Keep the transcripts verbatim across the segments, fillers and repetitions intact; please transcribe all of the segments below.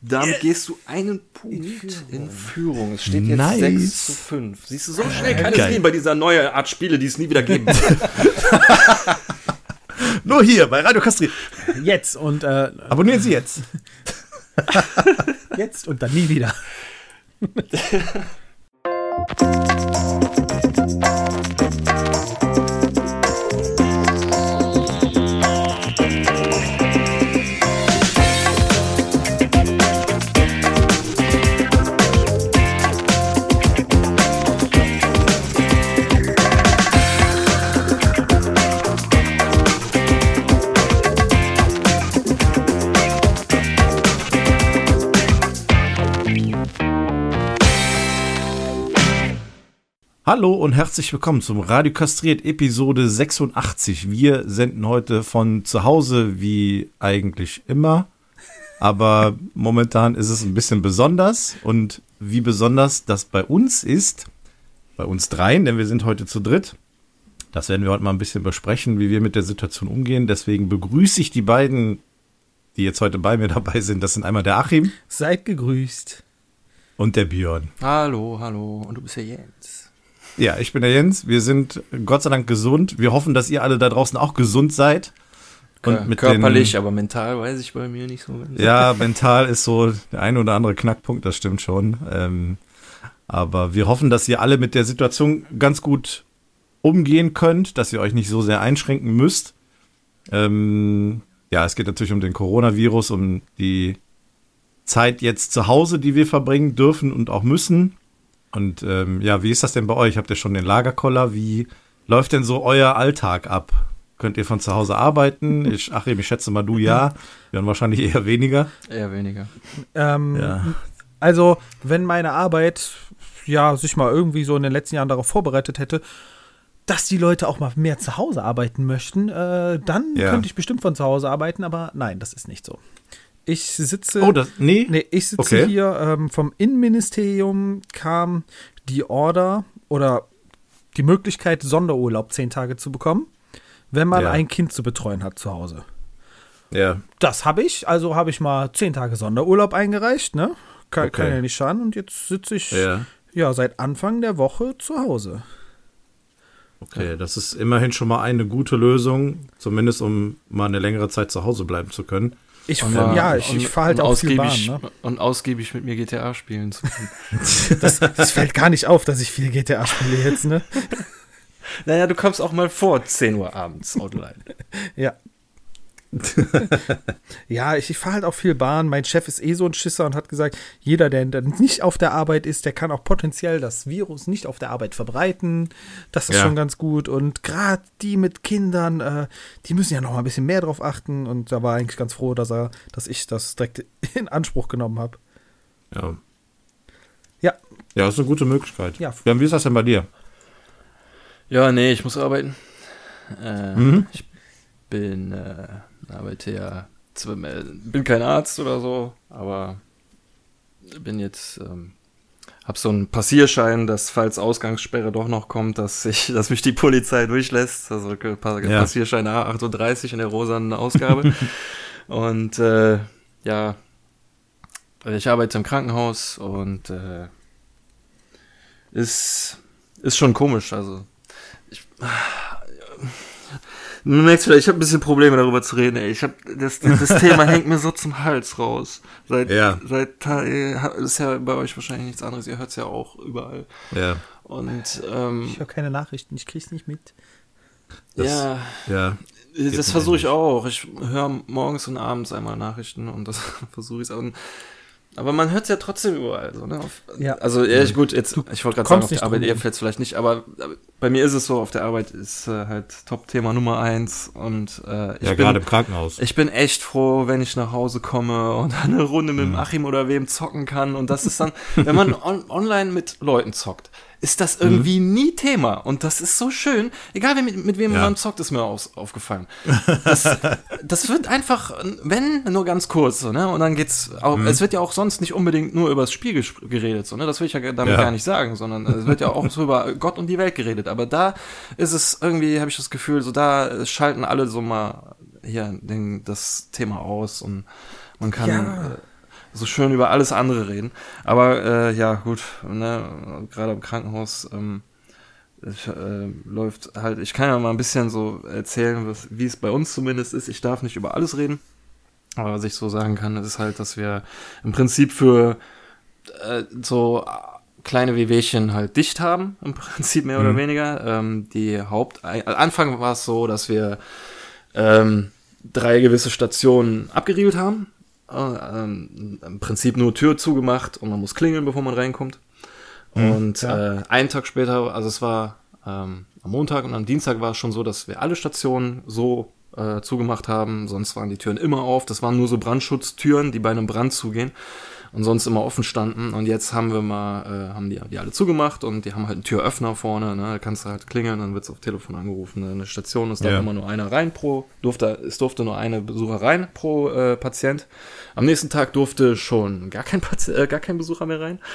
Damit yes. gehst du einen Punkt in Führung. In Führung. Es steht jetzt nice. sechs zu fünf. Siehst du, so schnell kann es gehen bei dieser neuen Art Spiele, die es nie wieder geben wird. Nur hier bei Radio Kastriert. Jetzt und äh, abonnieren Sie jetzt. Jetzt und dann nie wieder. Hallo und herzlich willkommen zum Radio Kastriert Episode sechsundachtzig. Wir senden heute von zu Hause wie eigentlich immer, aber momentan ist es ein bisschen besonders. Und wie besonders das bei uns ist, bei uns dreien, denn wir sind heute zu dritt, das werden wir heute mal ein bisschen besprechen, wie wir mit der Situation umgehen. Deswegen begrüße ich die beiden, die jetzt heute bei mir dabei sind. Das sind einmal der Achim. Seid gegrüßt. Und der Björn. Hallo, hallo. Und du bist ja Jens. Ja, ich bin der Jens. Wir sind Gott sei Dank gesund. Wir hoffen, dass ihr alle da draußen auch gesund seid. Und mit körperlich, den, aber mental weiß ich bei mir nicht so. Ja, mental ist so der eine oder andere Knackpunkt, das stimmt schon. Ähm, aber wir hoffen, dass ihr alle mit der Situation ganz gut umgehen könnt, dass ihr euch nicht so sehr einschränken müsst. Ähm, ja, es geht natürlich um den Coronavirus, um die Zeit jetzt zu Hause, die wir verbringen dürfen und auch müssen. Und ähm, ja, wie ist das denn bei euch? Habt ihr schon den Lagerkoller? Wie läuft denn so euer Alltag ab? Könnt ihr von zu Hause arbeiten? Ich, Achim, ich schätze mal, du ja. Wir haben wahrscheinlich eher weniger. Eher weniger. Ähm, ja. Also, wenn meine Arbeit ja sich mal irgendwie so in den letzten Jahren darauf vorbereitet hätte, dass die Leute auch mal mehr zu Hause arbeiten möchten, äh, dann ja. könnte ich bestimmt von zu Hause arbeiten, aber nein, das ist nicht so. Ich sitze, oh, das, nee? nee, ich sitze okay. hier, ähm, vom Innenministerium kam die Order oder die Möglichkeit, Sonderurlaub zehn Tage zu bekommen, wenn man ja. ein Kind zu betreuen hat zu Hause. Ja. Das habe ich, also habe ich mal zehn Tage Sonderurlaub eingereicht, ne? Kann, okay. kann ja nicht schaden und jetzt sitze ich ja. ja seit Anfang der Woche zu Hause. Okay, ja. Das ist immerhin schon mal eine gute Lösung, zumindest um mal eine längere Zeit zu Hause bleiben zu können. Ich, und, ja, ich, ich fahre halt auch viel Bahn, ne? Und ausgiebig mit mir G T A spielen zu können. das, das fällt gar nicht auf, dass ich viel G T A spiele jetzt, ne? Naja, du kommst auch mal vor zehn Uhr abends online. Ja. ja, ich, ich fahre halt auch viel Bahn. Mein Chef ist eh so ein Schisser und hat gesagt, jeder, der nicht auf der Arbeit ist, der kann auch potenziell das Virus nicht auf der Arbeit verbreiten. Das ist ja. schon ganz gut. Und gerade die mit Kindern, äh, die müssen ja noch mal ein bisschen mehr drauf achten. Und da war eigentlich ganz froh, dass er, dass ich das direkt in Anspruch genommen habe. Ja. Ja. Ja, das ist eine gute Möglichkeit. Ja. Ja, wie ist das denn bei dir? Ja, nee, ich muss arbeiten. Äh, mhm. Ich bin äh, arbeite ja, zwar, bin kein Arzt oder so, aber bin jetzt, ähm, hab so einen Passierschein, dass falls Ausgangssperre doch noch kommt, dass ich, dass mich die Polizei durchlässt. Also ja. Passierschein A achtunddreißig in der rosanen Ausgabe. Und äh, ja, ich arbeite im Krankenhaus und äh, ist ist schon komisch. Also ich Du merkst vielleicht, ich habe ein bisschen Probleme darüber zu reden, ey. Ich hab, das, das, das Thema hängt mir so zum Hals raus. Seit, ja. seit, das ist ja bei euch wahrscheinlich nichts anderes. Ihr hört es ja auch überall. Ja. Und, ähm, ich höre keine Nachrichten, ich krieg's nicht mit. Das, ja. Ja. Das versuche ich auch. Ich höre morgens und abends einmal Nachrichten und das versuche ich auch. Aber man hört es ja trotzdem überall. So, ne? Auf, ja. Also, ja, gut, jetzt, ich wollte gerade sagen, auf der Arbeit, ihr fällt es vielleicht nicht, aber, aber bei mir ist es so, auf der Arbeit ist äh, halt Top-Thema Nummer eins. Und äh, ich ja, bin, gerade im Krankenhaus. Ich bin echt froh, wenn ich nach Hause komme und eine Runde mit dem Achim oder wem zocken kann. Und das ist dann, wenn man on- online mit Leuten zockt, ist das irgendwie mhm. nie Thema. Und das ist so schön. Egal, mit, mit wem ja. man zockt, ist mir aus, aufgefallen. Das, das wird einfach, wenn, nur ganz kurz. So, ne? Und dann geht's auch, mhm. es wird ja auch sonst nicht unbedingt nur über das Spiel ges- geredet. So, ne? Das will ich ja damit ja. gar nicht sagen, sondern es wird ja auch so über Gott und die Welt geredet. Aber da ist es irgendwie, habe ich das Gefühl, so da schalten alle so mal hier den, das Thema aus und man kann... Ja. Äh, so schön über alles andere reden. Aber äh, ja, gut, ne, gerade im Krankenhaus ähm, ich, äh, läuft halt, ich kann ja mal ein bisschen so erzählen, was, wie es bei uns zumindest ist. Ich darf nicht über alles reden, aber was ich so sagen kann, ist halt, dass wir im Prinzip für äh, so kleine Wehwehchen halt dicht haben, im Prinzip mehr mhm. oder weniger. Ähm, die Haupt, äh, Anfang war es so, dass wir ähm, drei gewisse Stationen abgeriegelt haben. Äh, ähm, im Prinzip nur Tür zugemacht und man muss klingeln, bevor man reinkommt. Mhm, und ja. äh, einen Tag später, also es war ähm, am Montag und am Dienstag war es schon so, dass wir alle Stationen so äh, zugemacht haben. Sonst waren die Türen immer auf. Das waren nur so Brandschutztüren, die bei einem Brand zugehen und sonst immer offen standen. Und jetzt haben wir mal, äh, haben die, die alle zugemacht und die haben halt einen Türöffner vorne, ne? Da kannst du halt klingeln, dann wird's auf Telefon angerufen. Eine Station, es darf ja. immer nur einer rein pro, durfte, es durfte nur eine Besucher rein pro äh, Patient. Am nächsten Tag durfte schon gar kein Patient, äh, gar kein Besucher mehr rein.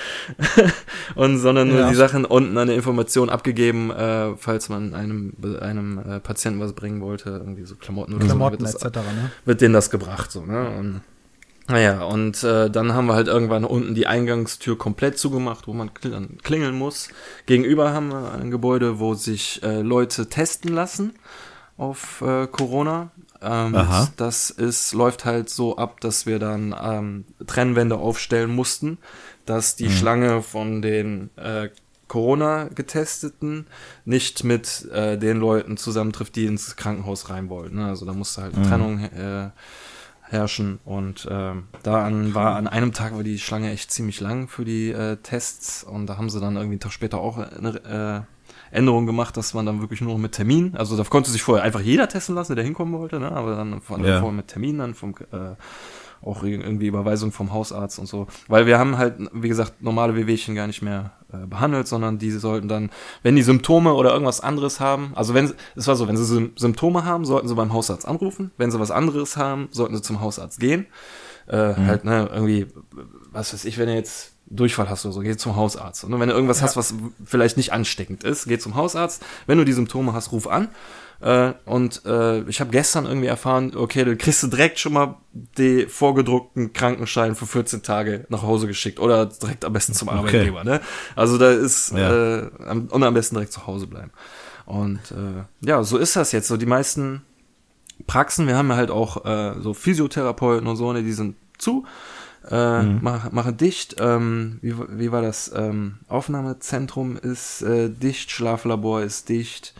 und sondern nur ja. die Sachen unten eine Information abgegeben, äh, falls man einem, einem äh, Patienten was bringen wollte, irgendwie so Klamotten oder Klamotten so. et cetera, ne? Wird denen das gebracht, so, ne? Und naja, und äh, dann haben wir halt irgendwann unten die Eingangstür komplett zugemacht, wo man klingeln muss. Gegenüber haben wir ein Gebäude, wo sich äh, Leute testen lassen auf äh, Corona. Ähm, Aha. Das ist, läuft halt so ab, dass wir dann ähm, Trennwände aufstellen mussten, dass die mhm. Schlange von den äh, Corona-Getesteten nicht mit äh, den Leuten zusammentrifft, die ins Krankenhaus rein wollten. Ne? Also da musste halt eine mhm. Trennung äh, herrschen und äh, da an, war an einem Tag war die Schlange echt ziemlich lang für die äh, Tests und da haben sie dann irgendwie einen Tag später auch eine äh, Änderung gemacht, dass man dann wirklich nur noch mit Termin, also da konnte sich vorher einfach jeder testen lassen, der hinkommen wollte, ne? Aber dann von, ja. vorher mit Termin dann vom äh, auch irgendwie Überweisung vom Hausarzt und so, weil wir haben halt, wie gesagt, normale Wehwehchen gar nicht mehr äh, behandelt, sondern die sollten dann, wenn die Symptome oder irgendwas anderes haben, also wenn, es war so, wenn sie Sym- Symptome haben, sollten sie beim Hausarzt anrufen, wenn sie was anderes haben, sollten sie zum Hausarzt gehen, äh, mhm. halt, ne, irgendwie, was weiß ich, wenn du jetzt Durchfall hast oder so, geh zum Hausarzt. Und wenn du irgendwas ja. hast, was vielleicht nicht ansteckend ist, geh zum Hausarzt, wenn du die Symptome hast, ruf an. Äh, und äh, ich habe gestern irgendwie erfahren, okay, du kriegst du direkt schon mal die vorgedruckten Krankenschein für vierzehn Tage nach Hause geschickt oder direkt am besten zum Arbeitgeber, okay. ne? Also da ist ja. äh, am, und am besten direkt zu Hause bleiben. Und äh, ja, so ist das jetzt. So die meisten Praxen, wir haben ja halt auch äh, so Physiotherapeuten und so, ne, die sind zu, äh, mhm. mach, machen dicht. Ähm, wie, wie war das? Ähm, Aufnahmezentrum ist äh, dicht, Schlaflabor ist dicht.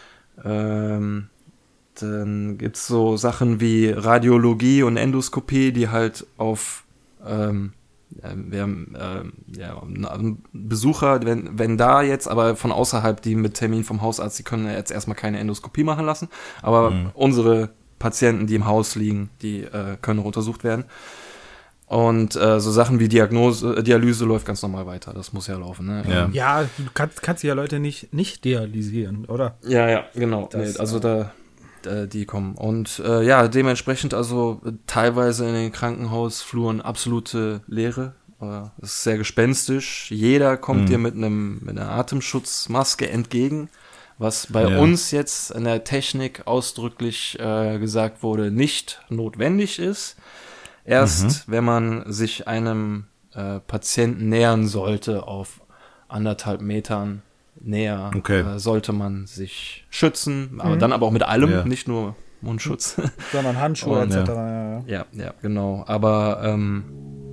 Ähm, dann gibt's so Sachen wie Radiologie und Endoskopie, die halt auf ähm, wir haben ähm, ja, Besucher, wenn, wenn da jetzt, aber von außerhalb, die mit Termin vom Hausarzt, die können jetzt erstmal keine Endoskopie machen lassen, aber mhm. unsere Patienten, die im Haus liegen, die äh, können noch untersucht werden. Und äh, so Sachen wie Diagnose, äh, Dialyse läuft ganz normal weiter. Das muss ja laufen. Ne? Ja, ja, du kannst, kannst ja Leute nicht, nicht dialysieren, oder? Ja, ja, genau. Das, nee, also da, da, die kommen. Und äh, ja, dementsprechend also teilweise in den Krankenhausfluren absolute Leere. Äh, es ist sehr gespenstisch. Jeder kommt mhm. dir mit einem mit einer Atemschutzmaske entgegen. Was bei ja. uns jetzt in der Technik ausdrücklich äh, gesagt wurde, nicht notwendig ist. Erst, mhm. wenn man sich einem äh, Patienten nähern sollte, auf anderthalb Metern näher, okay. äh, sollte man sich schützen, aber mhm. dann aber auch mit allem, ja. nicht nur Mundschutz. Sondern Handschuhe et cetera. Ja. Ja, ja, ja, genau. Aber, ähm,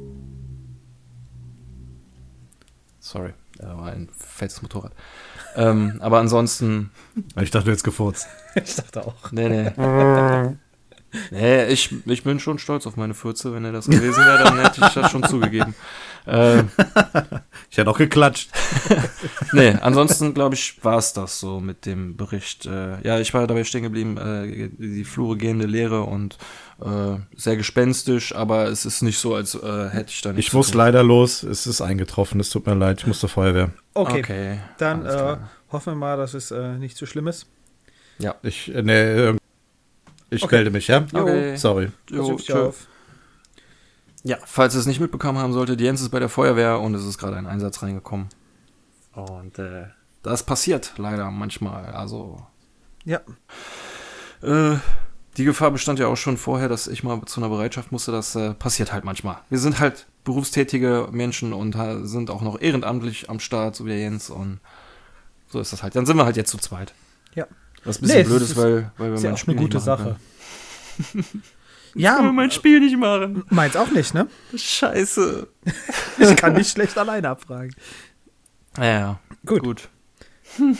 sorry, da war ein fettes Motorrad. ähm, aber ansonsten... Ich dachte, du hättest gefurzt. Ich dachte auch. Nee, nee. Nee, ich, ich bin schon stolz auf meine Fürze. Wenn er das gewesen wäre, dann hätte ich das schon zugegeben. Äh, ich hätte auch geklatscht. Nee, ansonsten, glaube ich, war es das so mit dem Bericht. Äh, ja, ich war dabei stehen geblieben, äh, die Flure gehende Leere und äh, sehr gespenstisch, aber es ist nicht so, als äh, hätte ich da nicht. Ich muss leider los, es ist eingetroffen, es tut mir leid, ich muss zur Feuerwehr. Okay, okay, dann äh, hoffen wir mal, dass es äh, nicht so schlimm ist. Ja. Ich, äh, nee, Ich okay. melde mich, ja? Okay. Sorry. Jo, auf. Ja, falls ihr es nicht mitbekommen haben solltet, Jens ist bei der Feuerwehr und es ist gerade ein Einsatz reingekommen. Und äh, das passiert leider manchmal. Also ja. Äh, die Gefahr bestand ja auch schon vorher, dass ich mal zu einer Bereitschaft musste. Das äh, passiert halt manchmal. Wir sind halt berufstätige Menschen und ha- sind auch noch ehrenamtlich am Start, so wie der Jens. Und so ist das halt. Dann sind wir halt jetzt zu zweit. Ja. Was ein bisschen Nee, blöd es ist, ist- weil, weil wir Ist ja mein auch Spiel eine gute nicht machen Sache. können. Ja, Ich kann mein Spiel nicht machen. meins auch nicht, ne? Scheiße. Ich kann nicht schlecht alleine abfragen. Ja, ja. Gut. Gut. Hm.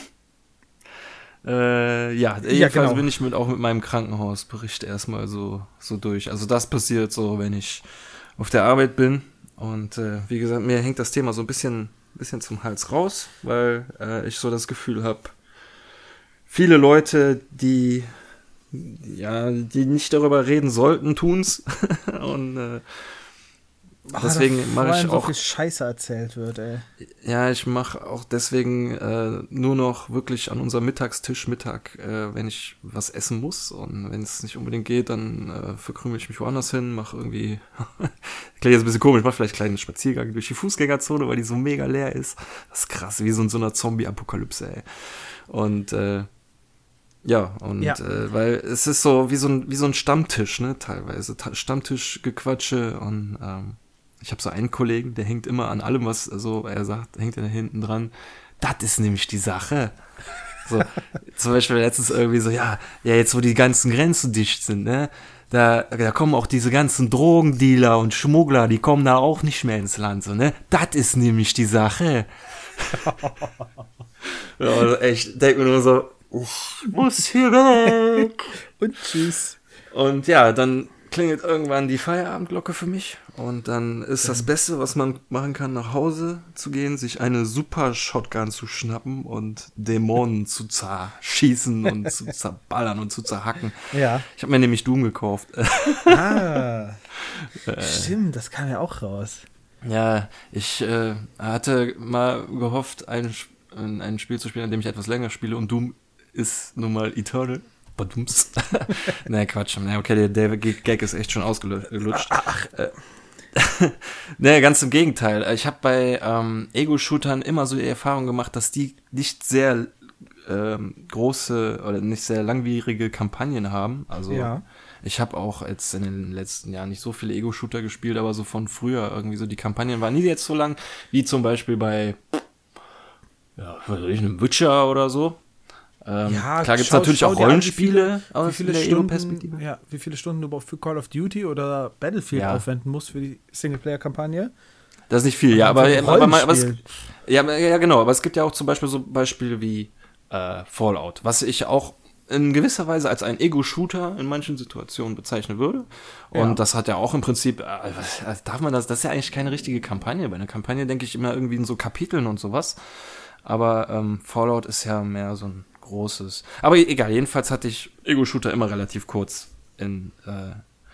Äh, ja, jedenfalls genau. bin ich mit, auch mit meinem Krankenhausbericht erstmal so, so durch. Also das passiert so, wenn ich auf der Arbeit bin. Und äh, wie gesagt, mir hängt das Thema so ein bisschen, bisschen zum Hals raus, weil äh, ich so das Gefühl habe, viele Leute, die ja, die nicht darüber reden sollten, tun's. Und äh, Ah, deswegen da mache vor ich allem auch so viel Scheiße erzählt wird, ey. Ja, ich mache auch deswegen äh, nur noch wirklich an unserem Mittagstisch Mittag, äh, wenn ich was essen muss. Und wenn es nicht unbedingt geht, dann äh, verkrümel ich mich woanders hin, mache irgendwie, klingt jetzt ein bisschen komisch, mache vielleicht einen kleinen Spaziergang durch die Fußgängerzone, weil die so mega leer ist. Das ist krass, wie so in so einer Zombie-Apokalypse, ey. Und äh, ja, und Ja. Äh, weil es ist so wie so ein wie so ein Stammtisch, ne, teilweise. Ta- Stammtischgequatsche und ähm, ich habe so einen Kollegen, der hängt immer an allem, was so er sagt, hängt er da hinten dran. Das ist nämlich die Sache. So, zum Beispiel letztens irgendwie so, ja, ja, jetzt wo die ganzen Grenzen dicht sind, ne, da, da kommen auch diese ganzen Drogendealer und Schmuggler, die kommen da auch nicht mehr ins Land, so, ne. Das ist nämlich die Sache. Ja, also echt, denk mir nur so, ich muss hier weg. Und tschüss. Und ja, dann klingelt irgendwann die Feierabendglocke für mich. Und dann ist das Beste, was man machen kann, nach Hause zu gehen, sich eine Super Shotgun zu schnappen und Dämonen zu zerschießen und zu zerballern und zu zerhacken. Ja. Ich habe mir nämlich Doom gekauft. Ah. Stimmt, das kam ja auch raus. Ja, ich äh, hatte mal gehofft, ein, Sp- ein Spiel zu spielen, an dem ich etwas länger spiele. Und Doom ist nun mal Eternal. Badums. Nee, Quatsch. Nee, okay, der, der Gag ist echt schon ausgelutscht. Ach, äh, nee, ganz im Gegenteil. Ich habe bei ähm, Ego-Shootern immer so die Erfahrung gemacht, dass die nicht sehr ähm, große oder nicht sehr langwierige Kampagnen haben. Also Ja. ich habe auch jetzt in den letzten Jahren nicht so viele Ego-Shooter gespielt, aber so von früher irgendwie so, die Kampagnen waren nie jetzt so lang, wie zum Beispiel bei ja, was weiß ich, einem Witcher oder so. Ähm, Ja, klar gibt's schau- natürlich schau auch dir an, wie Rollenspiele Wie aus viele der Stunden, Ego-Perspektive. ja, wie viele Stunden du überhaupt für Call of Duty oder Battlefield Ja. aufwenden musst für die Singleplayer-Kampagne? Das ist nicht viel, ja, Und aber, für aber, aber, aber es, Rollenspiel. ja, aber- ja, genau, aber es gibt ja auch zum Beispiel so Beispiele wie äh, Fallout, was ich auch in gewisser Weise als ein Ego-Shooter in manchen Situationen bezeichnen würde. Und Ja. das hat ja auch im Prinzip, äh, was, also darf man das, das ist ja eigentlich keine richtige Kampagne. Bei einer Kampagne denke ich immer irgendwie in so Kapiteln und sowas. Aber ähm, Fallout ist ja mehr so ein großes. Aber egal, jedenfalls hatte ich Ego-Shooter immer relativ kurz in äh,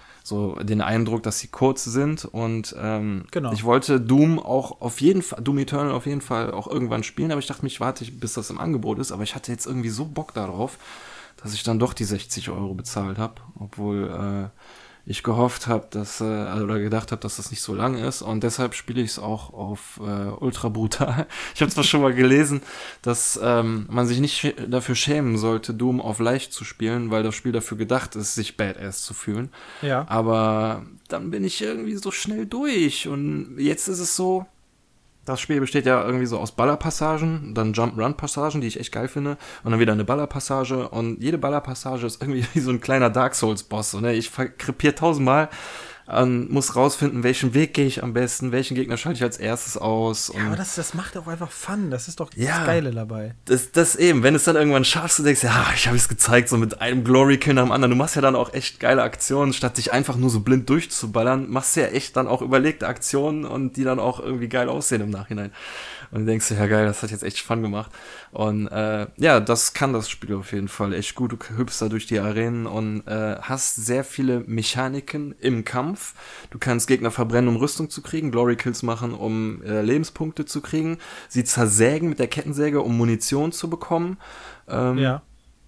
so den Eindruck, dass sie kurz sind. Und ähm, Genau. ich wollte Doom auch auf jeden Fall, Doom Eternal auf jeden Fall auch irgendwann spielen, aber ich dachte, mich warte ich, bis das im Angebot ist. Aber ich hatte jetzt irgendwie so Bock darauf, dass ich dann doch die sechzig Euro bezahlt habe, obwohl äh, ich gehofft habe, dass äh, oder gedacht habe, dass das nicht so lang ist, und deshalb spiele ich es auch auf äh, ultra brutal. Ich habe zwar schon mal gelesen, dass ähm, man sich nicht sch- dafür schämen sollte, Doom auf leicht zu spielen, weil das Spiel dafür gedacht ist, sich badass zu fühlen. Ja. Aber dann bin ich irgendwie so schnell durch, und jetzt ist es so, das Spiel besteht ja irgendwie so aus Ballerpassagen, dann Jump-Run-Passagen, die ich echt geil finde, und dann wieder eine Ballerpassage, und jede Ballerpassage ist irgendwie wie so ein kleiner Dark Souls-Boss. Und ich krepiere tausendmal und muss rausfinden, welchen Weg gehe ich am besten, welchen Gegner schalte ich als erstes aus. Ja, und aber das, das macht auch einfach Fun. Das ist doch Ja. das Geile dabei. Das, das eben, wenn es dann irgendwann schaffst, du denkst, ja, ich habe es gezeigt, so mit einem Glory-Kill nach dem anderen. Du machst ja dann auch echt geile Aktionen, statt dich einfach nur so blind durchzuballern, machst du ja echt dann auch überlegte Aktionen, und die dann auch irgendwie geil aussehen im Nachhinein. Und du denkst dir, ja geil, das hat jetzt echt Fun gemacht. Und äh, ja, das kann das Spiel auf jeden Fall echt gut. Du hüpfst da durch die Arenen und äh, hast sehr viele Mechaniken im Kampf. Du kannst Gegner verbrennen, um Rüstung zu kriegen, Glory-Kills machen, um äh, Lebenspunkte zu kriegen, sie zersägen mit der Kettensäge, um Munition zu bekommen. Ähm, Ja.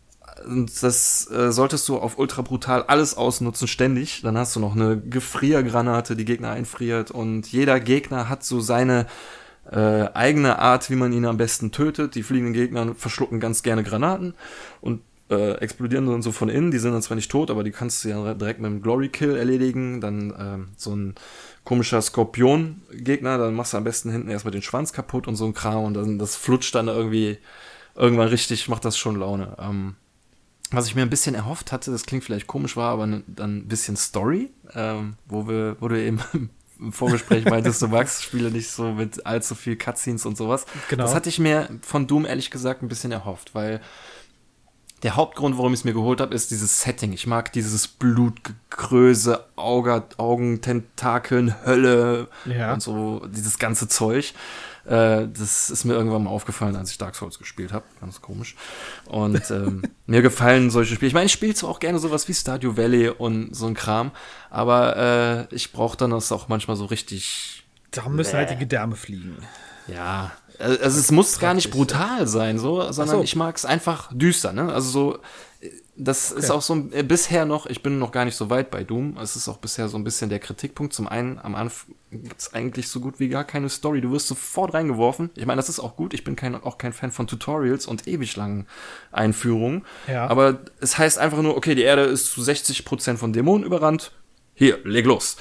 Und das äh, solltest du auf ultra brutal alles ausnutzen, ständig. Dann hast du noch eine Gefriergranate, die Gegner einfriert, und jeder Gegner hat so seine äh, eigene Art, wie man ihn am besten tötet. Die fliegenden Gegner verschlucken ganz gerne Granaten und äh, explodieren dann so von innen. Die sind dann zwar nicht tot, aber die kannst du ja direkt mit einem Glory-Kill erledigen. Dann äh, so ein komischer Skorpion-Gegner, dann machst du am besten hinten erstmal den Schwanz kaputt und so ein Kram und dann das flutscht dann irgendwie irgendwann richtig, macht das schon Laune. Ähm, was ich mir ein bisschen erhofft hatte, das klingt vielleicht komisch, war aber ne, dann ein bisschen Story, ähm, wo wir, wo du eben im Vorgespräch meintest, du magst Spiele nicht so mit allzu viel Cutscenes und sowas. Genau. Das hatte ich mir von Doom ehrlich gesagt ein bisschen erhofft, weil der Hauptgrund, warum ich es mir geholt habe, ist dieses Setting. Ich mag dieses Blutgekröse, Auge, Augen, Tentakeln, Hölle ja. und so, dieses ganze Zeug. Äh, das ist mir irgendwann mal aufgefallen, als ich Dark Souls gespielt habe. Ganz komisch. Und ähm, mir gefallen solche Spiele. Ich meine, ich spiele zwar auch gerne sowas wie Stardew Valley und so ein Kram, aber äh, ich brauche dann das auch manchmal so richtig... Da müssen halt die Gedärme fliegen. Ja, also es muss gar nicht brutal sein, so, sondern so. ich mag es einfach düster, ne? Also so, das okay. ist auch so äh, bisher noch, ich bin noch gar nicht so weit bei Doom, es ist auch bisher so ein bisschen der Kritikpunkt. Zum einen, am Anfang gibt's eigentlich so gut wie gar keine Story, du wirst sofort reingeworfen. Ich meine, das ist auch gut, ich bin kein, auch kein Fan von Tutorials und ewig langen Einführungen, ja. aber es heißt einfach nur, okay, die Erde ist zu sechzig Prozent von Dämonen überrannt, hier, leg los.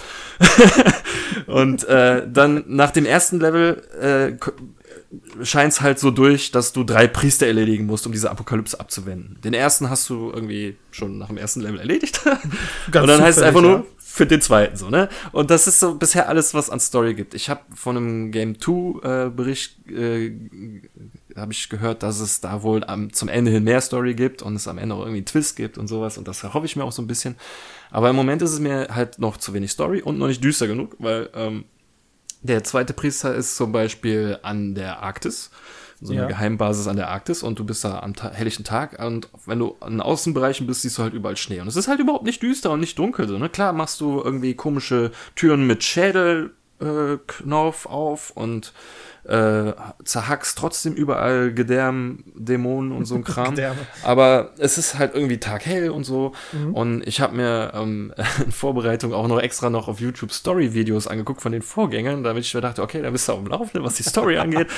Und äh, dann nach dem ersten Level äh, scheint's halt so durch, dass du drei Priester erledigen musst, um diese Apokalypse abzuwenden. Den ersten hast du irgendwie schon nach dem ersten Level erledigt. Ganz und dann heißt es einfach nur, ja. für den zweiten so, ne? Und das ist so bisher alles, was an Story gibt. Ich habe von einem Game zwei äh, Bericht äh, habe ich gehört, dass es da wohl am, zum Ende hin mehr Story gibt und es am Ende auch irgendwie einen Twist gibt und sowas. Und das hoffe ich mir auch so ein bisschen. Aber im Moment ist es mir halt noch zu wenig Story und noch nicht düster genug, weil ähm, der zweite Priester ist zum Beispiel an der Arktis, so eine ja. Geheimbasis an der Arktis, und du bist da am ta- helllichten Tag, und wenn du in Außenbereichen bist, siehst du halt überall Schnee. Und es ist halt überhaupt nicht düster und nicht dunkel. So, ne? Klar machst du irgendwie komische Türen mit Schädelknauf äh, auf und äh, zerhackst trotzdem überall Gedärm, Dämonen und so ein Kram. Aber es ist halt irgendwie taghell und so. Mhm. Und ich habe mir ähm, in Vorbereitung auch noch extra noch auf YouTube Story-Videos angeguckt von den Vorgängern, damit ich mir dachte, okay, da bist du auf dem Laufenden, was die Story angeht.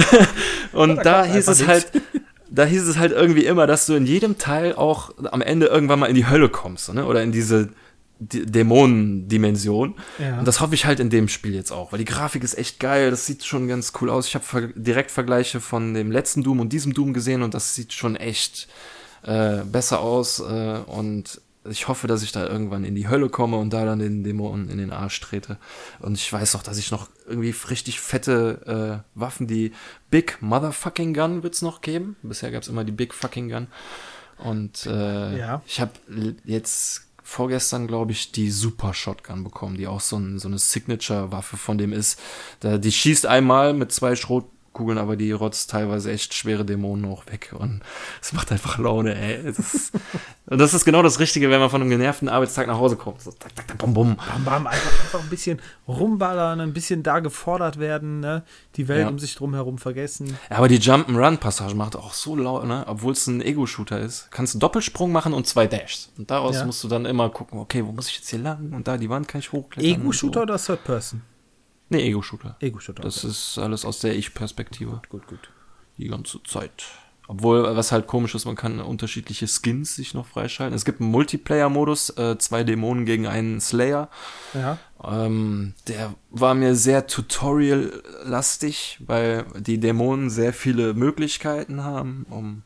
Und da hieß es halt, da hieß es halt irgendwie immer, dass du in jedem Teil auch am Ende irgendwann mal in die Hölle kommst, ne? Oder in diese D- Dämonendimension. Ja. Und das hoffe ich halt in dem Spiel jetzt auch, weil die Grafik ist echt geil, das sieht schon ganz cool aus. Ich habe ver- direkt Vergleiche von dem letzten Doom und diesem Doom gesehen und das sieht schon echt äh, besser aus, äh, und ich hoffe, dass ich da irgendwann in die Hölle komme und da dann den Dämonen in den Arsch trete. Und ich weiß auch, dass ich noch irgendwie richtig fette äh, Waffen, die Big Motherfucking Gun wird's noch geben. Bisher gab's immer die Big Fucking Gun. Und äh, ja. ich habe jetzt vorgestern, glaube ich, die Super Shotgun bekommen, die auch so, ein, so eine Signature-Waffe von dem ist. Da, die schießt einmal mit zwei Schrotkugeln, aber die rotzt teilweise echt schwere Dämonen auch weg. Und es macht einfach Laune, ey. Das ist, und das ist genau das Richtige, wenn man von einem genervten Arbeitstag nach Hause kommt. So, tak, tak, tak, bum, bum. Bam, bam, einfach, einfach ein bisschen rumballern, ein bisschen da gefordert werden, ne? Die Welt ja. um sich drum herum vergessen. Ja, aber die Jump'n'Run-Passage macht auch so laut, ne? Obwohl es ein Ego-Shooter ist. Kannst einen Doppelsprung machen und zwei Dashs. Und daraus ja. musst du dann immer gucken, okay, wo muss ich jetzt hier lang? Und da, die Wand kann ich hochklettern. Ego-Shooter so. Oder Third Person? Nee, Ego-Shooter. Ego-Shooter. Das okay. ist alles aus der Ich-Perspektive. Gut, gut, gut. Die ganze Zeit. Obwohl, was halt komisch ist, man kann unterschiedliche Skins sich noch freischalten. Es gibt einen Multiplayer-Modus, äh, zwei Dämonen gegen einen Slayer. Ja. Ähm, der war mir sehr tutorial-lastig, weil die Dämonen sehr viele Möglichkeiten haben, um,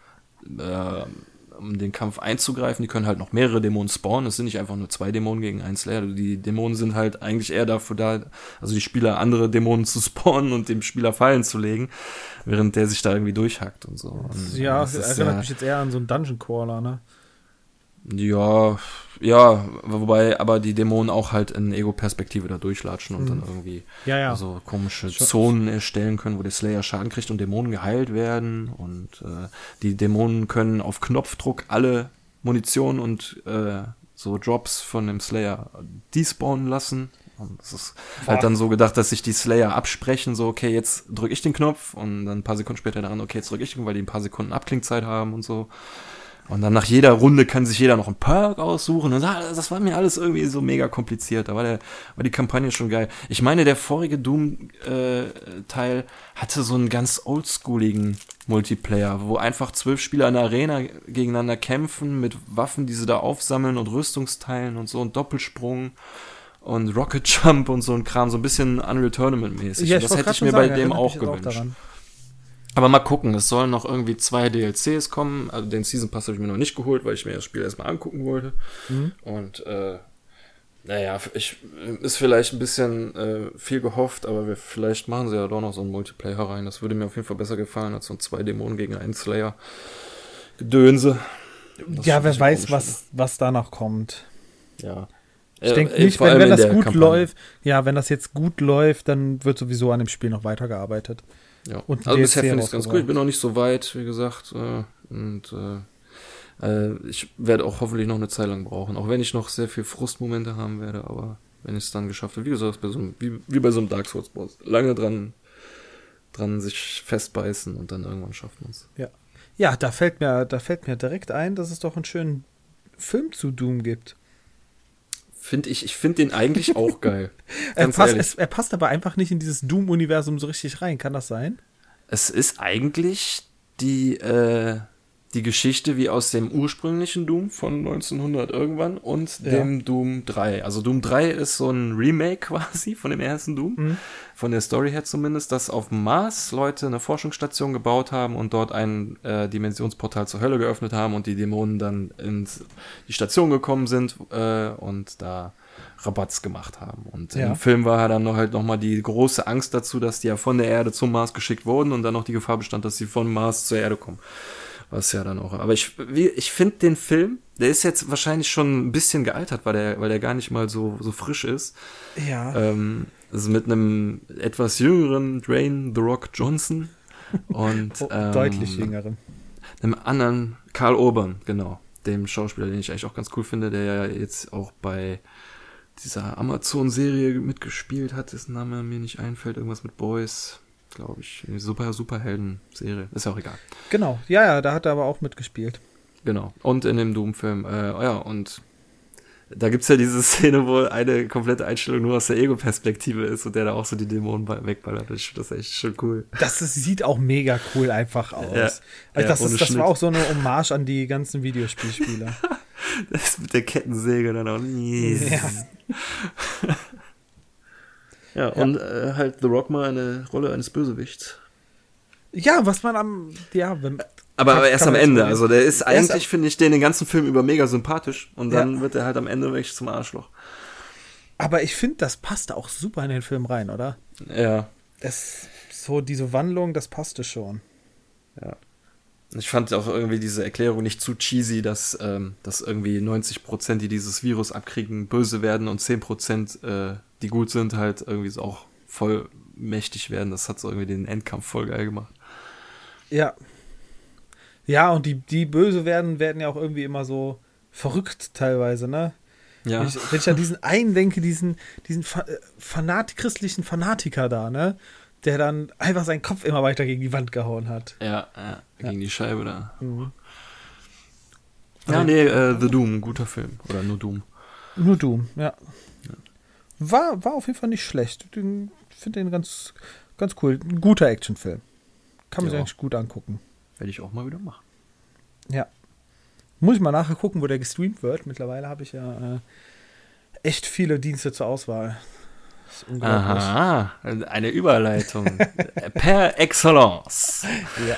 äh, um den Kampf einzugreifen. Die können halt noch mehrere Dämonen spawnen. Es sind nicht einfach nur zwei Dämonen gegen einen Slayer. Die Dämonen sind halt eigentlich eher dafür da, also die Spieler andere Dämonen zu spawnen und dem Spieler Fallen zu legen, während der sich da irgendwie durchhackt und so. Und ja, das erinnert ja, mich jetzt eher an so einen Dungeon Crawler, ne? Ja, ja, wobei aber die Dämonen auch halt in Ego-Perspektive da durchlatschen und mhm. dann irgendwie ja, ja. so komische Zonen erstellen können, wo der Slayer Schaden kriegt und Dämonen geheilt werden. Und äh, die Dämonen können auf Knopfdruck alle Munition und äh, so Drops von dem Slayer despawnen lassen. Und es ist Boah. halt dann so gedacht, dass sich die Slayer absprechen, so, okay, jetzt drücke ich den Knopf, und dann ein paar Sekunden später daran, okay, jetzt drücke ich den, weil die ein paar Sekunden Abklingzeit haben und so. Und dann nach jeder Runde kann sich jeder noch einen Perk aussuchen. Und das war mir alles irgendwie so mega kompliziert. Da war, der, war die Kampagne schon geil. Ich meine, der vorige Doom-Teil äh, hatte so einen ganz oldschooligen Multiplayer, wo einfach zwölf Spieler in der Arena gegeneinander kämpfen mit Waffen, die sie da aufsammeln und Rüstungsteilen und so und Doppelsprung. und Rocket Jump und so ein Kram, so ein bisschen Unreal Tournament-mäßig. Ja, das hätte ich mir sagen, bei dem auch gewünscht. Auch Aber mal gucken, es sollen noch irgendwie zwei D L Cs kommen. Also den Season Pass habe ich mir noch nicht geholt, weil ich mir das Spiel erstmal angucken wollte. Mhm. Und äh, naja, ich, ist vielleicht ein bisschen äh, viel gehofft, aber wir, vielleicht machen sie ja doch noch so einen Multiplayer rein. Das würde mir auf jeden Fall besser gefallen als so ein zwei Dämonen gegen einen Slayer Gedönse. Das ja, wer weiß, was, was da noch kommt. Ja. Ich denke nicht, wenn, wenn das gut Kampagne. läuft, ja, wenn das jetzt gut läuft, dann wird sowieso an dem Spiel noch weitergearbeitet. Ja, und also bisher finde ich es ganz gut. Ich bin noch nicht so weit, wie gesagt. Äh, und äh, äh, ich werde auch hoffentlich noch eine Zeit lang brauchen. Auch wenn ich noch sehr viel Frustmomente haben werde. Aber wenn ich es dann geschafft habe, wie gesagt, bei so einem, wie, wie bei so einem Dark Souls Boss. Lange dran, dran sich festbeißen und dann irgendwann schafft man es. Ja, ja da, fällt mir, da fällt mir direkt ein, dass es doch einen schönen Film zu Doom gibt. Finde ich, ich finde den eigentlich auch geil. er, passt, es, er passt aber einfach nicht in dieses Doom-Universum so richtig rein. Kann das sein? Es ist eigentlich die, äh, die Geschichte wie aus dem ursprünglichen Doom von neunzehnhundert irgendwann und ja. dem Doom drei. Also Doom drei ist so ein Remake quasi von dem ersten Doom. Mhm. Von der Story her zumindest, dass auf dem Mars Leute eine Forschungsstation gebaut haben und dort ein äh, Dimensionsportal zur Hölle geöffnet haben und die Dämonen dann in die Station gekommen sind äh, und da Rabatz gemacht haben. Und ja. im Film war dann noch halt nochmal die große Angst dazu, dass die ja von der Erde zum Mars geschickt wurden und dann noch die Gefahr bestand, dass sie von Mars zur Erde kommen. Was ja dann auch. Aber ich, ich finde den Film, der ist jetzt wahrscheinlich schon ein bisschen gealtert, weil der, weil der gar nicht mal so, so frisch ist. Ja. Ähm, also mit einem etwas jüngeren Dwayne The Rock Johnson und oh, ähm, deutlich jüngeren. Einem anderen Karl Urban, genau. Dem Schauspieler, den ich eigentlich auch ganz cool finde, der ja jetzt auch bei dieser Amazon-Serie mitgespielt hat, dessen Name mir nicht einfällt, irgendwas mit Boys, glaube ich. Eine super, Superhelden-Serie. Ist ja auch egal. Genau, ja, ja, da hat er aber auch mitgespielt. Genau. Und in dem Doom-Film. Äh, ja, und da gibt's ja diese Szene, wo eine komplette Einstellung nur aus der Ego-Perspektive ist und der da auch so die Dämonen wegballert. Ich finde das echt schon cool. Das ist, sieht auch mega cool einfach aus. Ja, also ja, das, ist, das war auch so eine Hommage an die ganzen Videospielspieler. Das mit der Kettensäge dann auch. Yes. Ja. Ja, und ja. Äh, halt The Rock mal eine Rolle eines Bösewichts. Ja, was man am, ja, wenn, aber, kann, aber erst am Ende, also der ist eigentlich, ab- finde ich, den den ganzen Film über mega sympathisch und dann Ja. wird er halt am Ende wirklich zum Arschloch. aber ich finde, das passte auch super in den Film rein, oder? Ja, Es, so diese Wandlung, das passte schon. ja. Ich fand auch irgendwie diese Erklärung nicht zu cheesy, dass, ähm, dass irgendwie neunzig Prozent, die dieses Virus abkriegen, böse werden und zehn Prozent, äh, die gut sind, halt irgendwie so auch voll mächtig werden. Das hat so irgendwie den Endkampf voll geil gemacht. Ja. Ja, und die, die böse werden, werden ja auch irgendwie immer so verrückt teilweise, ne? Ja. Wenn ich, wenn ich an diesen einen denke, diesen, diesen Fa- äh, Fanat, christlichen Fanatiker da, ne? Der dann einfach seinen Kopf immer weiter gegen die Wand gehauen hat. Ja, ja gegen Ja. die Scheibe da. Mhm. Ja, nee, äh, The Doom, guter Film. Oder nur Doom. Nur Doom, ja. War, war auf jeden Fall nicht schlecht. Ich finde den ganz, ganz cool. Ein guter Actionfilm. Kann man sich Ja. eigentlich gut angucken. Werde ich auch mal wieder machen. Ja. Muss ich mal nachher gucken, wo der gestreamt wird. Mittlerweile habe ich ja äh, echt viele Dienste zur Auswahl. Das ist unglaublich. Aha, eine Überleitung. Per Excellence. Ja,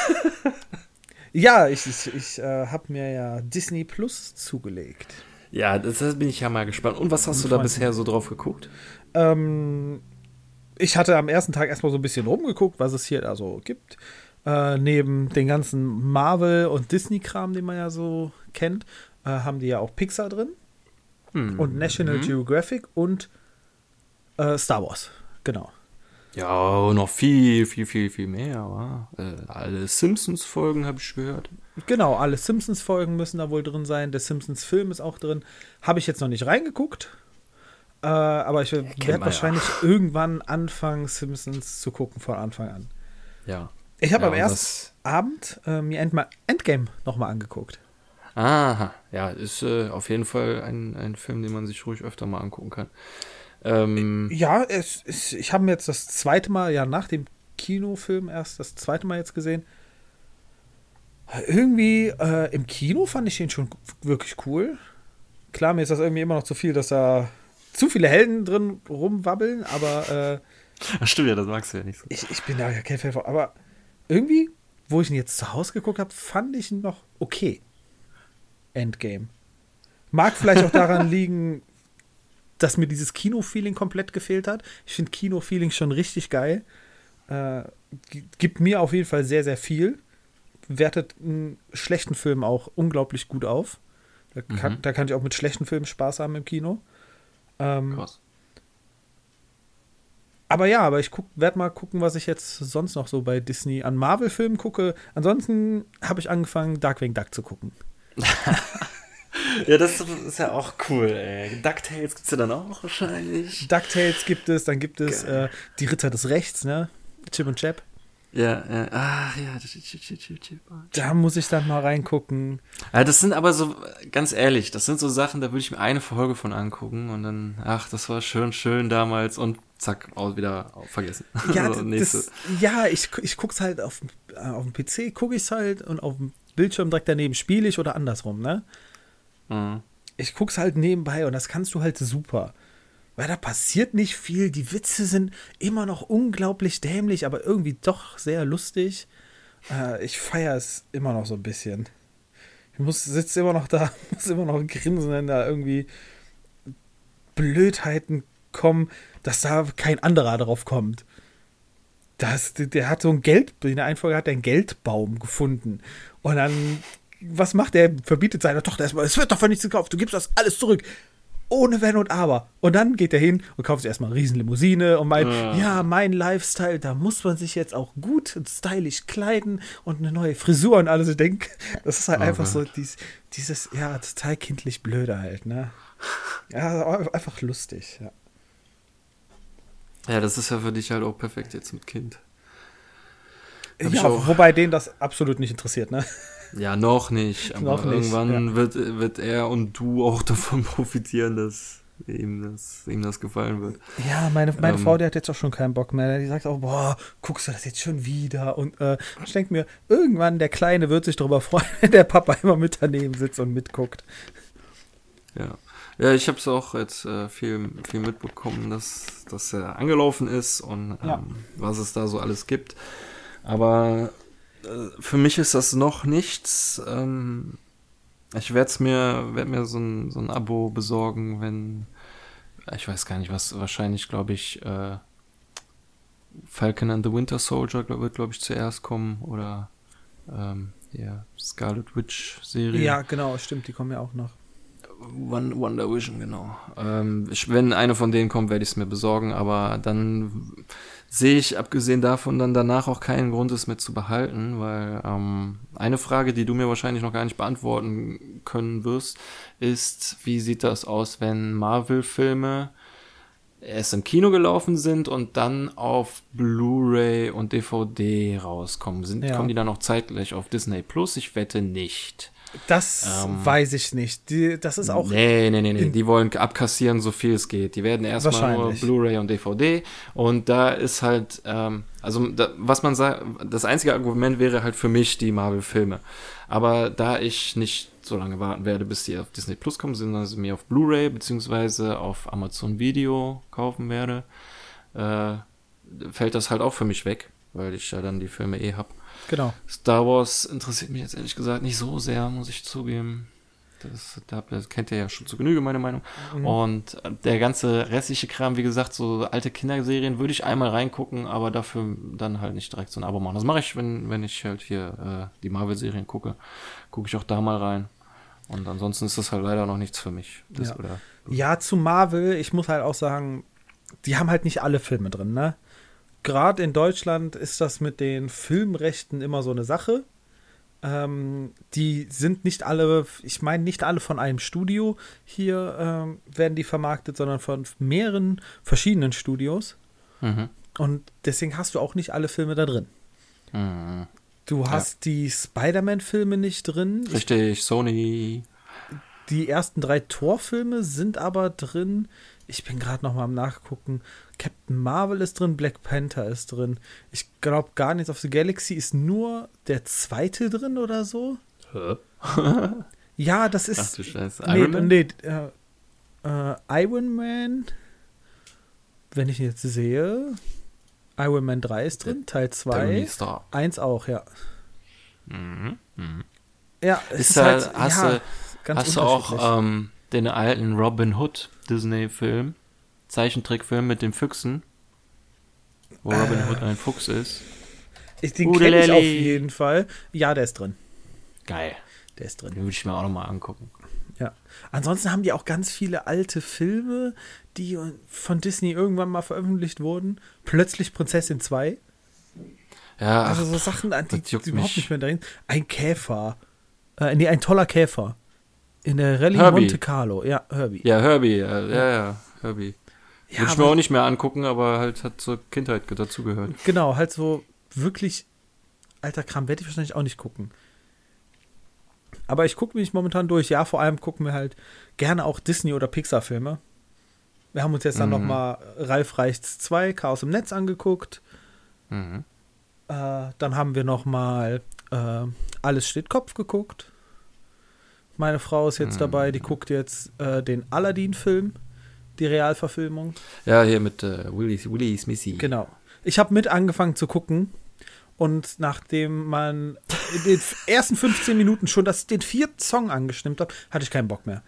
ja ich, ich, ich äh, habe mir ja Disney Plus zugelegt. Ja, das, das bin ich ja mal gespannt. Und was hast du da bisher so drauf geguckt? Ähm, ich hatte am ersten Tag erstmal so ein bisschen rumgeguckt, was es hier da so gibt. Äh, neben den ganzen Marvel- und Disney-Kram, den man ja so kennt, äh, haben die ja auch Pixar drin. Hm. Und National Mhm. Geographic und äh, Star Wars. Genau. Ja, noch viel, viel, viel, viel mehr. Wa? Äh, alle Simpsons-Folgen habe ich gehört. Genau, alle Simpsons-Folgen müssen da wohl drin sein. Der Simpsons-Film ist auch drin. Habe ich jetzt noch nicht reingeguckt. Äh, aber ich werde wahrscheinlich ja. irgendwann anfangen, Simpsons zu gucken von Anfang an. Ja. Ich habe Ja, am und ersten das- Abend äh, mir End Endgame nochmal angeguckt. Aha, ja, ist äh, auf jeden Fall ein, ein Film, den man sich ruhig öfter mal angucken kann. Ähm, Ja, es ist, ich habe mir jetzt das zweite Mal, ja nach dem Kinofilm erst das zweite Mal jetzt gesehen. Irgendwie äh, im Kino fand ich ihn schon wirklich cool. Klar, mir ist das irgendwie immer noch zu viel, dass da zu viele Helden drin rumwabbeln, aber äh, Ach, stimmt ja, das magst du ja nicht so. ich, ich bin da ja kein Fan von. Aber irgendwie, wo ich ihn jetzt zu Hause geguckt habe, fand ich ihn noch okay. Endgame. Mag vielleicht auch daran liegen, dass mir dieses Kino-Feeling komplett gefehlt hat. Ich finde Kino-Feeling schon richtig geil. Äh, g- gibt mir auf jeden Fall sehr, sehr viel. Wertet einen schlechten Film auch unglaublich gut auf. Da kann, Mhm. da kann ich auch mit schlechten Filmen Spaß haben im Kino. Ähm, Krass. aber ja, aber ich werde mal gucken, was ich jetzt sonst noch so bei Disney an Marvel-Filmen gucke. Ansonsten habe ich angefangen, Darkwing Duck zu gucken. Ja, das ist ja auch cool, ey. DuckTales gibt's ja dann auch wahrscheinlich. DuckTales gibt es, dann gibt es äh, die Ritter des Rechts, ne? Chip und Chap. Ja, ja, ach ja. Chip, Chip, Chip, Chip. Da muss ich dann mal reingucken. Ja, das sind aber so, ganz ehrlich, das sind so Sachen, da würde ich mir eine Folge von angucken und dann, ach, das war schön, schön damals und zack, auch wieder vergessen. Ja, so, das, ja ich, ich guck's halt auf, äh, auf dem P C, gucke ich's halt und auf dem Bildschirm direkt daneben spiele ich oder andersrum, ne? Mhm. Ich guck's halt nebenbei und das kannst du halt super. Weil da passiert nicht viel. Die Witze sind immer noch unglaublich dämlich, aber irgendwie doch sehr lustig. Äh, ich feiere es immer noch so ein bisschen. Ich muss sitze immer noch da, muss immer noch grinsen, wenn da irgendwie Blödheiten kommen, dass da kein anderer drauf kommt. Das, der hat so ein Geld, in der Einfolge hat er einen Geldbaum gefunden. Und dann, was macht er? Verbietet seiner Tochter erstmal, es wird doch von nichts gekauft, du gibst das alles zurück. Ohne Wenn und Aber. Und dann geht er hin und kauft sich erstmal eine riesen Limousine und meint, Ja. ja, mein Lifestyle, da muss man sich jetzt auch gut und stylisch kleiden und eine neue Frisur und alles. Ich denke, das ist halt Oh einfach Gott. so dies, dieses, ja, total kindlich Blöde halt, ne? Ja, einfach lustig, ja. Ja, das ist ja für dich halt auch perfekt jetzt mit Kind. Hab ich Ja, auch. wobei den das absolut nicht interessiert, ne? Ja, noch nicht, aber Noch nicht, irgendwann ja. wird, wird er und du auch davon profitieren, dass ihm das, ihm das gefallen wird. Ja, meine, meine Ähm. Frau, die hat jetzt auch schon keinen Bock mehr. Die sagt auch, boah, guckst du das jetzt schon wieder? Und äh, ich denke mir, irgendwann der Kleine wird sich darüber freuen, wenn der Papa immer mit daneben sitzt und mitguckt. Ja, ja, ich habe es auch jetzt äh, viel, viel mitbekommen, dass, dass er angelaufen ist und ähm, Ja. was es da so alles gibt. Aber äh, für mich ist das noch nichts. Ähm, ich werde mir, werd mir so ein, so ein Abo besorgen, wenn, ich weiß gar nicht was, wahrscheinlich glaube ich, äh, Falcon and the Winter Soldier glaub, wird glaube ich zuerst kommen oder ähm, ja, Scarlet Witch Serie. Ja, genau, stimmt, die kommen ja auch noch. Won- Wonder Vision, genau. Ähm, ich, wenn eine von denen kommt, werde ich es mir besorgen, aber dann sehe ich, abgesehen davon, dann danach auch keinen Grund, es mit zu behalten, weil ähm, eine Frage, die du mir wahrscheinlich noch gar nicht beantworten können wirst, ist, wie sieht das aus, wenn Marvel-Filme erst im Kino gelaufen sind und dann auf Blu-ray und D V D rauskommen? Sind, Ja. kommen die dann noch zeitgleich auf Disney Plus? Ich wette nicht. Das Ähm, weiß ich nicht. Die, das ist auch. Nee, nee, nee, nee. in- Die wollen abkassieren, so viel es geht. Die werden erstmal nur Wahrscheinlich. Blu-ray und D V D. Und da ist halt, ähm, also da, was man sagt, das einzige Argument wäre halt für mich die Marvel-Filme. Aber da ich nicht so lange warten werde, bis die auf Disney Plus kommen, sondern sie mir auf Blu-ray beziehungsweise auf Amazon Video kaufen werde, äh, fällt das halt auch für mich weg, weil ich ja dann die Filme eh hab. Genau. Star Wars interessiert mich jetzt ehrlich gesagt nicht so sehr, muss ich zugeben. Das, da- das kennt ihr ja schon zu Genüge, meine Meinung. Mhm. Und der ganze restliche Kram, wie gesagt, so alte Kinderserien, würde ich einmal reingucken, aber dafür dann halt nicht direkt so ein Abo machen. Das mache ich, wenn, wenn ich halt hier äh, die Marvel-Serien gucke, gucke ich auch da mal rein. Und ansonsten ist das halt leider noch nichts für mich. Das, Ja. oder, Ja, zu Marvel, ich muss halt auch sagen, die haben halt nicht alle Filme drin, ne? Gerade in Deutschland ist das mit den Filmrechten immer so eine Sache. Ähm, die sind nicht alle, ich meine nicht alle von einem Studio hier ähm, werden die vermarktet, sondern von mehreren verschiedenen Studios. mhm. Und deswegen hast du auch nicht alle Filme da drin. Mhm. Du hast die Spider-Man-Filme nicht drin. Ich, Richtig, Sony. die ersten drei Thor-Filme sind aber drin. Ich bin gerade noch mal am Nachgucken. Captain Marvel ist drin, Black Panther ist drin. Ich glaube, Guardians of the Galaxy ist nur der zweite drin oder so. Ja, das ist. Ach du Scheiße. Nee, Iron Man? nee, äh, äh, Iron Man, wenn ich ihn jetzt sehe, Iron Man drei ist drin, Teil zwei, eins auch, ja. Mhm. Mhm. Ja, es ist, ist da, halt, hast ja, du, ganz hast du auch ähm, den alten Robin Hood Disney-Film, Zeichentrickfilm mit den Füchsen, wo Robin äh, Hood ein Fuchs ist? Ich, den kenne ich auf jeden Fall. Ja, der ist drin. Geil. Der ist drin. Den würde ich mir auch nochmal angucken. Ja. Ansonsten haben die auch ganz viele alte Filme, die von Disney irgendwann mal veröffentlicht wurden. Plötzlich Prinzessin zwei. Ja. Also so Sachen, die, die überhaupt nicht mehr drin. Ein Käfer. Äh, nee, ein toller Käfer. In der Rallye Herbie. Monte Carlo. Ja, Herbie. Ja, Herbie. Ja, ja, ja Herbie. Ja, würde ich mir auch nicht mehr angucken, aber halt hat zur Kindheit dazugehört. Genau, halt so wirklich alter Kram werde ich wahrscheinlich auch nicht gucken. Aber ich gucke mich momentan durch. Ja, vor allem gucken wir halt gerne auch Disney- oder Pixar-Filme. Wir haben uns jetzt dann mhm. nochmal Ralf Reichts zwei, Chaos im Netz angeguckt. Mhm. Äh, dann haben wir nochmal äh, Alles steht Kopf geguckt. Meine Frau ist jetzt mhm. dabei, die guckt jetzt äh, den Aladdin-Film, die Realverfilmung. Ja, hier mit äh, Willy, Willy Smithy. Genau. Ich habe mit angefangen zu gucken. Und nachdem man in den ersten fünfzehn Minuten schon das, den vierten Song angestimmt hat, hatte ich keinen Bock mehr.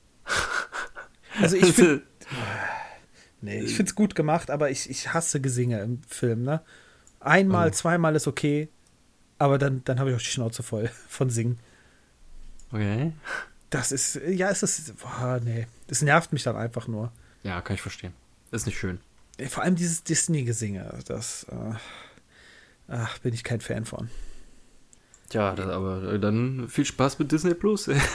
Also ich finde nee, ich finde es gut gemacht, aber ich, ich hasse Gesinge im Film. Ne? Einmal, oh. zweimal ist okay, aber dann, dann habe ich auch die Schnauze voll von Singen. Okay. Das ist, ja, es ist, boah, nee, das nervt mich dann einfach nur. Ja, kann ich verstehen. Ist nicht schön. Vor allem dieses Disney-Gesinge, das äh, ach, bin ich kein Fan von. Tja, das, aber dann viel Spaß mit Disney Plus. die,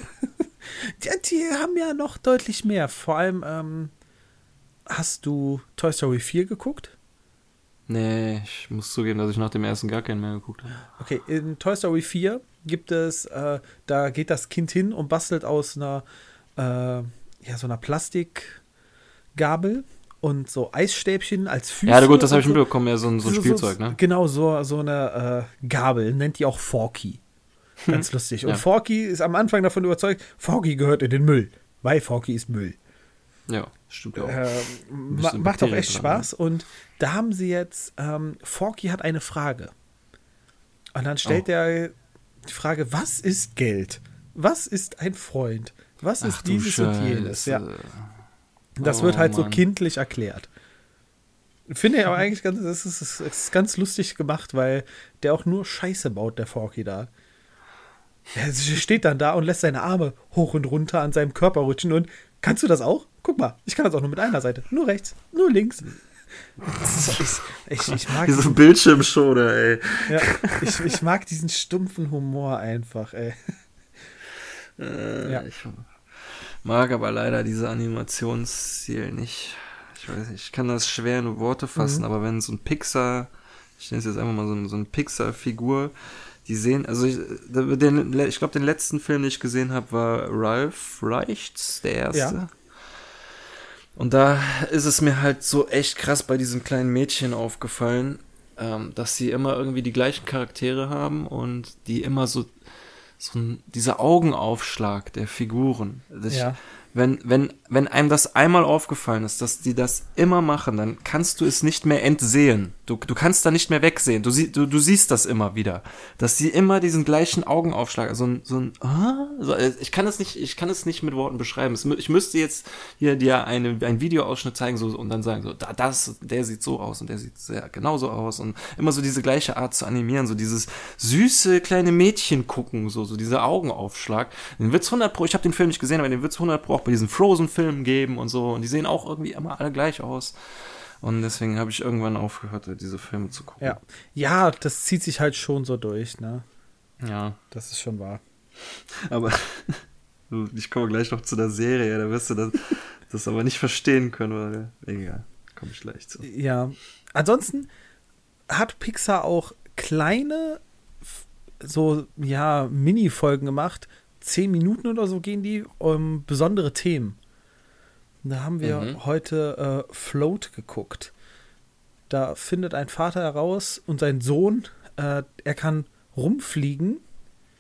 die haben ja noch deutlich mehr. Vor allem, ähm, hast du Toy Story vier geguckt? Nee, ich muss zugeben, dass ich nach dem ersten gar keinen mehr geguckt habe. Okay, in Toy Story vier gibt es, äh, da geht das Kind hin und bastelt aus einer, äh, ja, so einer Plastikgabel und so Eisstäbchen als Füße. Ja, gut, das habe ich so. mitbekommen, ja, so ein, so ein so, Spielzeug, ne? Genau, so, so eine äh, Gabel, nennt die auch Forky. Ganz hm. lustig. Und ja. Forky ist am Anfang davon überzeugt, Forky gehört in den Müll, weil Forky ist Müll. Ja, stimmt ja auch. Äh, ma- macht auch echt Spaß. Dran, ne? Und da haben sie jetzt, ähm, Forky hat eine Frage. Und dann stellt oh. er die Frage, was ist Geld? Was ist ein Freund? Was ist Ach, dieses und jenes? Ja. Das oh, wird halt Mann. so kindlich erklärt. Finde ich aber eigentlich ganz, das ist, das ist ganz lustig gemacht, weil der auch nur Scheiße baut, der Forky da. Er steht dann da und lässt seine Arme hoch und runter an seinem Körper rutschen und kannst du das auch? Guck mal, ich kann das auch nur mit einer Seite. Nur rechts, nur links. Ich, ich, ich mag Diese Bildschirmshow, ey. Ja, ich, ich mag diesen stumpfen Humor einfach, ey. Äh, ja. Ich mag aber leider diese Animationsstil nicht. Ich weiß nicht, ich kann das schwer in Worte fassen, mhm. aber wenn so ein Pixar, ich nenne es jetzt einfach mal so, ein, so eine Pixar-Figur, die sehen, also ich, den, ich glaube, den letzten Film, den ich gesehen habe, war Ralf Reichts, der erste. Ja. Und da ist es mir halt so echt krass bei diesem kleinen Mädchen aufgefallen, ähm, dass sie immer irgendwie die gleichen Charaktere haben und die immer so, so ein, dieser Augenaufschlag der Figuren. Ich, ja. Wenn, wenn, wenn einem das einmal aufgefallen ist, dass die das immer machen, dann kannst du es nicht mehr entsehen. Du, du kannst da nicht mehr wegsehen. Du, sie, du, du siehst das immer wieder. Dass sie immer diesen gleichen Augenaufschlag, so ein, so ein, ah, so, ich kann es nicht, ich kann es nicht mit Worten beschreiben. Ich müsste jetzt hier dir eine, ein Videoausschnitt zeigen, so, und dann sagen, so, da, das, der sieht so aus und der sieht sehr genauso aus und immer so diese gleiche Art zu animieren, so dieses süße kleine Mädchen gucken, so, so dieser Augenaufschlag. Den wird's hundert Pro, ich habe den Film nicht gesehen, aber den wird's hundert Pro auch bei diesen Frozen-Filmen geben und so. Und die sehen auch irgendwie immer alle gleich aus. Und deswegen habe ich irgendwann aufgehört, diese Filme zu gucken. Ja. Ja, das zieht sich halt schon so durch, ne? Ja. Das ist schon wahr. Aber ich komme gleich noch zu der Serie, da wirst du das, das aber nicht verstehen können, weil, egal, komme ich gleich zu. Ja. Ansonsten hat Pixar auch kleine, so, ja, Mini-Folgen gemacht. Zehn Minuten oder so gehen die um besondere Themen. Da haben wir mhm. heute äh, Float geguckt. Da findet ein Vater heraus und sein Sohn, äh, er kann rumfliegen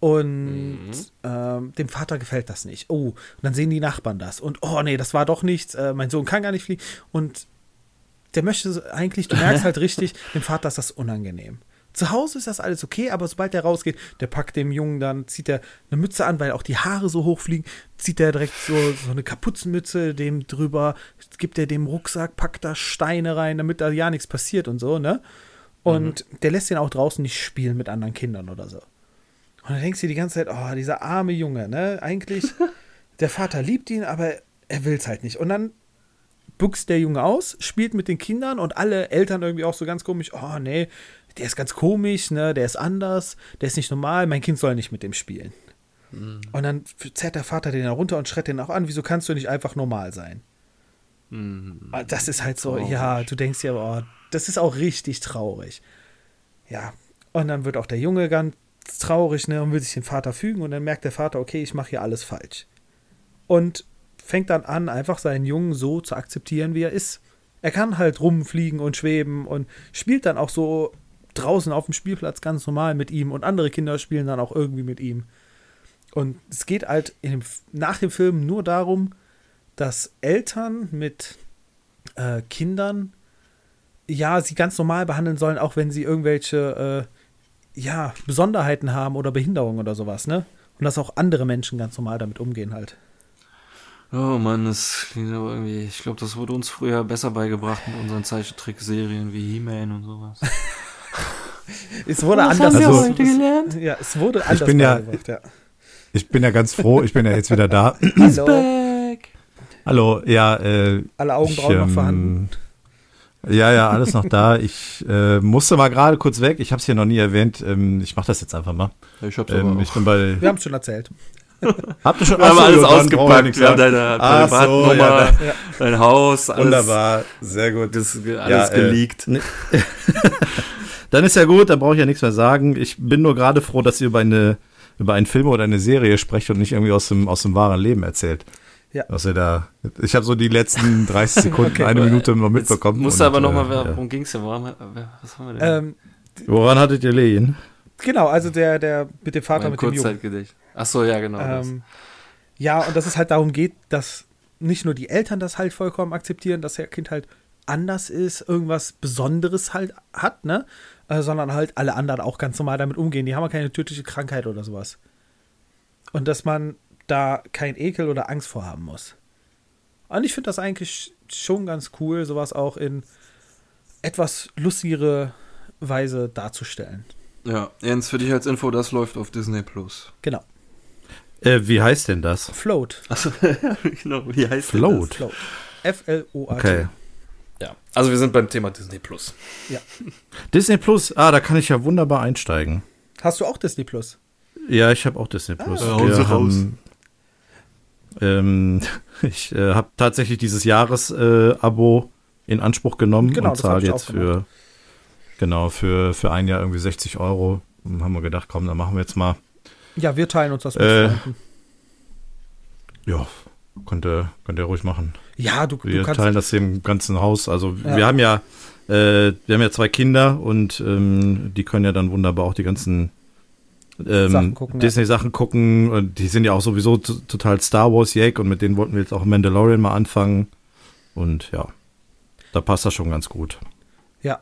Und Mhm. ähm, dem Vater gefällt das nicht. Oh, und dann sehen die Nachbarn das. Und oh nee, das war doch nichts. Äh, mein Sohn kann gar nicht fliegen. Und der möchte so- eigentlich, du merkst halt richtig, dem Vater ist das unangenehm. Zu Hause ist das alles okay, aber sobald der rausgeht, der packt dem Jungen dann, zieht er eine Mütze an, weil auch die Haare so hoch fliegen, zieht er direkt so, so eine Kapuzenmütze dem drüber, gibt er dem Rucksack, packt da Steine rein, damit da ja nichts passiert und so, ne? Und mhm. der lässt den auch draußen nicht spielen mit anderen Kindern oder so. Und dann denkst du die ganze Zeit, oh, dieser arme Junge, ne? Eigentlich, der Vater liebt ihn, aber er will's halt nicht. Und dann büchst der Junge aus, spielt mit den Kindern und alle Eltern irgendwie auch so ganz komisch, oh nee, der ist ganz komisch, ne, der ist anders, der ist nicht normal, mein Kind soll nicht mit dem spielen. Mhm. Und dann zerrt der Vater den da runter und schreit den auch an, wieso kannst du nicht einfach normal sein? Mhm. Das ist halt so, traurig. Ja, du denkst ja, oh, das ist auch richtig traurig. Ja, und dann wird auch der Junge ganz traurig, ne, und will sich dem Vater fügen und dann merkt der Vater, okay, ich mache hier alles falsch. Und fängt dann an, einfach seinen Jungen so zu akzeptieren, wie er ist. Er kann halt rumfliegen und schweben und spielt dann auch so draußen auf dem Spielplatz ganz normal mit ihm und andere Kinder spielen dann auch irgendwie mit ihm. Und es geht halt in dem, nach dem Film nur darum, dass Eltern mit äh, Kindern ja, sie ganz normal behandeln sollen, auch wenn sie irgendwelche äh, ja, Besonderheiten haben oder Behinderungen oder sowas, ne? Und dass auch andere Menschen ganz normal damit umgehen halt. Oh Mann, das klingt aber irgendwie, ich glaube, das wurde uns früher besser beigebracht mit unseren Zeichentrickserien wie He-Man und sowas. Es wurde Was anders haben wir also, heute gelernt? Ja, es wurde anders ich bin ja, ja. Ich bin ja ganz froh, ich bin ja jetzt wieder da. Hallo. Hallo, ja. Äh, Alle Augenbrauen ich, ähm, noch vorhanden. Ja, ja, alles noch da. Ich äh, musste mal gerade kurz weg. Ich habe es hier noch nie erwähnt. Ähm, ich mache das jetzt einfach mal. Ich hab's ähm, aber auch. Ich bin bei. Wir haben es schon erzählt. Habt ihr schon Wir haben Achso, alles dann ausgepackt. Wir haben deine Ach so, Privatnummer, ja, Ja. dein Haus, alles. Wunderbar, sehr gut. Das ist alles Ja, äh, geleakt. ne- Dann ist ja gut, dann brauche ich ja nichts mehr sagen. Ich bin nur gerade froh, dass ihr über eine über einen Film oder eine Serie sprecht und nicht irgendwie aus dem aus dem wahren Leben erzählt. Ja. Was ihr da. Ich habe so die letzten dreißig Sekunden, Okay. eine Minute noch Jetzt mitbekommen. musst du aber und, nochmal, äh, worum ja. ging's denn? Worum, was haben wir denn? Ähm, Woran hattet ihr Lehen? genau, also der, der mit dem Vater, Mein mit dem Jungen. Kurzzeitgedicht. Ach so, ja, genau. das. Ähm, ja, und dass es halt darum geht, dass nicht nur die Eltern das halt vollkommen akzeptieren, dass ihr Kind halt anders ist, irgendwas Besonderes halt hat, ne? Äh, sondern halt alle anderen auch ganz normal damit umgehen. Die haben ja keine tödliche Krankheit oder sowas. Und dass man da kein Ekel oder Angst vorhaben muss. Und ich finde das eigentlich schon ganz cool, sowas auch in etwas lustigere Weise darzustellen. Ja, Jens, für dich als Info, das läuft auf Disney Plus. Genau. Äh, wie heißt denn das? Float. Achso, genau, wie heißt denn Float. das? Float. F L O A T. Okay. Ja, also wir sind beim Thema Disney Plus. Ja. Disney Plus, ah, da kann ich ja wunderbar einsteigen. Hast du auch Disney Plus? Ja, ich habe auch Disney Plus. Ah, Wir raus. haben, ähm, ich äh, habe tatsächlich dieses Jahres-Abo in Anspruch genommen Genau, und das hab zahle ich jetzt auch für, gemacht. genau, für, für ein Jahr irgendwie sechzig Euro. Und haben wir gedacht, komm, dann machen wir jetzt mal. Ja, wir teilen uns das mit Äh, Freunden. Ja, könnt ihr, könnt ihr ruhig machen. Ja, du, du Wir kannst. teilen das hier im ganzen Haus. Also Ja. wir haben ja, äh, wir haben ja zwei Kinder und ähm, die können ja dann wunderbar auch die ganzen ähm, Sachen gucken, ja. Disney-Sachen gucken. Und die sind ja auch sowieso t- total Star Wars-Jake und mit denen wollten wir jetzt auch Mandalorian mal anfangen. Und ja, da passt das schon ganz gut. Ja.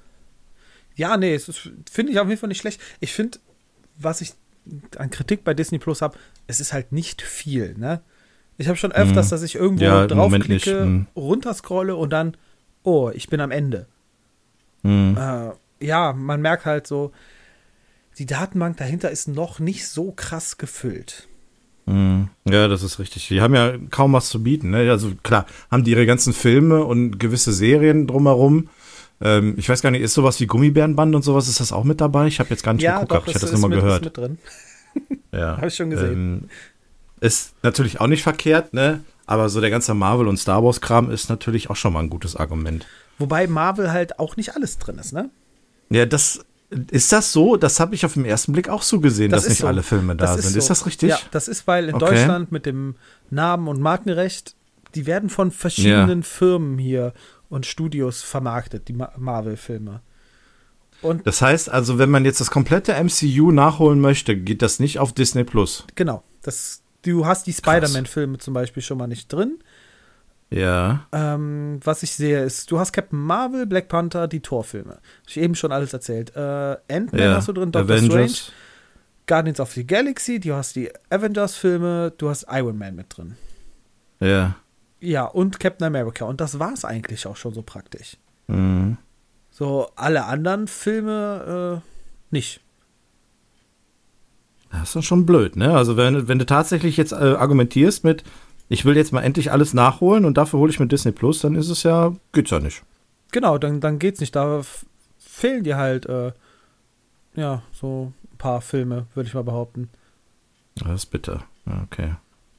Ja, nee, es ist- finde ich auf jeden Fall nicht schlecht. Ich finde, was ich an Kritik bei Disney Plus habe, es ist halt nicht viel, ne? Ich habe schon öfters, Mhm. dass ich irgendwo Ja, im Moment nicht, draufklicke, mhm. runterscrolle und dann, oh, ich bin am Ende. Hm. Äh, ja, man merkt halt so, die Datenbank dahinter ist noch nicht so krass gefüllt. Hm. Ja, das ist richtig. Die haben ja kaum was zu bieten. Ne? Also klar, haben die ihre ganzen Filme und gewisse Serien drumherum. Ähm, ich weiß gar nicht, ist sowas wie Gummibärenband und sowas, ist das auch mit dabei? Ich habe jetzt gar nicht Ja, geguckt, doch, gehabt. ich das hatte das ist nur mal mit, gehört. ist mit drin. Ja. Hab ich schon gesehen. Ähm, ist natürlich auch nicht verkehrt, ne? Aber so der ganze Marvel- und Star Wars-Kram ist natürlich auch schon mal ein gutes Argument. Wobei Marvel halt auch nicht alles drin ist, ne? Ja, das ist das so? Das habe ich auf den ersten Blick auch so gesehen, Das dass ist nicht so. alle Filme da Das sind. Ist, so. das richtig? Ja, das ist, weil in Okay. Deutschland mit dem Namen- und Markenrecht, die werden von verschiedenen Ja. Firmen hier und Studios vermarktet, die Ma- Marvel-Filme. Und das heißt also, wenn man jetzt das komplette M C U nachholen möchte, geht das nicht auf Disney Plus. Genau. Das, du hast die Spider-Man-Filme zum Beispiel schon mal nicht drin. Ja. Ähm, was ich sehe, ist, du hast Captain Marvel, Black Panther, die Thor-Filme. Hab ich eben schon alles erzählt. Äh, Ant-Man ja. hast du drin, Doctor Avengers. Strange, Guardians of the Galaxy, du hast die Avengers-Filme, du hast Iron Man mit drin. Ja. Ja, und Captain America. Und das war es eigentlich auch schon so praktisch. Mhm. So, alle anderen Filme äh, nicht. Das ist doch schon blöd, ne? Also wenn, wenn du tatsächlich jetzt äh, argumentierst mit, ich will jetzt mal endlich alles nachholen und dafür hole ich mir Disney Plus, dann ist es ja, geht's ja nicht. Genau, dann, dann geht's nicht. Da f- fehlen dir halt, äh, ja, so ein paar Filme, würde ich mal behaupten. Das ist bitter. Ja, okay.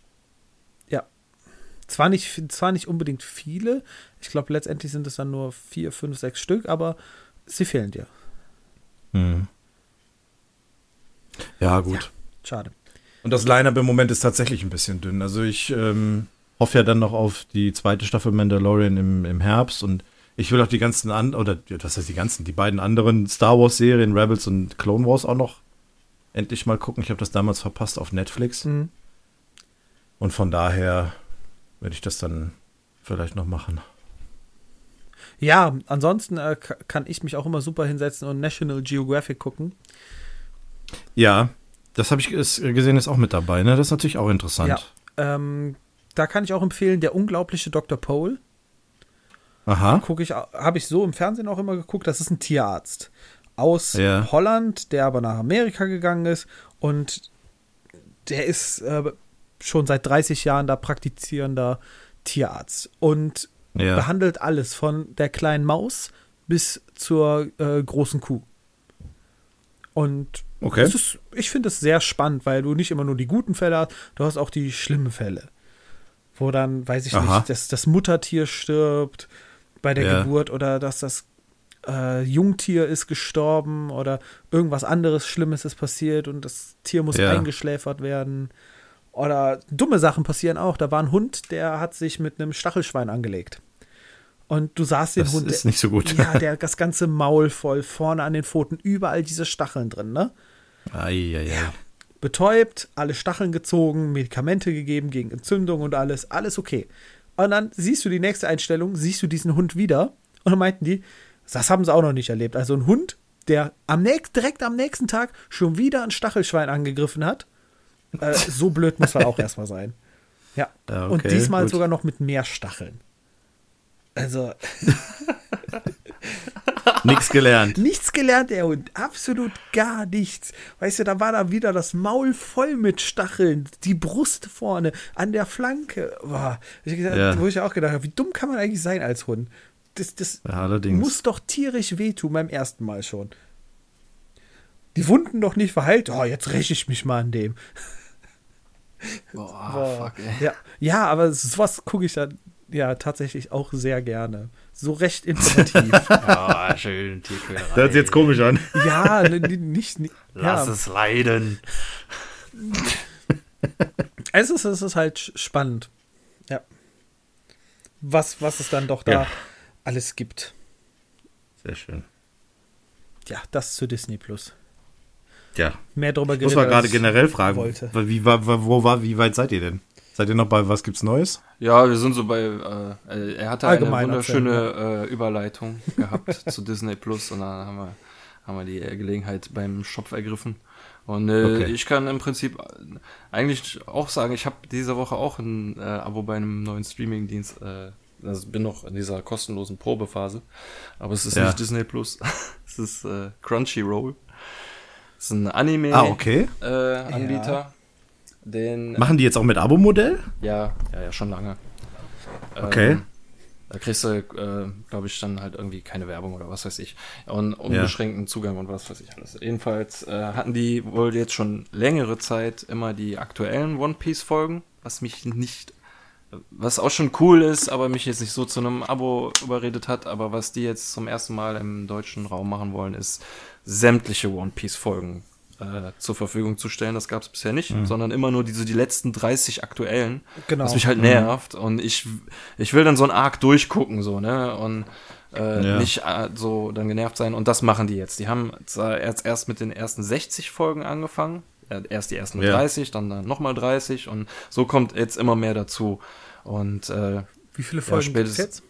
Zwar nicht, zwar nicht unbedingt viele, ich glaube, letztendlich sind es dann nur vier, fünf, sechs Stück, aber sie fehlen dir. Hm. Ja, gut. Ja, schade. Und das Line-Up im Moment ist tatsächlich ein bisschen dünn. Also ich ähm, hoffe ja dann noch auf die zweite Staffel Mandalorian im, im Herbst und ich will auch die ganzen an oder was heißt die ganzen, die beiden anderen Star Wars Serien, Rebels und Clone Wars auch noch endlich mal gucken. Ich habe das damals verpasst auf Netflix. Mhm. Und von daher werde ich das dann vielleicht noch machen. Ja, ansonsten äh, k- kann ich mich auch immer super hinsetzen und National Geographic gucken. Ja, das habe ich ges- gesehen, ist auch mit dabei, ne? Das ist natürlich auch interessant. Ja, ähm, da kann ich auch empfehlen, der unglaubliche Doktor Pole. Aha. Gucke ich, habe ich so im Fernsehen auch immer geguckt. Das ist ein Tierarzt aus Ja. Holland, der aber nach Amerika gegangen ist und der ist äh, schon seit dreißig Jahren da praktizierender Tierarzt und Ja. behandelt alles von der kleinen Maus bis zur äh, großen Kuh. Und Okay. es ist, ich finde es sehr spannend, weil du nicht immer nur die guten Fälle hast, du hast auch die schlimmen Fälle. Wo dann, weiß ich Aha. nicht, dass das Muttertier stirbt bei der Ja. Geburt oder dass das äh, Jungtier ist gestorben oder irgendwas anderes Schlimmes ist passiert und das Tier muss Ja. eingeschläfert werden. Oder dumme Sachen passieren auch. Da war ein Hund, der hat sich mit einem Stachelschwein angelegt. Und du sahst den Das Hund. ist nicht so gut. Ja, der hat das ganze Maul voll, vorne an den Pfoten, überall diese Stacheln drin, ne? Eieiei. Ja. Betäubt, alle Stacheln gezogen, Medikamente gegeben gegen Entzündung und alles, alles okay. Und dann siehst du die nächste Einstellung, siehst du diesen Hund wieder und dann meinten die, das haben sie auch noch nicht erlebt. Also ein Hund, der am nächst, direkt am nächsten Tag schon wieder ein Stachelschwein angegriffen hat, äh, so blöd muss man auch erstmal sein. Ja, Ja, okay, und diesmal gut. sogar noch mit mehr Stacheln. Also Nix gelernt. nichts gelernt, der Hund. Absolut gar nichts. Weißt du, da war da wieder das Maul voll mit Stacheln, die Brust vorne, an der Flanke. Boah. Ich gesagt, Ja. Wo ich auch gedacht habe, wie dumm kann man eigentlich sein als Hund? Das, das Ja, allerdings. muss doch tierisch wehtun beim ersten Mal schon. Die Wunden noch nicht verheilt. Oh, jetzt räche ich mich mal an dem. Boah, Boah. fuck, ey. Ja, ja, aber sowas gucke ich dann ja tatsächlich auch sehr gerne. So recht informativ. Ja, schön, Tierquälerei. Das hört sich jetzt komisch an. Ja, n- n- nicht, nicht Lass ja. es leiden. Es ist, es ist halt sch- spannend. Ja. Was, was es dann doch da Ja. alles gibt. Sehr schön. Ja, das zu Disney Plus. Ja. Mehr drüber Ich muss mal gerade als generell fragen, wollte. wie, war, wo war, wie weit seid ihr denn? Seid ihr noch bei Was gibt's Neues? Ja, wir sind so bei, äh, er hatte Allgemein eine wunderschöne äh, Überleitung gehabt zu Disney Plus und dann haben wir, haben wir die Gelegenheit beim Shop ergriffen. Und äh, Okay. ich kann im Prinzip eigentlich auch sagen, ich habe diese Woche auch ein äh, Abo bei einem neuen Streaming-Dienst. Äh, also bin noch in dieser kostenlosen Probephase, aber es ist Ja. nicht Disney Plus, es ist äh, Crunchyroll. Es ist ein Anime Ah, okay. äh, Anbieter. Den Machen die jetzt auch mit Abo-Modell? ja, ja, ja, schon lange. Okay. Ähm, da kriegst du, äh, glaube ich, dann halt irgendwie keine Werbung oder was weiß ich. Und unbeschränkten Zugang und was weiß ich alles. Jedenfalls äh, hatten die wohl jetzt schon längere Zeit immer die aktuellen One-Piece-Folgen, was mich nicht, was auch schon cool ist, aber mich jetzt nicht so zu einem Abo überredet hat. Aber was die jetzt zum ersten Mal im deutschen Raum machen wollen, ist sämtliche One-Piece-Folgen äh, zur Verfügung zu stellen. Das gab es bisher nicht, Mhm. sondern immer nur diese die letzten dreißig aktuellen. Genau. Was mich halt nervt. Und ich, ich will dann so ein Arc durchgucken, so, ne? Und äh, Ja. nicht äh, so dann genervt sein. Und das machen die jetzt. Die haben erst, erst mit den ersten sechzig Folgen angefangen. Äh, erst die ersten Ja. dreißig, dann, dann nochmal dreißig. Und so kommt jetzt immer mehr dazu. Und äh, Wie viele Folgen gibt es jetzt?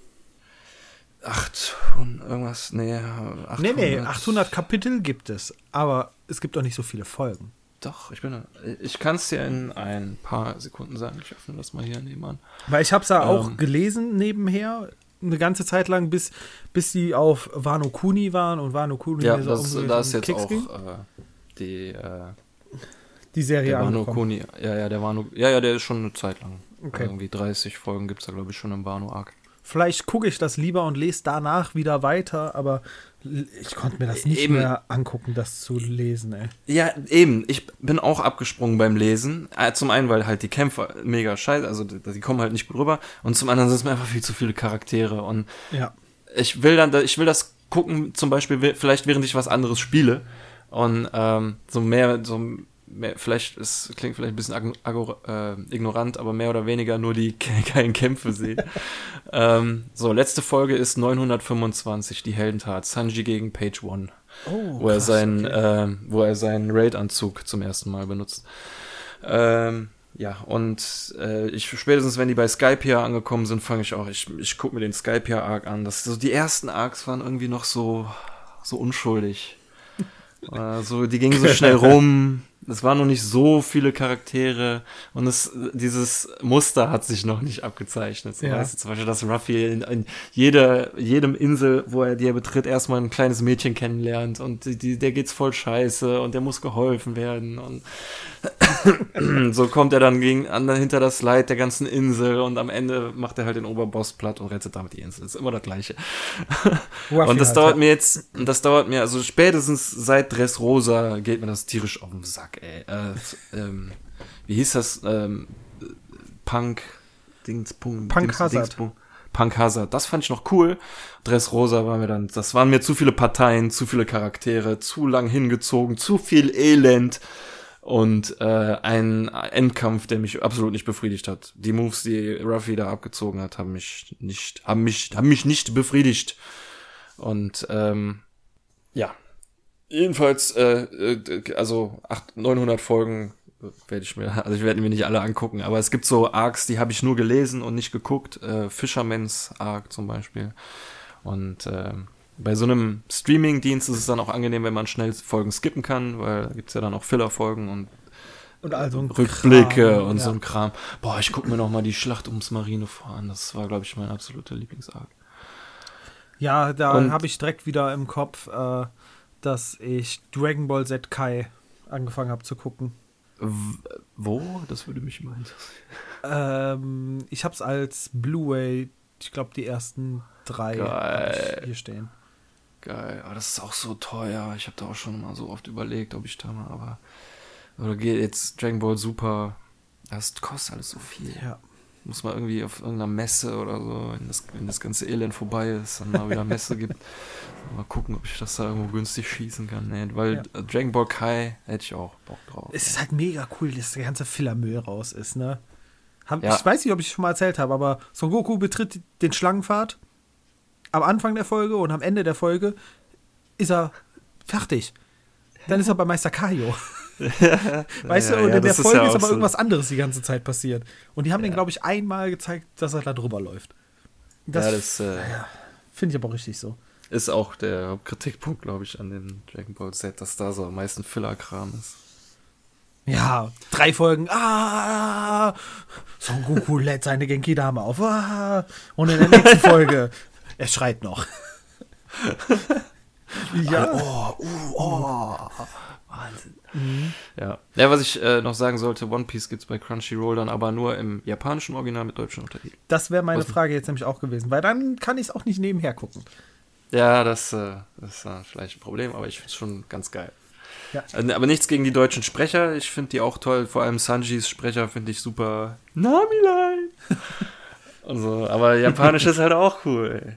achthundert, irgendwas, nee, achthundert. Nee, nee, achthundert Kapitel gibt es. Aber es gibt auch nicht so viele Folgen. Doch, ich bin, ich kann es dir in ein paar Sekunden sagen. Ich öffne das mal hier nebenan. Weil ich habe es ja auch Ähm. gelesen nebenher, eine ganze Zeit lang, bis, bis die auf Wano Kuni waren und Wano Kuni Ja, mir so das, um da ist den jetzt Keks auch ging. äh, die, äh, Die Serie der Wano angekommen. Kuni. Ja, ja, der Wano, ja, ja, der ist schon eine Zeit lang. Okay. Irgendwie dreißig Folgen gibt es da, glaube ich, schon im Wano-Arc. Vielleicht gucke ich das lieber und lese danach wieder weiter, aber l- ich konnte mir das nicht Eben. mehr angucken, das zu lesen, ey. Ja, eben. Ich bin auch abgesprungen beim Lesen. Äh, Zum einen, weil halt die Kämpfer mega scheiße, also die, die kommen halt nicht gut rüber. Und zum anderen sind es mir einfach viel zu viele Charaktere. Und Ja. ich will dann, ich will das gucken, zum Beispiel we- vielleicht während ich was anderes spiele. Und ähm, so mehr, so mehr, vielleicht, es klingt vielleicht ein bisschen ag- agor- äh, ignorant, aber mehr oder weniger nur die ke- geilen Kämpfe sehen. ähm, so, letzte Folge ist neunhundertfünfundzwanzig, die Heldentat. Sanji gegen Page One. Oh, wo er krass, seinen, okay. äh, wo er seinen Raid-Anzug zum ersten Mal benutzt. Ähm, ja, und äh, ich spätestens, wenn die bei Skype hier angekommen sind, fange ich auch, ich, ich gucke mir den Skype hier Arc an. Das, so die ersten Arcs waren irgendwie noch so, so unschuldig. äh, so, die gingen so schnell rum. Es waren noch nicht so viele Charaktere und es, dieses Muster hat sich noch nicht abgezeichnet. So, Ja. weißt du, zum Beispiel, dass Ruffy in, in jeder, jedem Insel, wo er die er betritt, erstmal ein kleines Mädchen kennenlernt und die, die, der geht's voll scheiße und der muss geholfen werden und so kommt er dann gegen, an, hinter das Leid der ganzen Insel und am Ende macht er halt den Oberboss platt und rettet damit die Insel. Das ist immer das Gleiche. Ruffy Und das halt, dauert ja. mir jetzt, das dauert mir, also spätestens seit Dressrosa geht mir das tierisch auf den Sack, ey. Äh, ähm, wie hieß das? Ähm, Punk, Dings, Punk, Punk Dings, Hazard. Dings, Punk Hazard. Das fand ich noch cool. Dressrosa war mir dann, das waren mir zu viele Parteien, zu viele Charaktere, zu lang hingezogen, zu viel Elend. Und äh, ein Endkampf, der mich absolut nicht befriedigt hat. Die Moves, die Ruffy da abgezogen hat, haben mich nicht, haben mich, haben mich nicht befriedigt. Und ähm, ja, jedenfalls, äh, äh, also acht, neunhundert Folgen werde ich mir, also ich werde mir nicht alle angucken, aber es gibt so Arcs, die habe ich nur gelesen und nicht geguckt. Äh, Fisherman's Arc zum Beispiel. Und äh, bei so einem Streaming-Dienst ist es dann auch angenehm, wenn man schnell Folgen skippen kann, weil da gibt's ja dann auch Filler-Folgen und Und also ein Rückblicke Kram, und ja. so ein Kram. Boah, ich guck mir noch mal die Schlacht ums Marineford an. Das war, glaube ich, mein absoluter Lieblingsarc. Ja, da Und- habe ich direkt wieder im Kopf, äh, dass ich Dragon Ball Z Kai angefangen habe zu gucken. W- Wo? Das würde mich mal interessieren. Ähm, ich habe es als Blu-ray, ich glaube, die ersten drei Geil. hab ich hier stehen. Geil, aber das ist auch so teuer. Ich habe da auch schon mal so oft überlegt, ob ich da mal, aber oder geht jetzt Dragon Ball Super, das kostet alles so viel. Ja. Muss man irgendwie auf irgendeiner Messe oder so, wenn das, wenn das ganze Elend vorbei ist, dann mal wieder Messe gibt. Mal gucken, ob ich das da irgendwo günstig schießen kann. Nee, weil Ja. Dragon Ball Kai hätte ich auch Bock drauf. Es ist halt mega cool, dass der ganze Fillermüll raus ist, ne? Hab, Ja. Ich weiß nicht, ob ich schon mal erzählt habe, aber Son Goku betritt den Schlangenpfad am Anfang der Folge und am Ende der Folge ist er fertig. Dann ist er bei Meister Kaio. Weißt Ja, du, und ja, in der das ist Folge ja ist auch aber so. irgendwas anderes die ganze Zeit passiert. Und die haben den, Ja. glaube ich, einmal gezeigt, dass er da drüber läuft. Das, ja, das äh, finde ich aber richtig so. ist auch der Hauptkritikpunkt, glaube ich, an dem Dragon Ball Z, dass da so am meisten Filler-Kram ist. Ja, drei Folgen. Ah, Son Goku lädt seine Genki-Dame auf. Ah, und in der nächsten Folge, er schreit noch. ja. Oh, uh, oh. Wahnsinn. Mhm. Ja. ja, was ich äh, noch sagen sollte, One Piece gibt's bei Crunchyroll dann aber nur im japanischen Original mit deutschen Untertiteln. Das wäre meine Was- Frage jetzt nämlich auch gewesen, weil dann kann ich es auch nicht nebenher gucken. Ja, das, äh, das ist äh, vielleicht ein Problem, aber ich finde es schon ganz geil. Ja. Äh, Aber nichts gegen die deutschen Sprecher, ich finde die auch toll, vor allem Sanjis Sprecher finde ich super. Namilein! Und so, aber Japanisch ist halt auch cool.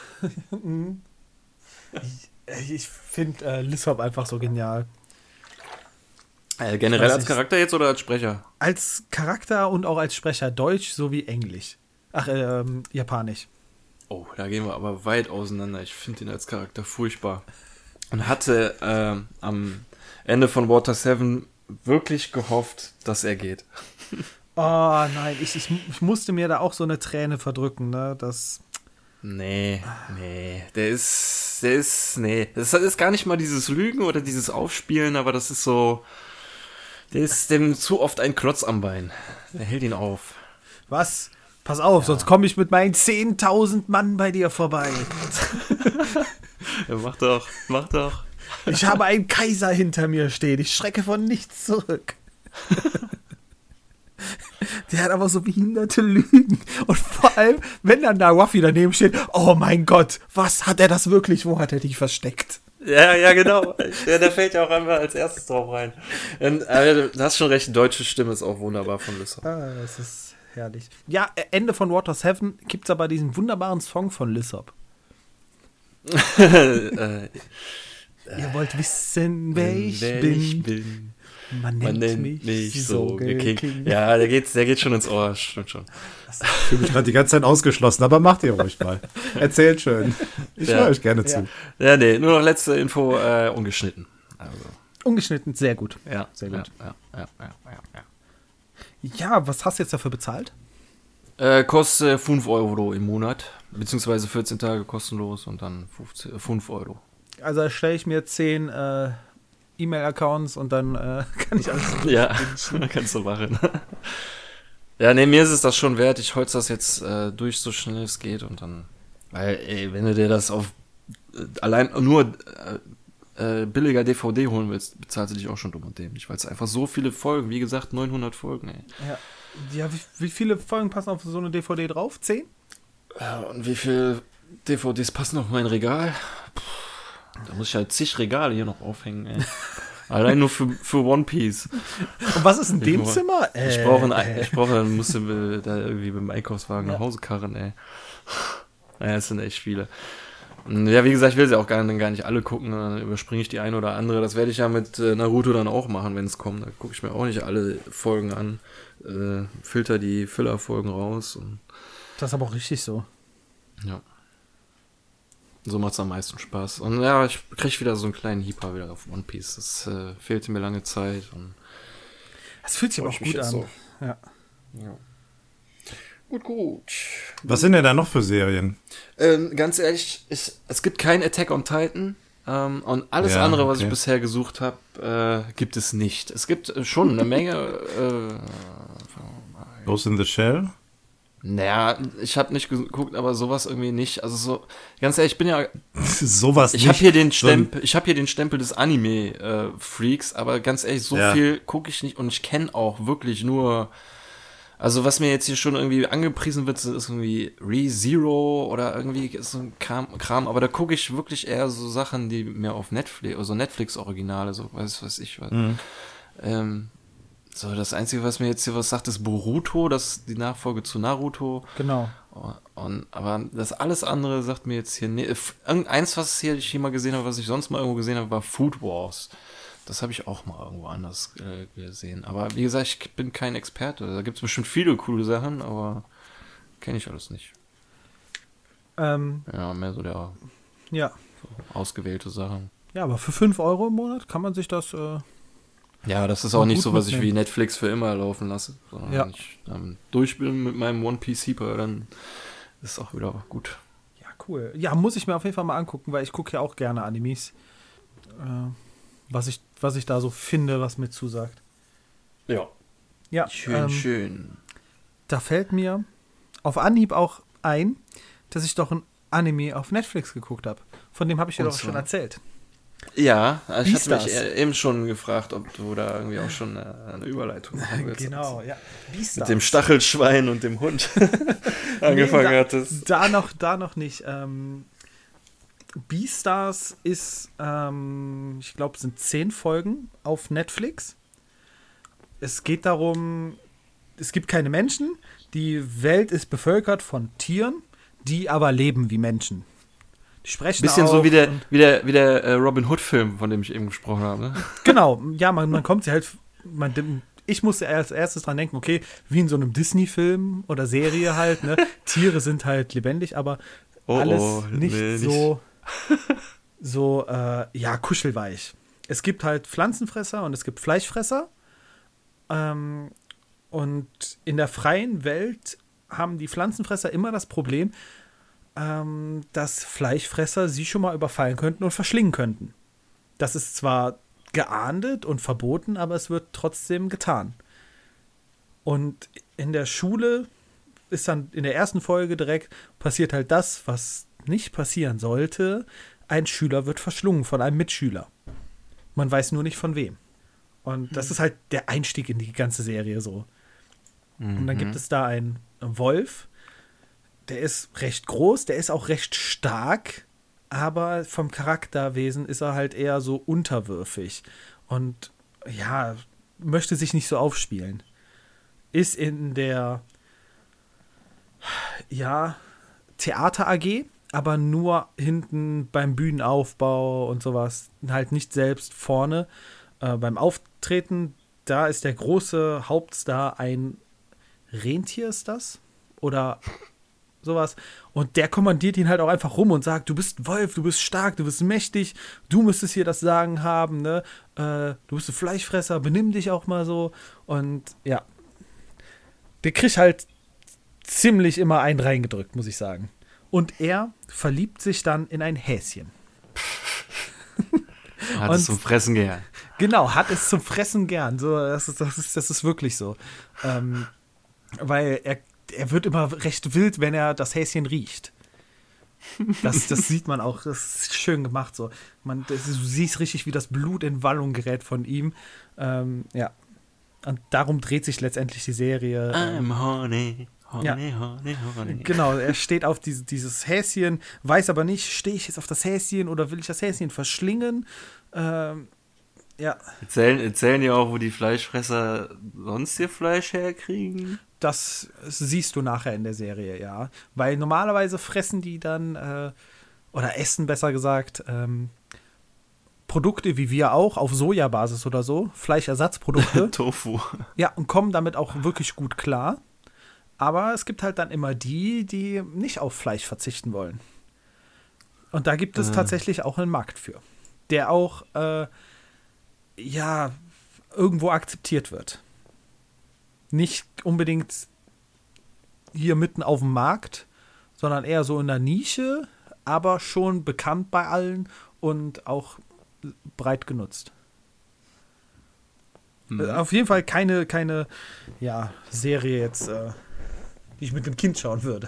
Ich, ich finde äh, Lissop einfach so genial. Äh, generell weiß als nicht. Charakter jetzt oder als Sprecher? Als Charakter und auch als Sprecher Deutsch sowie Englisch. Ach, ähm, Japanisch. Oh, da gehen wir aber weit auseinander. Ich finde ihn als Charakter furchtbar. Und hatte äh, am Ende von Water Seven wirklich gehofft, dass er geht. Oh nein, ich, ich, ich musste mir da auch so eine Träne verdrücken, ne? Das. Nee, nee, der ist, der ist, nee. Das ist gar nicht mal dieses Lügen oder dieses Aufspielen, aber das ist so, der ist dem zu oft ein Klotz am Bein. Der hält ihn auf. Was? Pass auf, ja. Sonst komme ich mit meinen zehntausend Mann bei dir vorbei. Ja, mach doch, mach doch. Ich habe einen Kaiser hinter mir stehen. Ich schrecke von nichts zurück. Der hat aber so behinderte Lügen. Und vor allem, wenn dann da Ruffy daneben steht, oh mein Gott, was hat er das wirklich? Wo hat er die versteckt? Ja, ja, genau. Ja, da fällt ja auch einmal als erstes drauf rein. Und, äh, du hast schon recht, die deutsche Stimme ist auch wunderbar von Lissop. Ah, das ist herrlich. Ja, Ende von Water Seven gibt es aber diesen wunderbaren Song von Lissop. äh, Ihr wollt wissen, wer ich wer bin. Ich bin. Man nennt, Man nennt mich, mich so King. King. Ja, der geht, der geht schon ins Ohr, stimmt schon. Ich fühle mich gerade die ganze Zeit ausgeschlossen, aber macht ihr ruhig mal. Erzählt schön. Ich Ja. höre euch gerne Ja. zu. Ja, nee, nur noch letzte Info, äh, ungeschnitten. Also, Ungeschnitten, sehr gut. ja, Sehr gut. Ja, ja, ja, ja, ja, Ja, was hast du jetzt dafür bezahlt? ja. Äh, kostet fünf Euro im Monat, beziehungsweise vierzehn Tage kostenlos und dann fünfzehn, fünf Euro. Also erstelle ich mir zehn äh, E-Mail-Accounts und dann äh, kann ich alles. Ja, kannst du machen. Ja, nee, mir ist es das schon wert. Ich holz das jetzt äh, durch, so schnell es geht und dann, weil, ey, wenn du dir das auf äh, allein nur äh, äh, billiger D V D holen willst, bezahlst du dich auch schon dumm und dämlich, weil es einfach so viele Folgen, wie gesagt, neunhundert Folgen, ey. Ja, ja wie, wie viele Folgen passen auf so eine D V D drauf? Zehn? Ja, und wie viele D V Ds passen auf mein Regal? Puh, da muss ich halt zig Regale hier noch aufhängen, ey. Allein nur für, für One Piece. Und was ist in dem Ich- Zimmer? Ich Äh, brauche einen, äh. ich brauche, dann musst du da irgendwie mit dem Einkaufswagen Ja. nach Hause karren, ey. Naja, es sind echt viele. Und ja, wie gesagt, ich will sie auch gar, gar nicht alle gucken, dann überspringe ich die eine oder andere. Das werde ich ja mit äh, Naruto dann auch machen, wenn es kommt. Da gucke ich mir auch nicht alle Folgen an, äh, filter die Filler-Folgen raus und Das ist aber auch richtig so. ja. So macht es am meisten Spaß. Und ja, ich kriege wieder so einen kleinen Hieper wieder auf One Piece. Das äh, fehlte mir lange Zeit. Und Das fühlt sich aber freu auch ich mich gut an. jetzt so. Ja. Ja. Gut, gut. Was sind denn da noch für Serien? Ähm, ganz ehrlich, ich, es gibt kein Attack on Titan. Ähm, und alles Ja, andere, was okay. ich bisher gesucht habe, äh, gibt es nicht. Es gibt äh, schon eine Menge. Äh, Ghost in the Shell? naja, ich habe nicht geguckt, aber sowas irgendwie nicht. Also so, ganz ehrlich, ich bin ja. Sowas Ich habe nicht. hier den So ein- Stempel, ich habe hier den Stempel des Anime-Freaks, aber ganz ehrlich, so Ja. viel gucke ich nicht und ich kenne auch wirklich nur. Also was mir jetzt hier schon irgendwie angepriesen wird, ist irgendwie ReZero oder irgendwie ist so ein Kram, Kram aber da gucke ich wirklich eher so Sachen, die mir auf Netflix, also Netflix-Originale, so weiß was ich was. Mhm. Ähm, so, das Einzige, was mir jetzt hier was sagt, ist Boruto, das ist die Nachfolge zu Naruto. Genau. Und, aber das alles andere sagt mir jetzt hier, nee, f- irgendeins, was hier ich hier mal gesehen habe, was ich sonst mal irgendwo gesehen habe, war Food Wars. Das habe ich auch mal irgendwo anders äh, gesehen. Aber wie gesagt, ich bin kein Experte. Da gibt es bestimmt viele coole Sachen, aber kenne ich alles nicht. Ähm, Ja, mehr so der ja. so ausgewählte Sachen. Ja, aber für fünf Euro im Monat kann man sich das. Äh, Ja, das ist auch Gut nicht so, was ich mitnehmen. wie Netflix für immer laufen lasse. Sondern Ja. wenn ich dann durch bin mit meinem One Piece Heeper, dann ist es auch wieder gut. ja, cool. Ja, muss ich mir auf jeden Fall mal angucken, weil ich gucke ja auch gerne Animes. Äh, was, ich, was ich da so finde, was mir zusagt. Ja. Ja, Schön, ähm, schön. da fällt mir auf Anhieb auch ein, dass ich doch ein Anime auf Netflix geguckt habe. Von dem habe ich dir Und doch schon zwar? erzählt. Ja, ich hatte Beastars. mich äh, eben schon gefragt, ob du da irgendwie auch schon eine, eine Überleitung machen willst. Genau, ja. Beastars. Mit dem Stachelschwein und dem Hund angefangen Nee, da, hattest. Da noch, da noch nicht. Ähm, Beastars ist, ähm, ich glaube, es sind zehn Folgen auf Netflix. Es geht darum, es gibt keine Menschen. Die Welt ist bevölkert von Tieren, die aber leben wie Menschen. Die sprechen Bisschen auch so wie der, und- wie der, wie der äh, Robin Hood-Film, von dem ich eben gesprochen habe. Ne? Genau, ja, man, man kommt sich halt, man, ich musste als erstes dran denken, okay, wie in so einem Disney-Film oder Serie halt, ne, Tiere sind halt lebendig, aber oh, alles oh, nicht nee, so, so äh, ja, kuschelweich. Es gibt halt Pflanzenfresser und es gibt Fleischfresser. Ähm, und in der freien Welt haben die Pflanzenfresser immer das Problem, ähm, dass Fleischfresser sie schon mal überfallen könnten und verschlingen könnten. Das ist zwar geahndet und verboten, aber es wird trotzdem getan. Und in der Schule ist dann in der ersten Folge direkt passiert halt das, was nicht passieren sollte. Ein Schüler wird verschlungen von einem Mitschüler. Man weiß nur nicht von wem. Und hm. das ist halt der Einstieg in die ganze Serie so. Mhm. Und dann gibt es da einen Wolf, der ist recht groß, der ist auch recht stark, aber vom Charakterwesen ist er halt eher so unterwürfig und ja, möchte sich nicht so aufspielen. Ist in der ja, Theater A G, aber nur hinten beim Bühnenaufbau und sowas, halt nicht selbst vorne. Äh, beim Auftreten, da ist der große Hauptstar ein Rentier, ist das? Oder sowas. Und der kommandiert ihn halt auch einfach rum und sagt, du bist Wolf, du bist stark, du bist mächtig, du müsstest hier das Sagen haben, ne? Äh, du bist ein Fleischfresser, benimm dich auch mal so. Und ja, der kriegt halt ziemlich immer einen reingedrückt, muss ich sagen. Und er verliebt sich dann in ein Häschen. Hat und es zum Fressen gern. Genau, hat es zum Fressen gern. So, das ist, das ist, das ist wirklich so. Ähm, weil er, er wird immer recht wild, wenn er das Häschen riecht. Das, das sieht man auch, das ist schön gemacht. So. Man, das, du siehst richtig, wie das Blut in Wallung gerät von ihm. Ähm, ja. Und darum dreht sich letztendlich die Serie. I'm horny. Honey, ja. honey, honey. Genau, er steht auf diese, dieses Häschen, weiß aber nicht, stehe ich jetzt auf das Häschen oder will ich das Häschen verschlingen? Ähm, ja. Erzählen, erzählen die auch, wo die Fleischfresser sonst ihr Fleisch herkriegen? Das siehst du nachher in der Serie, ja. Weil normalerweise fressen die dann, äh, oder essen besser gesagt, ähm, Produkte wie wir auch, auf Sojabasis oder so, Fleischersatzprodukte. Tofu. Ja, und kommen damit auch wirklich gut klar. Aber es gibt halt dann immer die, die nicht auf Fleisch verzichten wollen. Und da gibt es äh. tatsächlich auch einen Markt für, der auch, äh, ja, irgendwo akzeptiert wird. Nicht unbedingt hier mitten auf dem Markt, sondern eher so in der Nische, aber schon bekannt bei allen und auch breit genutzt. Mhm. Auf jeden Fall keine, keine ja, Serie jetzt, äh, die ich mit dem Kind schauen würde.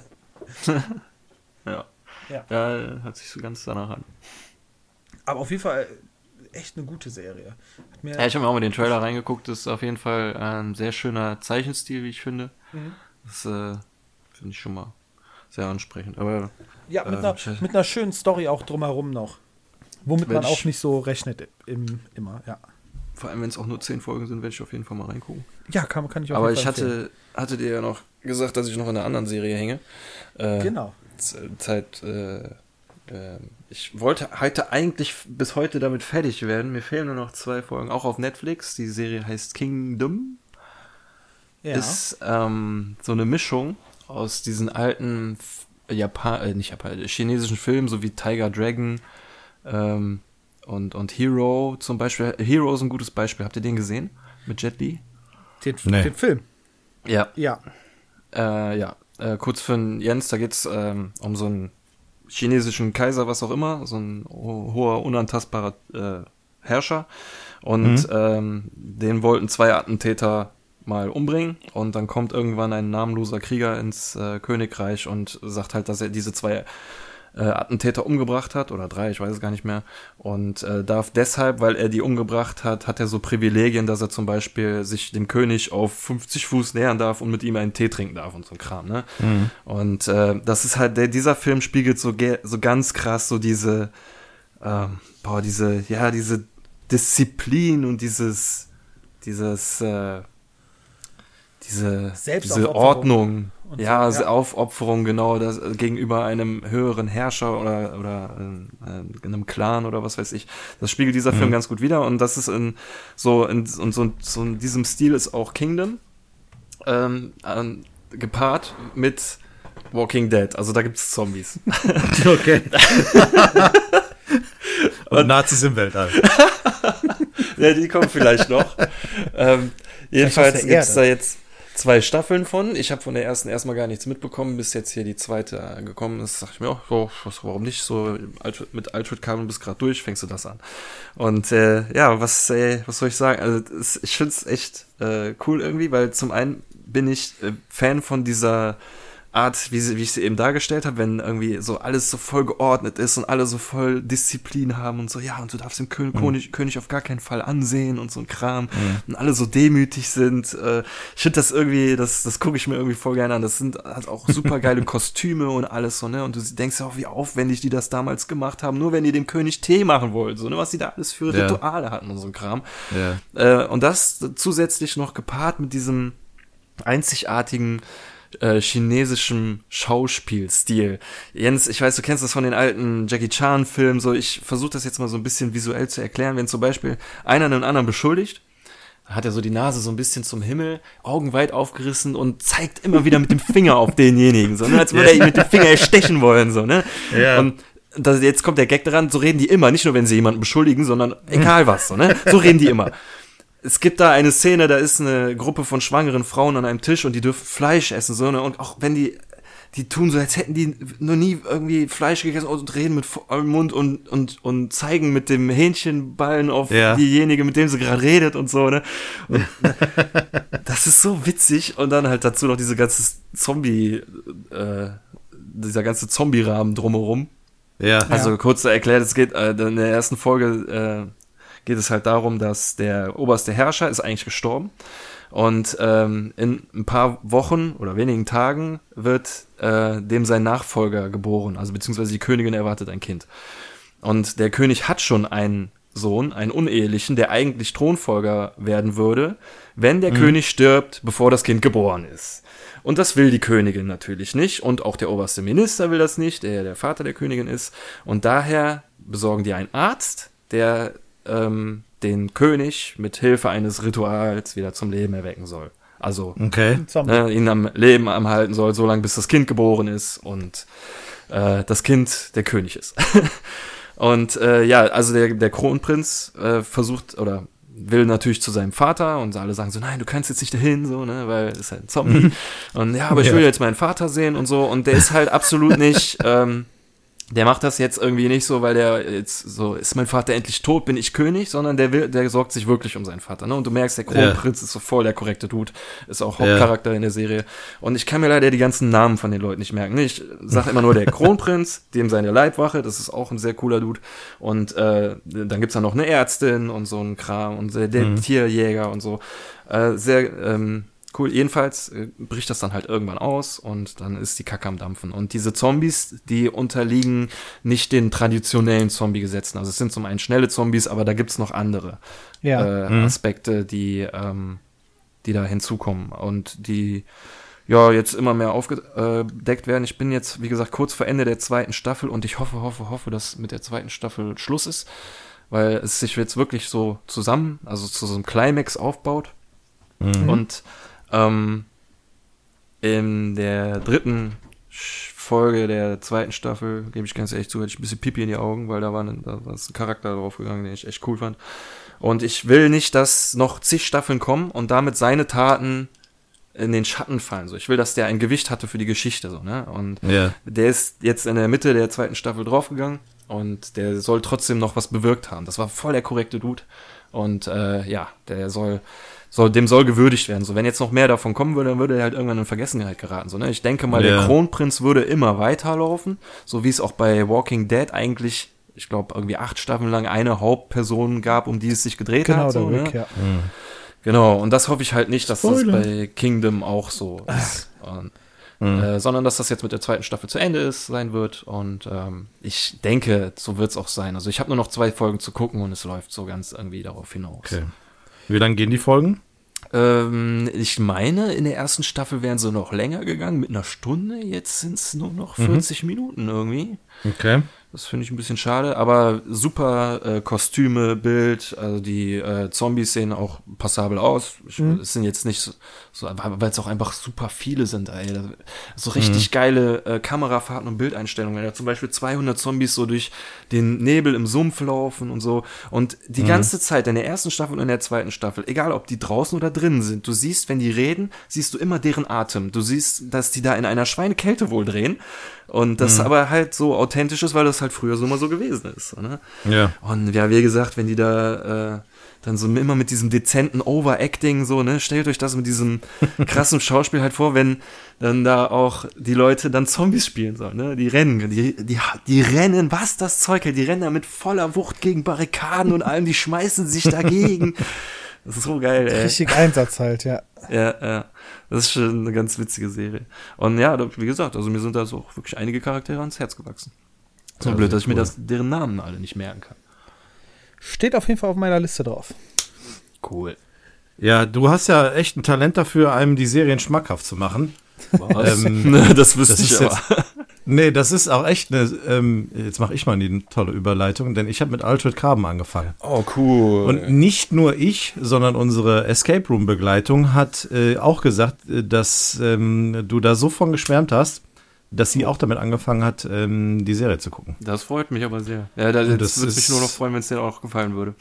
ja. ja. Ja, hört sich so ganz danach an. Aber auf jeden Fall echt eine gute Serie. Hat mir ja, ich habe mir auch mal den Trailer reingeguckt. Das ist auf jeden Fall ein sehr schöner Zeichenstil, wie ich finde. Mhm. Das äh, finde ich schon mal sehr ansprechend. Aber ja, mit, äh, einer, mit einer schönen Story auch drumherum noch. Womit man auch nicht so rechnet im, immer, ja. Vor allem, wenn es auch nur zehn Folgen sind, werde ich auf jeden Fall mal reingucken. Ja, kann, kann ich auch. Aber ich hatte, hatte dir ja noch gesagt, dass ich noch in einer anderen Serie hänge. Äh, genau. Zeit, äh, äh, ich wollte heute eigentlich bis heute damit fertig werden. Mir fehlen nur noch zwei Folgen, auch auf Netflix. Die Serie heißt Kingdom. Ja. Ist ähm, so eine Mischung aus diesen alten Japan, äh, nicht Japan, chinesischen Filmen, so wie Tiger Dragon, ähm, Und, und Hero zum Beispiel. Hero ist ein gutes Beispiel. Habt ihr den gesehen? Mit Jet Li? Den, nee. den Film? Ja. Ja. Äh, ja. Äh, kurz für den Jens, da geht's ähm, um so einen chinesischen Kaiser, was auch immer. So ein hoher, unantastbarer äh, Herrscher. Und mhm. ähm, den wollten zwei Attentäter mal umbringen. Und dann kommt irgendwann ein namenloser Krieger ins äh, Königreich und sagt halt, dass er diese zwei Äh, Attentäter umgebracht hat, oder drei, ich weiß es gar nicht mehr, und äh, darf deshalb, weil er die umgebracht hat, hat er so Privilegien, dass er zum Beispiel sich dem König auf fünfzig Fuß nähern darf und mit ihm einen Tee trinken darf und so ein Kram, ne? Mhm. Und äh, das ist halt, der, dieser Film spiegelt so, ge- so ganz krass so diese, ähm, boah, diese, ja, diese Disziplin und dieses, dieses, äh, diese, diese Ordnung, ja, so, ja, Aufopferung, genau, das gegenüber einem höheren Herrscher oder, oder äh, einem Clan oder was weiß ich. Das spiegelt dieser mhm. Film ganz gut wider, und das ist in so, in, und so, so in diesem Stil ist auch Kingdom ähm, äh, gepaart mit Walking Dead, also da gibt's Zombies. Okay. Und, und Nazis im Weltall. Ja, die kommen vielleicht noch. ähm, jedenfalls gibt's da jetzt zwei Staffeln von. Ich habe von der ersten erstmal gar nichts mitbekommen, bis jetzt hier die zweite gekommen ist. Sag ich mir auch, oh, warum nicht? So mit Altered Carbon bist gerade durch, fängst du das an. Und äh, ja, was, äh, was soll ich sagen? Also das, ich finde es echt äh, cool irgendwie, weil zum einen bin ich äh, Fan von dieser Art, wie, sie, wie ich sie eben dargestellt habe, wenn irgendwie so alles so voll geordnet ist und alle so voll Disziplin haben und so, ja, und du darfst den König, mhm. König auf gar keinen Fall ansehen und so ein Kram mhm. und alle so demütig sind. Äh, ich finde das irgendwie, das, das gucke ich mir irgendwie voll gerne an. Das sind halt auch super geile Kostüme und alles so, ne, und du denkst ja auch, wie aufwendig die das damals gemacht haben, nur wenn die dem König Tee machen wollten, so, ne, was die da alles für ja. Rituale hatten und so ein Kram. Ja. Äh, und das zusätzlich noch gepaart mit diesem einzigartigen Äh, chinesischem Schauspielstil. Jens, ich weiß, du kennst das von den alten Jackie Chan-Filmen, so, ich versuche das jetzt mal so ein bisschen visuell zu erklären, wenn zum Beispiel einer einen anderen beschuldigt, dann hat er so die Nase so ein bisschen zum Himmel, Augen weit aufgerissen und zeigt immer wieder mit dem Finger auf denjenigen, so, ne, als würde er ihn mit dem Finger erstechen wollen, so, ne, ja. Und das, jetzt kommt der Gag daran, so reden die immer, nicht nur wenn sie jemanden beschuldigen, sondern egal was, so, ne, so reden die immer. Es gibt da eine Szene, da ist eine Gruppe von schwangeren Frauen an einem Tisch und die dürfen Fleisch essen, so, ne? Und auch wenn die, die tun so, als hätten die noch nie irgendwie Fleisch gegessen und reden mit vollem Mund und, und, und zeigen mit dem Hähnchenballen auf ja. diejenige, mit dem sie gerade redet und so, ne? Und das ist so witzig. Und dann halt dazu noch diese ganze Zombie, äh, dieser ganze Zombie-Rahmen drumherum. Ja. Also ja. kurz erklärt, es geht äh, in der ersten Folge, äh, geht es halt darum, dass der oberste Herrscher ist eigentlich gestorben und ähm, in ein paar Wochen oder wenigen Tagen wird äh, dem sein Nachfolger geboren, also beziehungsweise die Königin erwartet ein Kind. Und der König hat schon einen Sohn, einen unehelichen, der eigentlich Thronfolger werden würde, wenn der mhm. König stirbt, bevor das Kind geboren ist. Und das will die Königin natürlich nicht und auch der oberste Minister will das nicht, der der Vater der Königin ist. Und daher besorgen die einen Arzt, der Ähm, den König mit Hilfe eines Rituals wieder zum Leben erwecken soll. Also okay. ne, ihn am Leben am halten soll, so lange bis das Kind geboren ist und äh, das Kind der König ist. Und äh, ja, also der, der Kronprinz äh, versucht oder will natürlich zu seinem Vater und alle sagen so, nein, du kannst jetzt nicht dahin, so, ne, weil es ist halt ein Zombie. Und ja, aber ich will ja. jetzt meinen Vater sehen und so. Und der ist halt absolut nicht ähm, der macht das jetzt irgendwie nicht so, weil der jetzt so, ist mein Vater endlich tot, bin ich König, sondern der will, der sorgt sich wirklich um seinen Vater, ne? Und du merkst, der Kronprinz ja. ist so voll der korrekte Dude, ist auch Hauptcharakter ja. in der Serie. Und ich kann mir leider die ganzen Namen von den Leuten nicht merken. Ich sag immer nur der Kronprinz, dem seine Leibwache, das ist auch ein sehr cooler Dude. Und äh, dann gibt's da noch eine Ärztin und so ein Kram und der, der mhm. Tierjäger und so. Äh, sehr, ähm, Cool, jedenfalls äh, bricht das dann halt irgendwann aus und dann ist die Kacke am Dampfen. Und diese Zombies, die unterliegen nicht den traditionellen Zombie-Gesetzen. Also es sind zum einen schnelle Zombies, aber da gibt's noch andere ja. äh, mhm. Aspekte, die, ähm, die da hinzukommen und die ja jetzt immer mehr aufgedeckt werden. Ich bin jetzt, wie gesagt, kurz vor Ende der zweiten Staffel und ich hoffe, hoffe, hoffe, dass mit der zweiten Staffel Schluss ist, weil es sich jetzt wirklich so zusammen, also zu so einem Climax aufbaut. Mhm. Und Ähm, in der dritten Folge der zweiten Staffel, gebe ich ganz ehrlich zu, hatte ich ein bisschen Pipi in die Augen, weil da war, ein, da ist ein Charakter drauf gegangen, den ich echt cool fand. Und ich will nicht, dass noch zig Staffeln kommen und damit seine Taten in den Schatten fallen. So, ich will, dass der ein Gewicht hatte für die Geschichte, so, ne? Und yeah. der ist jetzt in der Mitte der zweiten Staffel draufgegangen und der soll trotzdem noch was bewirkt haben. Das war voll der korrekte Dude. Und äh, ja, der soll soll, dem soll gewürdigt werden. So, wenn jetzt noch mehr davon kommen würde, dann würde er halt irgendwann in Vergessenheit geraten. So, ne? Ich denke mal, yeah. der Kronprinz würde immer weiterlaufen, so wie es auch bei Walking Dead eigentlich, ich glaube, irgendwie acht Staffeln lang eine Hauptperson gab, um die es sich gedreht genau, hat. So, Rick, ne? ja. mhm. Genau, und das hoffe ich halt nicht, dass Spoiler. das bei Kingdom auch so ist. Und, mhm. äh, sondern dass das jetzt mit der zweiten Staffel zu Ende ist, sein wird. Und ähm, ich denke, so wird es auch sein. Also ich habe nur noch zwei Folgen zu gucken und es läuft so ganz irgendwie darauf hinaus. Okay. Wie lang gehen die Folgen? Ähm, ich meine, in der ersten Staffel wären sie noch länger gegangen, mit einer Stunde. Jetzt sind es nur noch vierzig mhm. Minuten irgendwie. Okay. Das finde ich ein bisschen schade, aber super äh, Kostüme, Bild, also die äh, Zombies sehen auch passabel aus. Ich, mhm. Es sind jetzt nicht so, so weil es auch einfach super viele sind, ey. So richtig mhm. geile äh, Kamerafahrten und Bildeinstellungen. Wenn da zum Beispiel zweihundert Zombies so durch den Nebel im Sumpf laufen und so. Und die mhm. ganze Zeit in der ersten Staffel und in der zweiten Staffel, egal ob die draußen oder drinnen sind, du siehst, wenn die reden, siehst du immer deren Atem. Du siehst, dass die da in einer Schweinekälte wohl drehen. Und das mhm. aber halt so authentisch ist, weil das halt früher so immer so gewesen ist. Ne? Ja. Und ja, wie gesagt, wenn die da äh, dann so immer mit diesem dezenten Overacting so, ne, stellt euch das mit diesem krassen Schauspiel halt vor, wenn dann da auch die Leute dann Zombies spielen sollen, ne? Die rennen, die, die, die rennen, was das Zeug hält, die rennen da mit voller Wucht gegen Barrikaden und allem, die schmeißen sich dagegen. Das ist so geil, ey. Richtig Einsatz halt, ja. Ja, ja. Das ist schon eine ganz witzige Serie. Und ja, wie gesagt, also mir sind da so auch wirklich einige Charaktere ans Herz gewachsen. So ja, blöd, dass ich cool. mir das, deren Namen alle nicht merken kann. Steht auf jeden Fall auf meiner Liste drauf. Cool. Ja, du hast ja echt ein Talent dafür, einem die Serien schmackhaft zu machen. Was? Ähm, das wüsste ich aber. Jetzt, nee, das ist auch echt eine, ähm, jetzt mache ich mal eine tolle Überleitung, denn ich habe mit Altered Carbon angefangen. Oh, cool. Und nicht nur ich, sondern unsere Escape Room Begleitung hat äh, auch gesagt, dass ähm, du da so von geschwärmt hast, dass sie auch damit angefangen hat, ähm, die Serie zu gucken. Das freut mich aber sehr. Ja, da, das würde mich nur noch freuen, wenn es dir auch gefallen würde.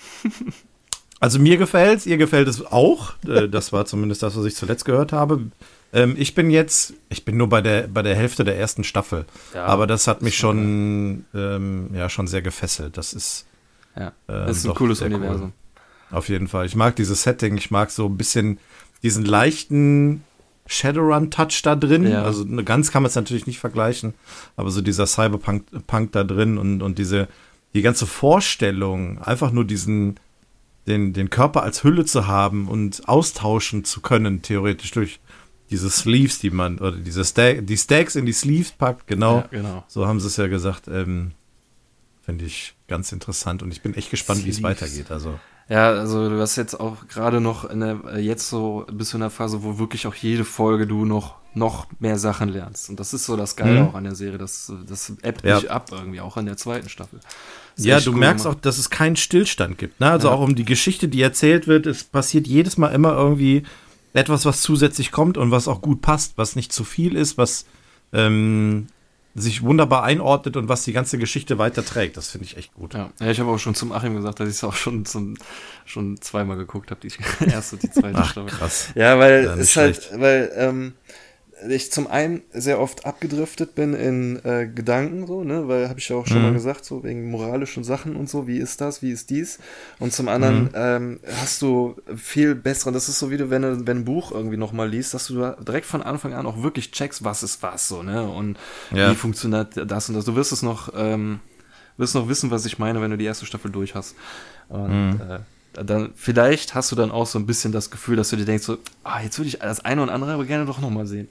Also mir gefällt's, ihr gefällt es auch. Äh, das war zumindest das, was ich zuletzt gehört habe. Ähm, ich bin jetzt, ich bin nur bei der bei der Hälfte der ersten Staffel, ja, aber das hat mich schon ähm, ja schon sehr gefesselt. Das ist ja, das ist ähm, ein cooles Universum. Cool. Auf jeden Fall. Ich mag dieses Setting. Ich mag so ein bisschen diesen leichten Shadowrun-Touch da drin. Ja. Also ganz kann man es natürlich nicht vergleichen, aber so dieser Cyberpunk Punk da drin und und diese die ganze Vorstellung, einfach nur diesen den den Körper als Hülle zu haben und austauschen zu können, theoretisch durch diese Sleeves, die man, oder diese Stag, die Stacks in die Sleeves packt, genau. Ja, genau. So haben sie es ja gesagt. Ähm, finde ich ganz interessant und ich bin echt gespannt, wie es weitergeht. Also. Ja, also du hast jetzt auch gerade noch in der, jetzt so bist du in der Phase, wo wirklich auch jede Folge du noch, noch mehr Sachen lernst. Und das ist so das Geile mhm. auch an der Serie. Das, das ebbt ja. nicht ab irgendwie, auch in der zweiten Staffel. Ja, du cool merkst gemacht. Auch, dass es keinen Stillstand gibt. Ne? Also ja. auch um die Geschichte, die erzählt wird, es passiert jedes Mal immer irgendwie etwas, was zusätzlich kommt und was auch gut passt, was nicht zu viel ist, was ähm, sich wunderbar einordnet und was die ganze Geschichte weiterträgt. Das finde ich echt gut. Ja, ja ich habe auch schon zum Achim gesagt, dass ich es auch schon zum schon zweimal geguckt habe, die erste und die zweite Ach, Staffel. Krass. Ja, weil ja, es schlecht. halt, weil ähm, ich zum einen sehr oft abgedriftet bin in äh, Gedanken, so, ne, weil habe ich ja auch schon mhm. mal gesagt, so wegen moralischen Sachen und so, wie ist das, wie ist dies? Und zum anderen mhm. ähm, hast du viel bessere, das ist so wie du, wenn du wenn ein Buch irgendwie nochmal liest, dass du da direkt von Anfang an auch wirklich checkst, was ist was, so, ne, und ja. wie funktioniert das und das. Du wirst es noch, ähm, wirst noch wissen, was ich meine, wenn du die erste Staffel durch hast. Und mhm. äh, dann vielleicht hast du dann auch so ein bisschen das Gefühl, dass du dir denkst, so, ah, jetzt würde ich das eine und andere aber gerne doch nochmal sehen.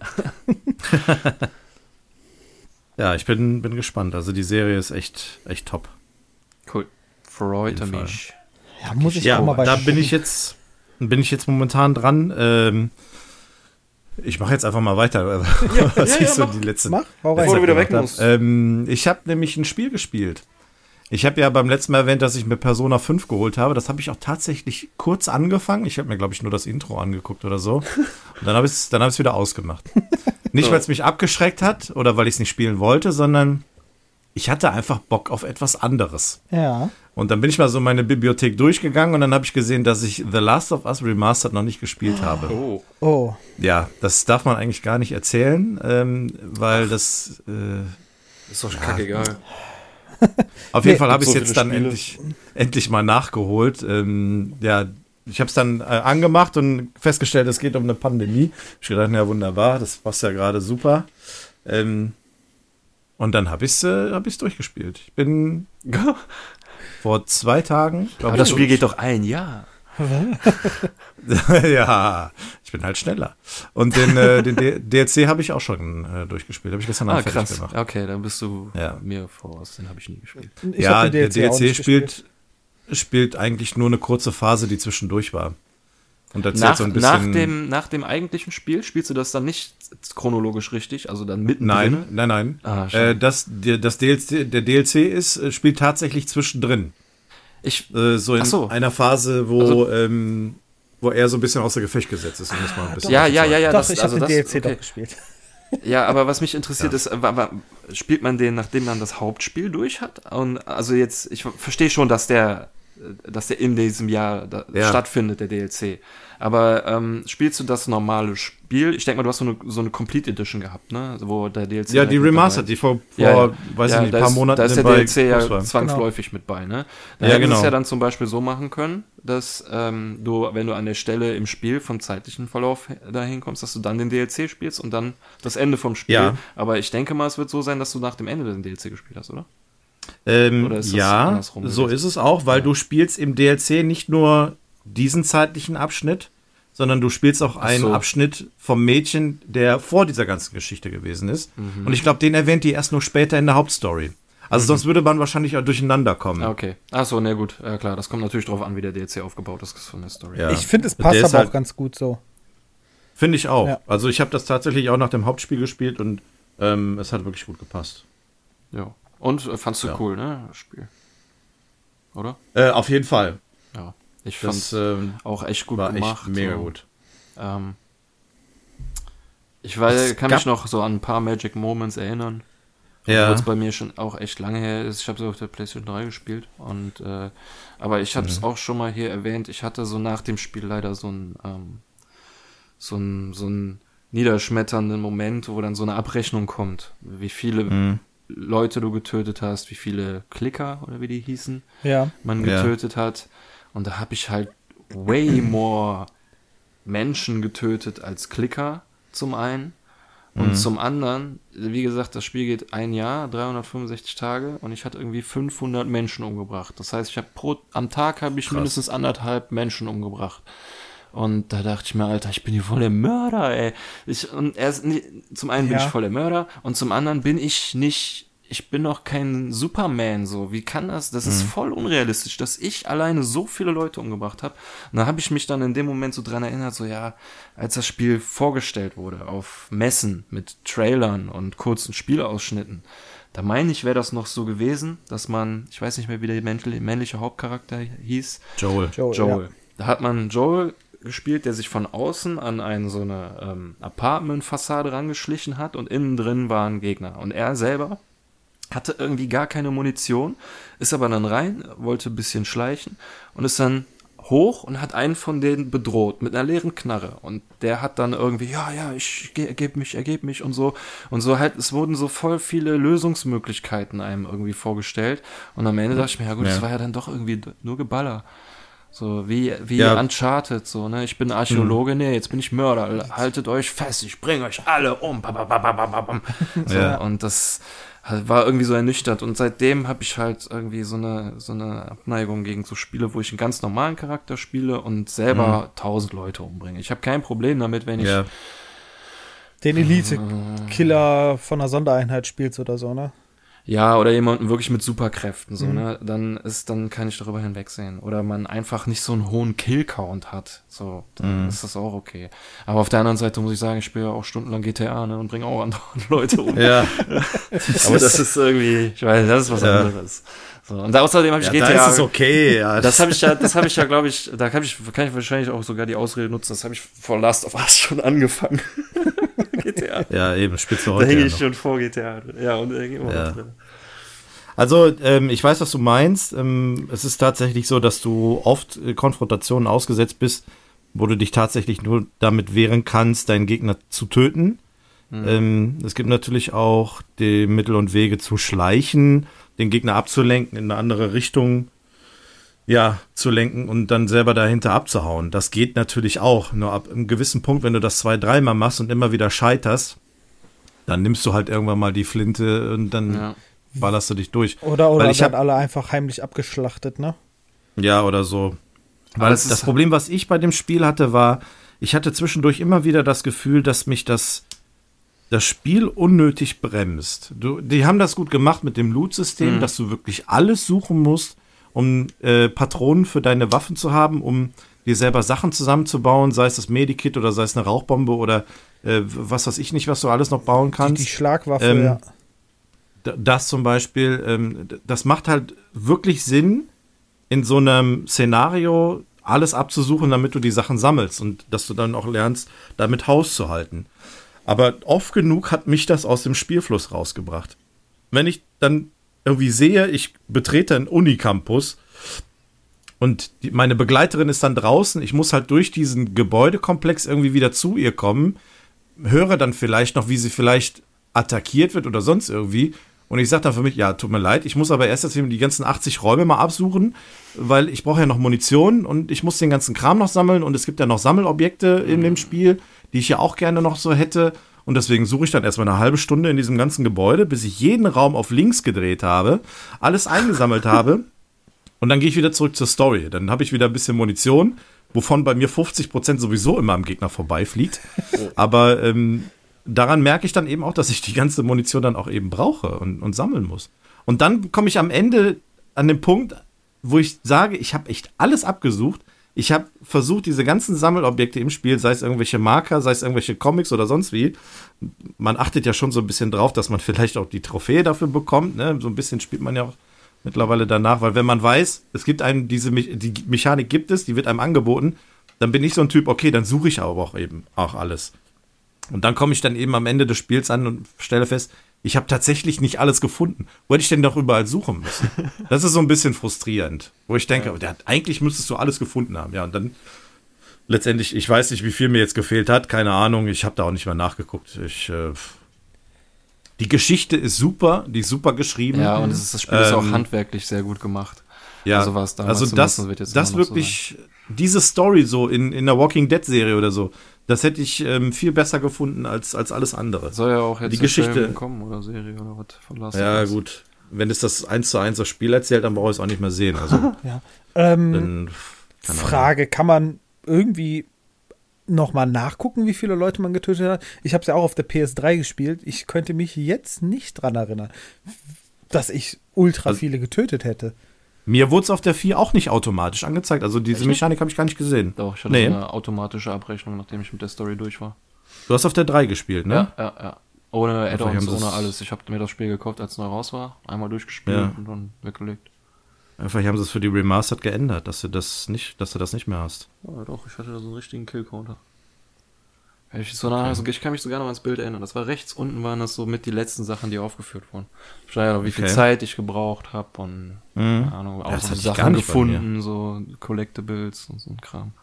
Ja, ich bin, bin gespannt. Also die Serie ist echt, echt top. Cool. Freut mich. Ja, muss ich ja, auch mal bei da bin ich jetzt, bin ich jetzt momentan dran. Ähm, ich mache jetzt einfach mal weiter, ja, was ja, ich ja, so mach, die letzten mach, bevor du wieder weg musst. Ähm, ich habe nämlich ein Spiel gespielt. Ich habe ja beim letzten Mal erwähnt, dass ich mir Persona fünf geholt habe. Das habe ich auch tatsächlich kurz angefangen. Ich habe mir, glaube ich, nur das Intro angeguckt oder so. Und dann habe ich es dann hab ich's wieder ausgemacht. Nicht, weil es mich abgeschreckt hat oder weil ich es nicht spielen wollte, sondern ich hatte einfach Bock auf etwas anderes. Ja. Und dann bin ich mal so meine Bibliothek durchgegangen und dann habe ich gesehen, dass ich The Last of Us Remastered noch nicht gespielt habe. Oh. Oh. Ja, das darf man eigentlich gar nicht erzählen, ähm, weil Ach. das äh, ist doch ja, kackegal. Auf jeden nee, Fall habe ich es so jetzt dann endlich, endlich mal nachgeholt. Ähm, ja, ich habe es dann äh, angemacht und festgestellt, es geht um eine Pandemie. Ich gedacht, ja wunderbar, das passt ja gerade super. Ähm, und dann habe ich es äh, hab ich's durchgespielt. Ich bin vor zwei Tagen. Aber das Spiel geht doch ein Jahr. Ja, ich bin halt schneller. Und den, äh, den D L C habe ich auch schon äh, durchgespielt. Habe ich gestern ah, Abend fertig krass. gemacht. Okay, dann bist du ja. mir voraus. Den habe ich nie gespielt. Ich ja, hab den der D L C spielt, gespielt. spielt eigentlich nur eine kurze Phase, die zwischendurch war. und erzählt nach, so ein bisschen. Nach dem, nach dem eigentlichen Spiel spielst du das dann nicht chronologisch richtig, also dann mittendrin? Nein, nein, nein. Ah, äh, das, der, das D L C, der D L C ist, äh, spielt tatsächlich zwischendrin. Ich, äh, so in so. einer Phase, wo, also, ähm, wo er so ein bisschen außer Gefecht gesetzt ist. Um das mal ein bisschen ja, ja, ja, ja. Doch, Das, ich also habe den das, D L C okay. doch gespielt. Ja, aber was mich interessiert Ja. ist, war, war, spielt man den, nachdem man das Hauptspiel durch hat? Und also jetzt, ich verstehe schon, dass der, dass der in diesem Jahr da Ja. stattfindet, der D L C. Aber ähm, spielst du das normale Spiel? Ich denke mal, du hast so eine, so eine Complete Edition gehabt, ne? Wo der D L C Ja, die mit Remastered, dabei- die vor, vor Ja, ja. weiß ja, ich nicht, da ein paar ist, Monaten da ist der bei D L C ja Plus war. zwangsläufig mit bei, ne? Da Ja, hätten sie genau. es ja dann zum Beispiel so machen können, dass ähm, du, wenn du an der Stelle im Spiel vom zeitlichen Verlauf dahin kommst, dass du dann den D L C spielst und dann das Ende vom Spiel. Ja. Aber ich denke mal, es wird so sein, dass du nach dem Ende den D L C gespielt hast, oder? Ähm, Oder ist das ja, andersrum so gewesen? ist es auch, weil Ja. du spielst im D L C nicht nur diesen zeitlichen Abschnitt, sondern du spielst auch einen so. Abschnitt vom Mädchen, der vor dieser ganzen Geschichte gewesen ist. Mhm. Und ich glaube, den erwähnt die erst nur später in der Hauptstory. Also sonst würde man wahrscheinlich auch durcheinander kommen. Ah, okay. Achso, na gut, ja klar, das kommt natürlich drauf an, wie der D L C aufgebaut ist von der Story. Ja. Ich finde, es Der passt ist aber halt- auch ganz gut so. Finde ich auch. Ja. Also ich habe das tatsächlich auch nach dem Hauptspiel gespielt und ähm, es hat wirklich gut gepasst. Ja. Und äh, fandst du Ja. cool, ne, das Spiel? Oder? Äh, auf jeden Fall. Ja. Ich fand Das ähm, auch echt gut war gemacht. echt mega so. gut. Ähm, ich weiß, Es kann gab- mich noch so an ein paar Magic Moments erinnern. Ja. Obwohl es bei mir schon auch echt lange her ist. Ich habe es auf der PlayStation drei gespielt. Und, äh, aber ich habe es Mhm. auch schon mal hier erwähnt. Ich hatte so nach dem Spiel leider so ein, ähm, so ein, so ein niederschmetternden Moment, wo dann so eine Abrechnung kommt. Wie viele Mhm. Leute du getötet hast, wie viele Klicker oder wie die hießen, Ja. man Ja. getötet hat. Und da habe ich halt way more Menschen getötet als Klicker zum einen. Und Mhm. zum anderen, wie gesagt, das Spiel geht ein Jahr, dreihundertfünfundsechzig Tage und ich hatte irgendwie fünfhundert Menschen umgebracht. Das heißt, ich habe pro am Tag habe ich Krass. mindestens anderthalb Menschen umgebracht. Und da dachte ich mir, Alter, ich bin hier voll der Mörder, ey. Ich, und erst, nee, zum einen bin Ja. ich voll der Mörder und zum anderen bin ich nicht, ich bin noch kein Superman, so. Wie kann das? Das ist voll unrealistisch, dass ich alleine so viele Leute umgebracht habe. Und da habe ich mich dann in dem Moment so dran erinnert, so ja, als das Spiel vorgestellt wurde auf Messen mit Trailern und kurzen Spielausschnitten, da meine ich, wäre das noch so gewesen, dass man, ich weiß nicht mehr, wie der männliche, männliche Hauptcharakter hieß, Joel. Joel. Joel. Ja. Da hat man Joel gespielt, der sich von außen an eine so eine ähm, Apartment-Fassade rangeschlichen hat und innen drin waren Gegner. Und er selber hatte irgendwie gar keine Munition, ist aber dann rein, wollte ein bisschen schleichen und ist dann hoch und hat einen von denen bedroht mit einer leeren Knarre. Und der hat dann irgendwie, ja, ja, ich ergebe mich, ergebe mich und so. Und so halt, es wurden so voll viele Lösungsmöglichkeiten einem irgendwie vorgestellt. Und am Ende dachte ich mir, ja gut, Ja. das war ja dann doch irgendwie nur Geballer. So wie, wie Ja. Uncharted, so, ne? Ich bin Archäologe, nee, jetzt bin ich Mörder. Haltet euch fest, ich bringe euch alle um. Bam, bam, bam, bam, bam, bam. So, Ja. und das war irgendwie so ernüchternd. Und seitdem habe ich halt irgendwie so eine, so eine Abneigung gegen so Spiele, wo ich einen ganz normalen Charakter spiele und selber tausend Leute umbringe. Ich habe kein Problem damit, wenn ich Ja. Den Elite-Killer von einer Sondereinheit spielst oder so, ne? Ja, oder jemanden wirklich mit Superkräften, so, Mhm. ne, dann ist, dann kann ich darüber hinwegsehen. Oder man einfach nicht so einen hohen Kill-Count hat, so, dann Mhm. ist das auch okay. Aber auf der anderen Seite muss ich sagen, ich spiele ja auch stundenlang G T A, ne, und bringe auch andere Leute um. Ja. Aber das ist irgendwie, ich weiß, das ist was Ja. anderes. So, und außerdem habe ich Ja, G T A. da ist es okay. Ja. Das habe ich ja, das habe ich ja, glaube ich, da kann ich, kann ich wahrscheinlich auch sogar die Ausrede nutzen, das habe ich vor Last of Us schon angefangen. G T A. ja, eben, spitze Da heute. hänge Ja ich noch. schon vor G T A drin. Ja, und da hänge ich immer Ja. noch drin. Also, ähm, ich weiß, was du meinst. Ähm, es ist tatsächlich so, dass du oft äh, Konfrontationen ausgesetzt bist, wo du dich tatsächlich nur damit wehren kannst, deinen Gegner zu töten. Mhm. Ähm, es gibt natürlich auch die Mittel und Wege zu schleichen, den Gegner abzulenken, in eine andere Richtung ja, zu lenken und dann selber dahinter abzuhauen. Das geht natürlich auch. Nur ab einem gewissen Punkt, wenn du das zwei, dreimal machst und immer wieder scheiterst, dann nimmst du halt irgendwann mal die Flinte und dann Ja. ballerst du dich durch. Oder, oder Weil ich werden hab- alle einfach heimlich abgeschlachtet, ne? Ja, oder so. Aber Weil das das, ist- Problem, was ich bei dem Spiel hatte, war, ich hatte zwischendurch immer wieder das Gefühl, dass mich das, das Spiel unnötig bremst. Du, die haben das gut gemacht mit dem Loot-System, Mhm. dass du wirklich alles suchen musst, um äh, Patronen für deine Waffen zu haben, um dir selber Sachen zusammenzubauen, sei es das Medikit oder sei es eine Rauchbombe oder äh, was weiß ich nicht, was du alles noch bauen kannst. Die, die Schlagwaffe, ähm, ja. Das zum Beispiel, ähm, das macht halt wirklich Sinn, in so einem Szenario alles abzusuchen, damit du die Sachen sammelst und dass du dann auch lernst, damit Haus zu halten. Aber oft genug hat mich das aus dem Spielfluss rausgebracht. Wenn ich dann irgendwie sehe, ich betrete einen Unicampus und die, meine Begleiterin ist dann draußen, ich muss halt durch diesen Gebäudekomplex irgendwie wieder zu ihr kommen, höre dann vielleicht noch, wie sie vielleicht attackiert wird oder sonst irgendwie. Und ich sage dann für mich, ja, tut mir leid, ich muss aber erst jetzt die ganzen achtzig Räume mal absuchen, weil ich brauche ja noch Munition und ich muss den ganzen Kram noch sammeln und es gibt ja noch Sammelobjekte in dem Spiel, die ich ja auch gerne noch so hätte. Und deswegen suche ich dann erstmal eine halbe Stunde in diesem ganzen Gebäude, bis ich jeden Raum auf links gedreht habe, alles eingesammelt habe und dann gehe ich wieder zurück zur Story. Dann habe ich wieder ein bisschen Munition, wovon bei mir fünfzig Prozent sowieso immer am Gegner vorbeifliegt. Aber ähm, daran merke ich dann eben auch, dass ich die ganze Munition dann auch eben brauche und, und sammeln muss. Und dann komme ich am Ende an den Punkt, wo ich sage, ich habe echt alles abgesucht. Ich habe versucht, diese ganzen Sammelobjekte im Spiel, sei es irgendwelche Marker, sei es irgendwelche Comics oder sonst wie, man achtet ja schon so ein bisschen drauf, dass man vielleicht auch die Trophäe dafür bekommt, ne? So ein bisschen spielt man ja auch mittlerweile danach, weil wenn man weiß, es gibt einem diese, Me- die Mechanik gibt es, die wird einem angeboten, dann bin ich so ein Typ, okay, dann suche ich aber auch eben auch alles. Und dann komme ich dann eben am Ende des Spiels an und stelle fest, ich habe tatsächlich nicht alles gefunden. Wo hätte ich denn doch überall suchen müssen? Das ist so ein bisschen frustrierend. Wo ich denke, ja. eigentlich müsstest du alles gefunden haben. Ja, und dann letztendlich, ich weiß nicht, wie viel mir jetzt gefehlt hat. Keine Ahnung, ich habe da auch nicht mehr nachgeguckt. Ich, äh, die Geschichte ist super, die ist super geschrieben. Ja, und es ist, das Spiel ähm, ist auch handwerklich sehr gut gemacht. Ja, also, was damals also das, wird jetzt das wirklich, so diese Story so in, in der Walking Dead Serie oder so, das hätte ich ähm, viel besser gefunden als, als alles andere. Soll ja auch jetzt die Geschichte Film kommen oder Serie oder was von Last Ja, of Us. gut. Wenn es das eins zu eins das Spiel erzählt, dann brauche ich es auch nicht mehr sehen. Also, ja. ähm, dann, Frage, kann man irgendwie nochmal nachgucken, wie viele Leute man getötet hat? Ich habe es ja auch auf der P S drei gespielt. Ich könnte mich jetzt nicht dran erinnern, dass ich ultra also, viele getötet hätte. Mir wurde es auf der vier auch nicht automatisch angezeigt. Also diese Echt? Mechanik habe ich gar nicht gesehen. Doch, ich hatte nee. so eine automatische Abrechnung, nachdem ich mit der Story durch war. Du hast auf der drei gespielt, ne? Ja, ja, ja. Ohne Add-ons, ohne alles. Ich habe mir das Spiel gekauft, als es neu raus war. Einmal durchgespielt ja. und dann weggelegt. Einfach haben sie es für die Remastered geändert, dass du das nicht, dass du das nicht mehr hast. Ja, doch, ich hatte da so einen richtigen Kill-Counter. Ich, so okay. nach, ich kann mich sogar noch ans Bild erinnern. Das war rechts unten, waren das so mit die letzten Sachen, die aufgeführt wurden. Ich weiß ja noch, wie okay. viel Zeit ich gebraucht habe und mhm. keine Ahnung, auch ja, so Sachen gefunden, so Collectibles und so ein Kram.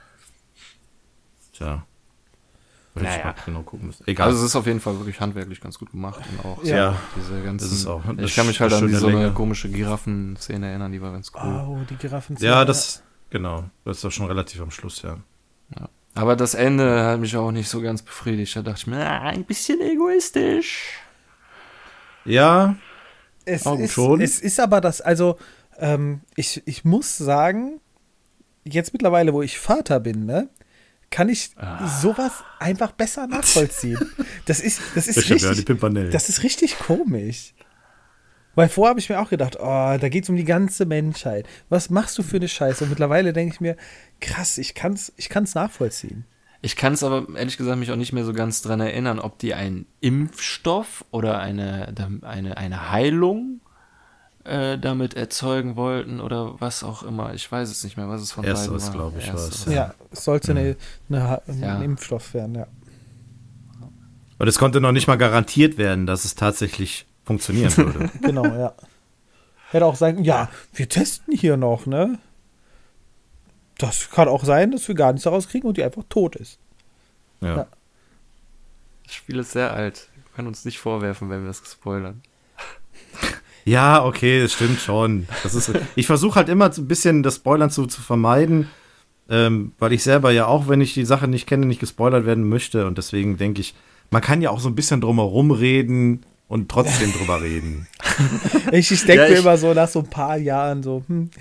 Tja. Naja. Ich genau gucken müssen. Egal. Also es ist auf jeden Fall wirklich handwerklich ganz gut gemacht und auch ja. so diese ganzen. Das ist auch ich kann mich halt an so eine komische Giraffen-Szene erinnern, die war ganz cool. Oh, die Giraffen-Szene. Ja, das genau. Das ist doch schon relativ am Schluss, ja. Ja. Aber das Ende hat mich auch nicht so ganz befriedigt. Da dachte ich mir, ah, ein bisschen egoistisch. Ja, es ist, schon. Es ist aber das, also ähm, ich, ich muss sagen, jetzt mittlerweile, wo ich Vater bin, ne, kann ich ah. sowas einfach besser nachvollziehen. Das ist, das ist ich richtig, ja das ist richtig komisch. Weil vorher habe ich mir auch gedacht, oh, da geht es um die ganze Menschheit. Was machst du für eine Scheiße? Und mittlerweile denke ich mir, krass, ich kann es ich kann's nachvollziehen. Ich kann es aber ehrlich gesagt mich auch nicht mehr so ganz dran erinnern, ob die einen Impfstoff oder eine, eine, eine Heilung äh, damit erzeugen wollten oder was auch immer. Ich weiß es nicht mehr, was es von beiden war. Erstes, glaube ich, war es. Ja. ja, es sollte eine, eine, ein ja. Impfstoff werden, ja. Und es konnte noch nicht mal garantiert werden, dass es tatsächlich funktionieren würde. Genau, ja. Hätte auch sagen, ja, wir testen hier noch, ne? Das kann auch sein, dass wir gar nichts daraus kriegen und die einfach tot ist. Ja. ja. Das Spiel ist sehr alt. Wir können uns nicht vorwerfen, wenn wir es spoilern. Ja, okay, das stimmt schon. Das ist, ich versuche halt immer ein bisschen das Spoilern zu, zu vermeiden, ähm, weil ich selber ja auch, wenn ich die Sache nicht kenne, nicht gespoilert werden möchte. Und deswegen denke ich, man kann ja auch so ein bisschen drumherum reden und trotzdem drüber reden. Ich, ich denke ja, mir immer so nach so ein paar Jahren so, hm,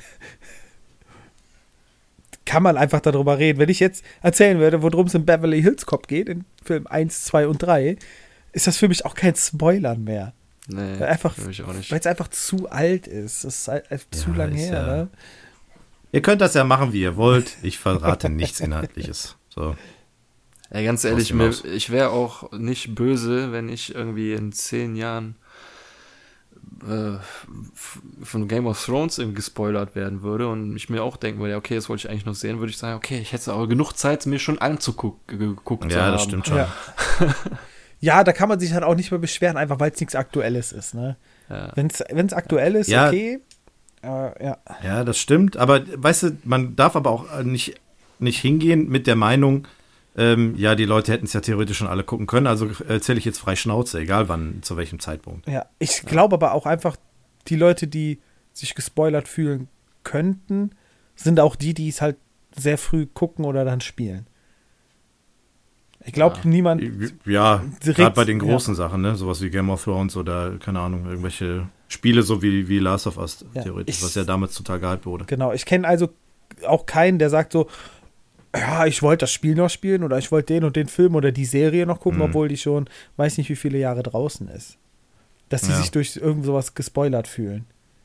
kann man einfach darüber reden. Wenn ich jetzt erzählen würde, worum es in Beverly Hills Cop geht, in Film eins, zwei und drei, ist das für mich auch kein Spoilern mehr. Nee, weil einfach, für mich auch nicht. Weil es einfach zu alt ist. Das ist halt zu ja, lang her, ja, ne? Ihr könnt das ja machen, wie ihr wollt. Ich verrate nichts Inhaltliches. So. Ja, ganz ehrlich, mir, ich wäre auch nicht böse, wenn ich irgendwie in zehn Jahren äh, von Game of Thrones irgendwie gespoilert werden würde und ich mir auch denken würde, okay, das wollte ich eigentlich noch sehen, würde ich sagen, okay, ich hätte aber genug Zeit, mir schon anzugucken. Ja, das stimmt schon. Ja. Ja, da kann man sich halt auch nicht mehr beschweren, einfach weil es nichts Aktuelles ist. Ne? Ja. Wenn es aktuell ist, ja. okay. Äh, ja. ja, das stimmt. Aber weißt du, man darf aber auch nicht, nicht hingehen mit der Meinung, ähm, ja, die Leute hätten es ja theoretisch schon alle gucken können. Also erzähle ich jetzt frei Schnauze, egal wann, zu welchem Zeitpunkt. Ja, ich glaube aber auch einfach, die Leute, die sich gespoilert fühlen könnten, sind auch die, die es halt sehr früh gucken oder dann spielen. Ich glaube, ja. niemand. Ja, gerade bei den großen ja. Sachen, ne? Sowas wie Game of Thrones oder, keine Ahnung, irgendwelche Spiele, so wie, wie Last of Us, ja, theoretisch, ich, was ja damals total gehypt wurde. Genau, ich kenne also auch keinen, der sagt so, ja, ich wollte das Spiel noch spielen oder ich wollte den und den Film oder die Serie noch gucken, mhm. obwohl die schon, weiß nicht, wie viele Jahre draußen ist. Dass sie ja. sich durch irgend sowas gespoilert fühlen.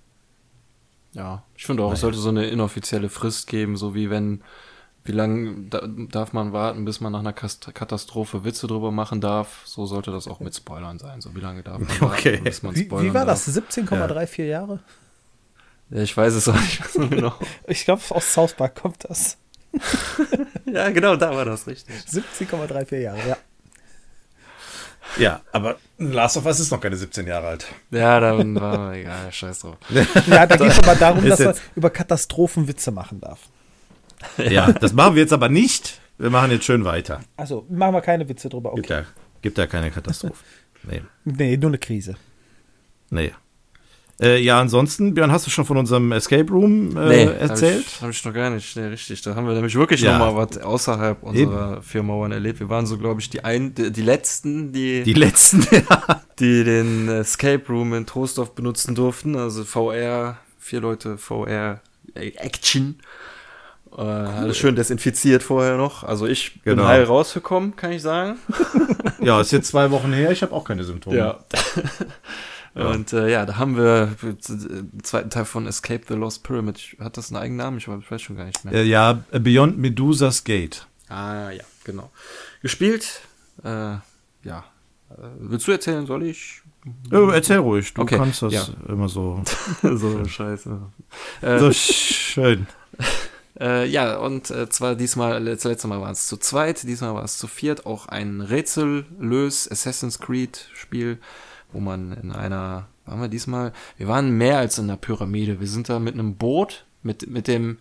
Ja, ich finde auch, naja. es sollte so eine inoffizielle Frist geben, so wie wenn. Wie lange da, darf man warten, bis man nach einer Katastrophe Witze drüber machen darf? So sollte das auch mit Spoilern sein. So wie lange darf man warten, okay. bis man spoilern Wie, wie war darf? das? siebzehn Komma vierunddreißig ja. Jahre? Ja, ich weiß es auch nicht so genau. Ich glaube, aus South Park kommt das. Ja, genau, da war das richtig. siebzehn Komma vierunddreißig Jahre, ja. Ja, aber Last of Us ist noch keine siebzehn Jahre alt. Ja, dann war egal, scheiß drauf. Ja, da geht es aber darum, dass man über Katastrophen Witze machen darf. Ja, das machen wir jetzt aber nicht. Wir machen jetzt schön weiter. Also, machen wir keine Witze drüber. Okay. Gibt da, gibt da keine Katastrophe. Nee. Nee, nur eine Krise. Nee. Äh, ja, ansonsten, Björn, hast du schon von unserem Escape Room äh, nee, erzählt? Hab ich, hab ich noch gar nicht. Nee, richtig. Da haben wir nämlich wirklich ja. noch mal was außerhalb unserer Eben. vier Mauern erlebt. Wir waren so, glaube ich, die, ein, die, die Letzten, die, die letzten, ja. die den Escape Room in Troisdorf benutzen durften. Also V R, vier Leute V R Action. Äh, cool. Alles schön desinfiziert vorher noch. Also ich bin genau. heil rausgekommen, kann ich sagen. Ja, ist jetzt zwei Wochen her. Ich habe auch keine Symptome. Ja. Ja. Und äh, ja, da haben wir den zweiten Teil von Escape the Lost Pyramid. Hat das einen eigenen Namen? Ich weiß schon gar nicht mehr. Äh, ja, Beyond Medusa's Gate. Ah, ja, genau. Gespielt. Äh, ja. Äh, willst du erzählen? Soll ich? Ja, erzähl ruhig. Du okay. kannst das ja. immer so. So scheiße. Äh, so schön. Äh, ja, und äh, zwar diesmal, das letzte Mal war es zu zweit, diesmal war es zu viert, auch ein Rätsellös Assassin's Creed Spiel, wo man in einer, waren wir diesmal, wir waren mehr als in einer Pyramide, wir sind da mit einem Boot, mit mit dem,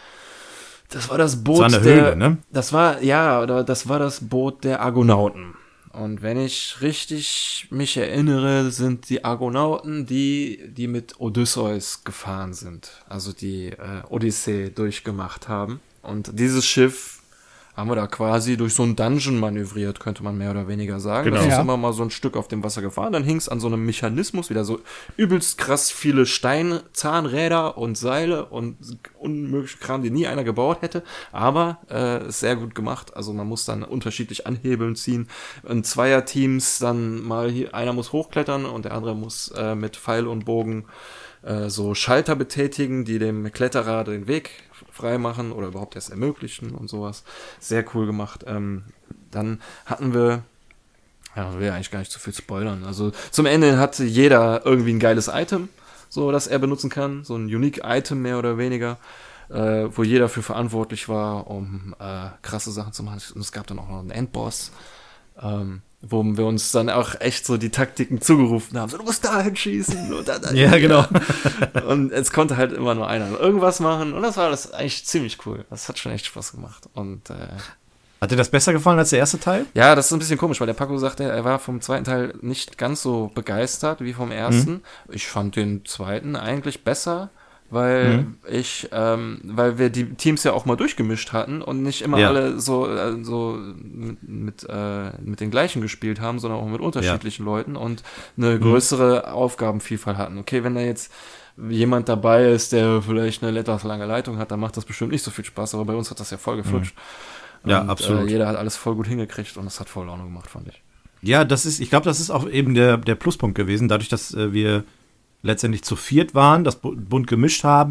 das war das Boot das war eine der, Höhle, ne? Das war, ja, oder das war das Boot der Argonauten. Und wenn ich richtig mich erinnere, sind die Argonauten die, die mit Odysseus gefahren sind. Also die äh, Odyssee durchgemacht haben. Und dieses Schiff haben wir da quasi durch so einen Dungeon manövriert, könnte man mehr oder weniger sagen. Genau. Das ist Ja. immer mal so ein Stück auf dem Wasser gefahren. Dann hing es an so einem Mechanismus, wieder so übelst krass viele Steinzahnräder und Seile und unmöglich Kram, den nie einer gebaut hätte. Aber äh, ist sehr gut gemacht. Also man muss dann unterschiedlich anhebeln, ziehen. In Zweierteams dann mal hier, einer muss hochklettern und der andere muss äh, mit Pfeil und Bogen äh, so Schalter betätigen, die dem Kletterer den Weg frei machen oder überhaupt erst ermöglichen und sowas. Sehr cool gemacht. Ähm, dann hatten wir, ja, will ja eigentlich gar nicht zu viel spoilern. Also zum Ende hatte jeder irgendwie ein geiles Item, so das er benutzen kann, so ein unique Item mehr oder weniger, äh, wo jeder für verantwortlich war, um äh, krasse Sachen zu machen. Und es gab dann auch noch einen Endboss, ähm, wo wir uns dann auch echt so die Taktiken zugerufen haben. So, du musst da hinschießen. Und da, da, ja, genau. Und es konnte halt immer nur einer irgendwas machen. Und das war das eigentlich ziemlich cool. Das hat schon echt Spaß gemacht. Und äh, hat dir das besser gefallen als der erste Teil? ja, das ist ein bisschen komisch, weil der Paco sagte, er war vom zweiten Teil nicht ganz so begeistert wie vom ersten. Mhm. Ich fand den zweiten eigentlich besser, weil mhm. ich, ähm, weil wir die Teams ja auch mal durchgemischt hatten und nicht immer ja. alle so, äh, so mit, mit, äh, mit den gleichen gespielt haben, sondern auch mit unterschiedlichen ja. Leuten und eine größere mhm. Aufgabenvielfalt hatten. Okay, wenn da jetzt jemand dabei ist, der vielleicht eine etwas lange Leitung hat, dann macht das bestimmt nicht so viel Spaß, aber bei uns hat das ja voll geflutscht. Mhm. Ja, und, absolut. Äh, jeder hat alles voll gut hingekriegt und das hat voll Laune gemacht, fand ich. Ja, das ist, ich glaube, das ist auch eben der, der Pluspunkt gewesen, dadurch, dass äh, wir letztendlich zu viert waren, das bunt gemischt haben,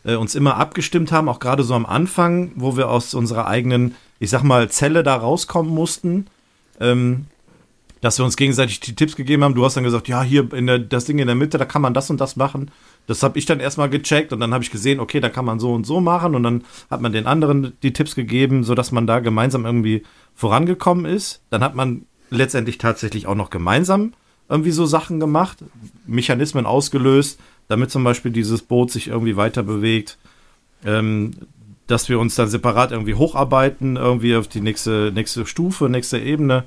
äh, uns immer abgestimmt haben, auch gerade so am Anfang, wo wir aus unserer eigenen, ich sag mal, Zelle da rauskommen mussten, ähm, dass wir uns gegenseitig die Tipps gegeben haben. Du hast dann gesagt, ja, hier in der, das Ding in der Mitte, da kann man das und das machen. Das habe ich dann erstmal gecheckt und dann habe ich gesehen, okay, da kann man so und so machen und dann hat man den anderen die Tipps gegeben, sodass man da gemeinsam irgendwie vorangekommen ist. Dann hat man letztendlich tatsächlich auch noch gemeinsam irgendwie so Sachen gemacht, Mechanismen ausgelöst, damit zum Beispiel dieses Boot sich irgendwie weiter bewegt, ähm, dass wir uns dann separat irgendwie hocharbeiten, irgendwie auf die nächste, nächste Stufe, nächste Ebene.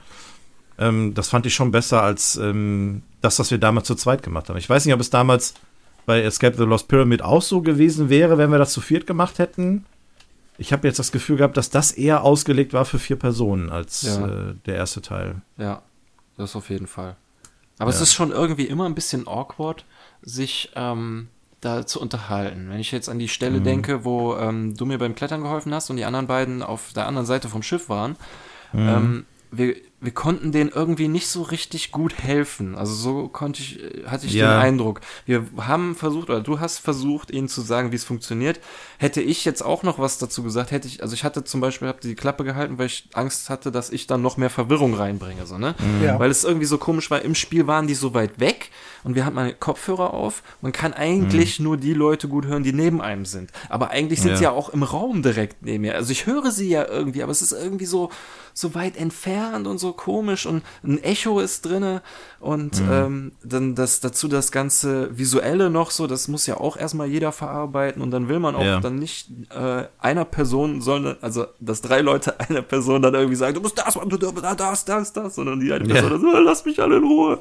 Ähm, das fand ich schon besser als ähm, das, was wir damals zu zweit gemacht haben. Ich weiß nicht, ob es damals bei Escape the Lost Pyramid auch so gewesen wäre, wenn wir das zu viert gemacht hätten. Ich habe jetzt das Gefühl gehabt, dass das eher ausgelegt war für vier Personen als ja. äh, der erste Teil. Ja, das auf jeden Fall. Aber ja. es ist schon irgendwie immer ein bisschen awkward, sich ähm, da zu unterhalten. Wenn ich jetzt an die Stelle mhm. denke, wo ähm, du mir beim Klettern geholfen hast und die anderen beiden auf der anderen Seite vom Schiff waren, mhm. ähm, wir, wir konnten denen irgendwie nicht so richtig gut helfen. Also so konnte ich, hatte ich ja. den Eindruck. Wir haben versucht, oder du hast versucht, ihnen zu sagen, wie es funktioniert. Hätte ich jetzt auch noch was dazu gesagt, hätte ich, also ich hatte zum Beispiel, habe die Klappe gehalten, weil ich Angst hatte, dass ich dann noch mehr Verwirrung reinbringe, so, ne? Ja. Weil es irgendwie so komisch war, im Spiel waren die so weit weg und wir hatten meine Kopfhörer auf. Man kann eigentlich mhm. nur die Leute gut hören, die neben einem sind. Aber eigentlich sind ja. sie ja auch im Raum direkt neben mir. Also ich höre sie ja irgendwie, aber es ist irgendwie so, so weit entfernt und so komisch und ein Echo ist drinne und mhm. ähm, dann das dazu das ganze Visuelle noch so, das muss ja auch erstmal jeder verarbeiten und dann will man auch ja. dann nicht äh, einer Person, sondern, also dass drei Leute einer Person dann irgendwie sagen, du musst das machen, du das, das, das, sondern die eine Person, ja. so, lass mich alle in Ruhe.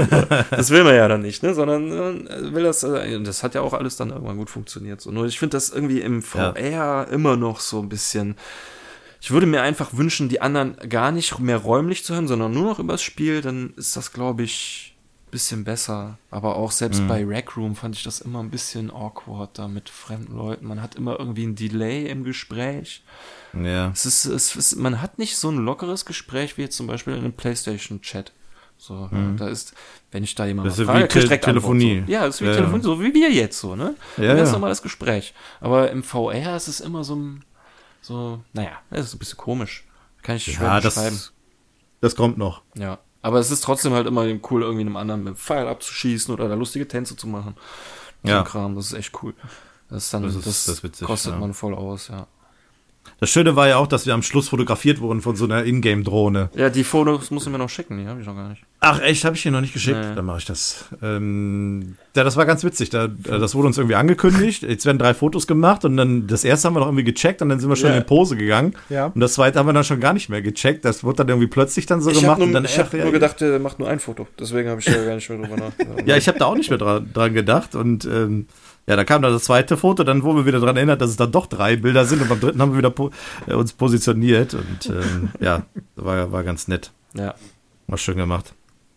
Das will man ja dann nicht, ne, sondern äh, will das, äh, das hat ja auch alles dann irgendwann gut funktioniert. So. Nur ich finde das irgendwie im V R ja. immer noch so ein bisschen. Ich würde mir einfach wünschen, die anderen gar nicht mehr räumlich zu hören, sondern nur noch übers Spiel, dann ist das, glaube ich, ein bisschen besser. Aber auch selbst mhm. bei Rec Room fand ich das immer ein bisschen awkward da mit fremden Leuten. Man hat immer irgendwie ein Delay im Gespräch. Ja. Es ist, es ist, man hat nicht so ein lockeres Gespräch wie jetzt zum Beispiel in einem PlayStation-Chat. So, mhm. da ist, wenn ich da jemanden frage, krieg ich direkt Telefonie. Antwort, so. Ja, das ist wie ja, Telefonie, so wie wir jetzt so, ne? Ja, ein ganz ja. normales Gespräch. Aber im V R ist es immer so ein So, naja, das ist ein bisschen komisch. Kann ich schwer ja, beschreiben. Das, das kommt noch. Ja, aber es ist trotzdem halt immer cool, irgendwie einem anderen mit dem Pfeil abzuschießen oder da lustige Tänze zu machen. Ja. So Kram, das ist echt cool. Das ist dann, das, ist, das, das witzig, kostet ja. man voll aus, ja. Das Schöne war ja auch, dass wir am Schluss fotografiert wurden von so einer Ingame-Drohne. Ja, die Fotos musst du mir noch schicken, die habe ich noch gar nicht. Ach echt, habe ich dir noch nicht geschickt? Nee. Dann mache ich das. Ähm, ja, das war ganz witzig. Da, das wurde uns irgendwie angekündigt. Jetzt werden drei Fotos gemacht und dann das erste haben wir noch irgendwie gecheckt und dann sind wir schon yeah. in Pose gegangen. Ja. Und das zweite haben wir dann schon gar nicht mehr gecheckt. Das wurde dann irgendwie plötzlich dann so ich gemacht. Nur, und dann ich habe nur gedacht, der macht nur ein Foto. Deswegen habe ich da gar nicht mehr drüber nachgedacht. Ja, ich habe da auch nicht mehr dran, dran gedacht und ähm, ja, da kam dann das zweite Foto, dann wurden wir wieder daran erinnert, dass es dann doch drei Bilder sind und beim dritten haben wir wieder po- äh, uns positioniert und ähm, ja, war, war ganz nett. Ja. War schön gemacht.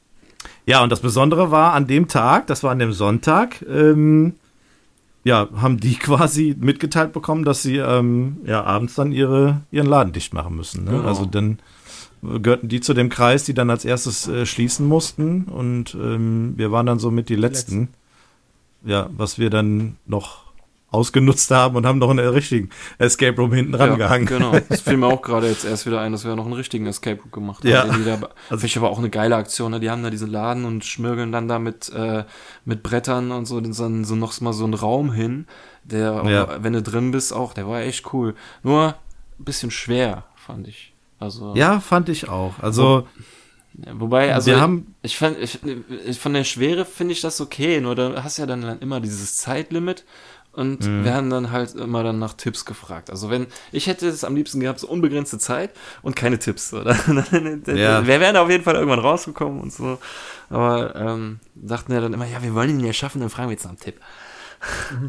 Ja, und das Besondere war an dem Tag, das war an dem Sonntag, ähm, ja, haben die quasi mitgeteilt bekommen, dass sie ähm, ja abends dann ihre, ihren Laden dicht machen müssen. Ne? Genau. Also dann gehörten die zu dem Kreis, die dann als erstes äh, schließen mussten und ähm, wir waren dann so mit die Letzten. Letzten. Ja, was wir dann noch ausgenutzt haben und haben noch einen richtigen Escape Room hinten dran ja, gehangen. Genau, das fiel mir auch gerade jetzt erst wieder ein, dass wir noch einen richtigen Escape Room gemacht haben. Ja. Da, also, finde ich aber auch eine geile Aktion, ne? Die haben da diese Laden und schmirgeln dann da mit, äh, mit Brettern und so, so, so noch mal so einen Raum hin, der, ja. wenn du drin bist, auch, der war echt cool. Nur ein bisschen schwer, fand ich. Also, ja, fand ich auch. Also wobei, also wir haben ich fand, ich, ich, von der Schwere finde ich das okay, nur da hast du ja dann immer dieses Zeitlimit und mhm. wir haben dann halt immer dann nach Tipps gefragt. Also wenn, ich hätte es am liebsten gehabt, so unbegrenzte Zeit und keine Tipps. Oder? Ja. Wir wären auf jeden Fall irgendwann rausgekommen und so, aber ähm, dachten ja dann immer, ja, wir wollen ihn ja schaffen, dann fragen wir jetzt nach einem Tipp. Mhm.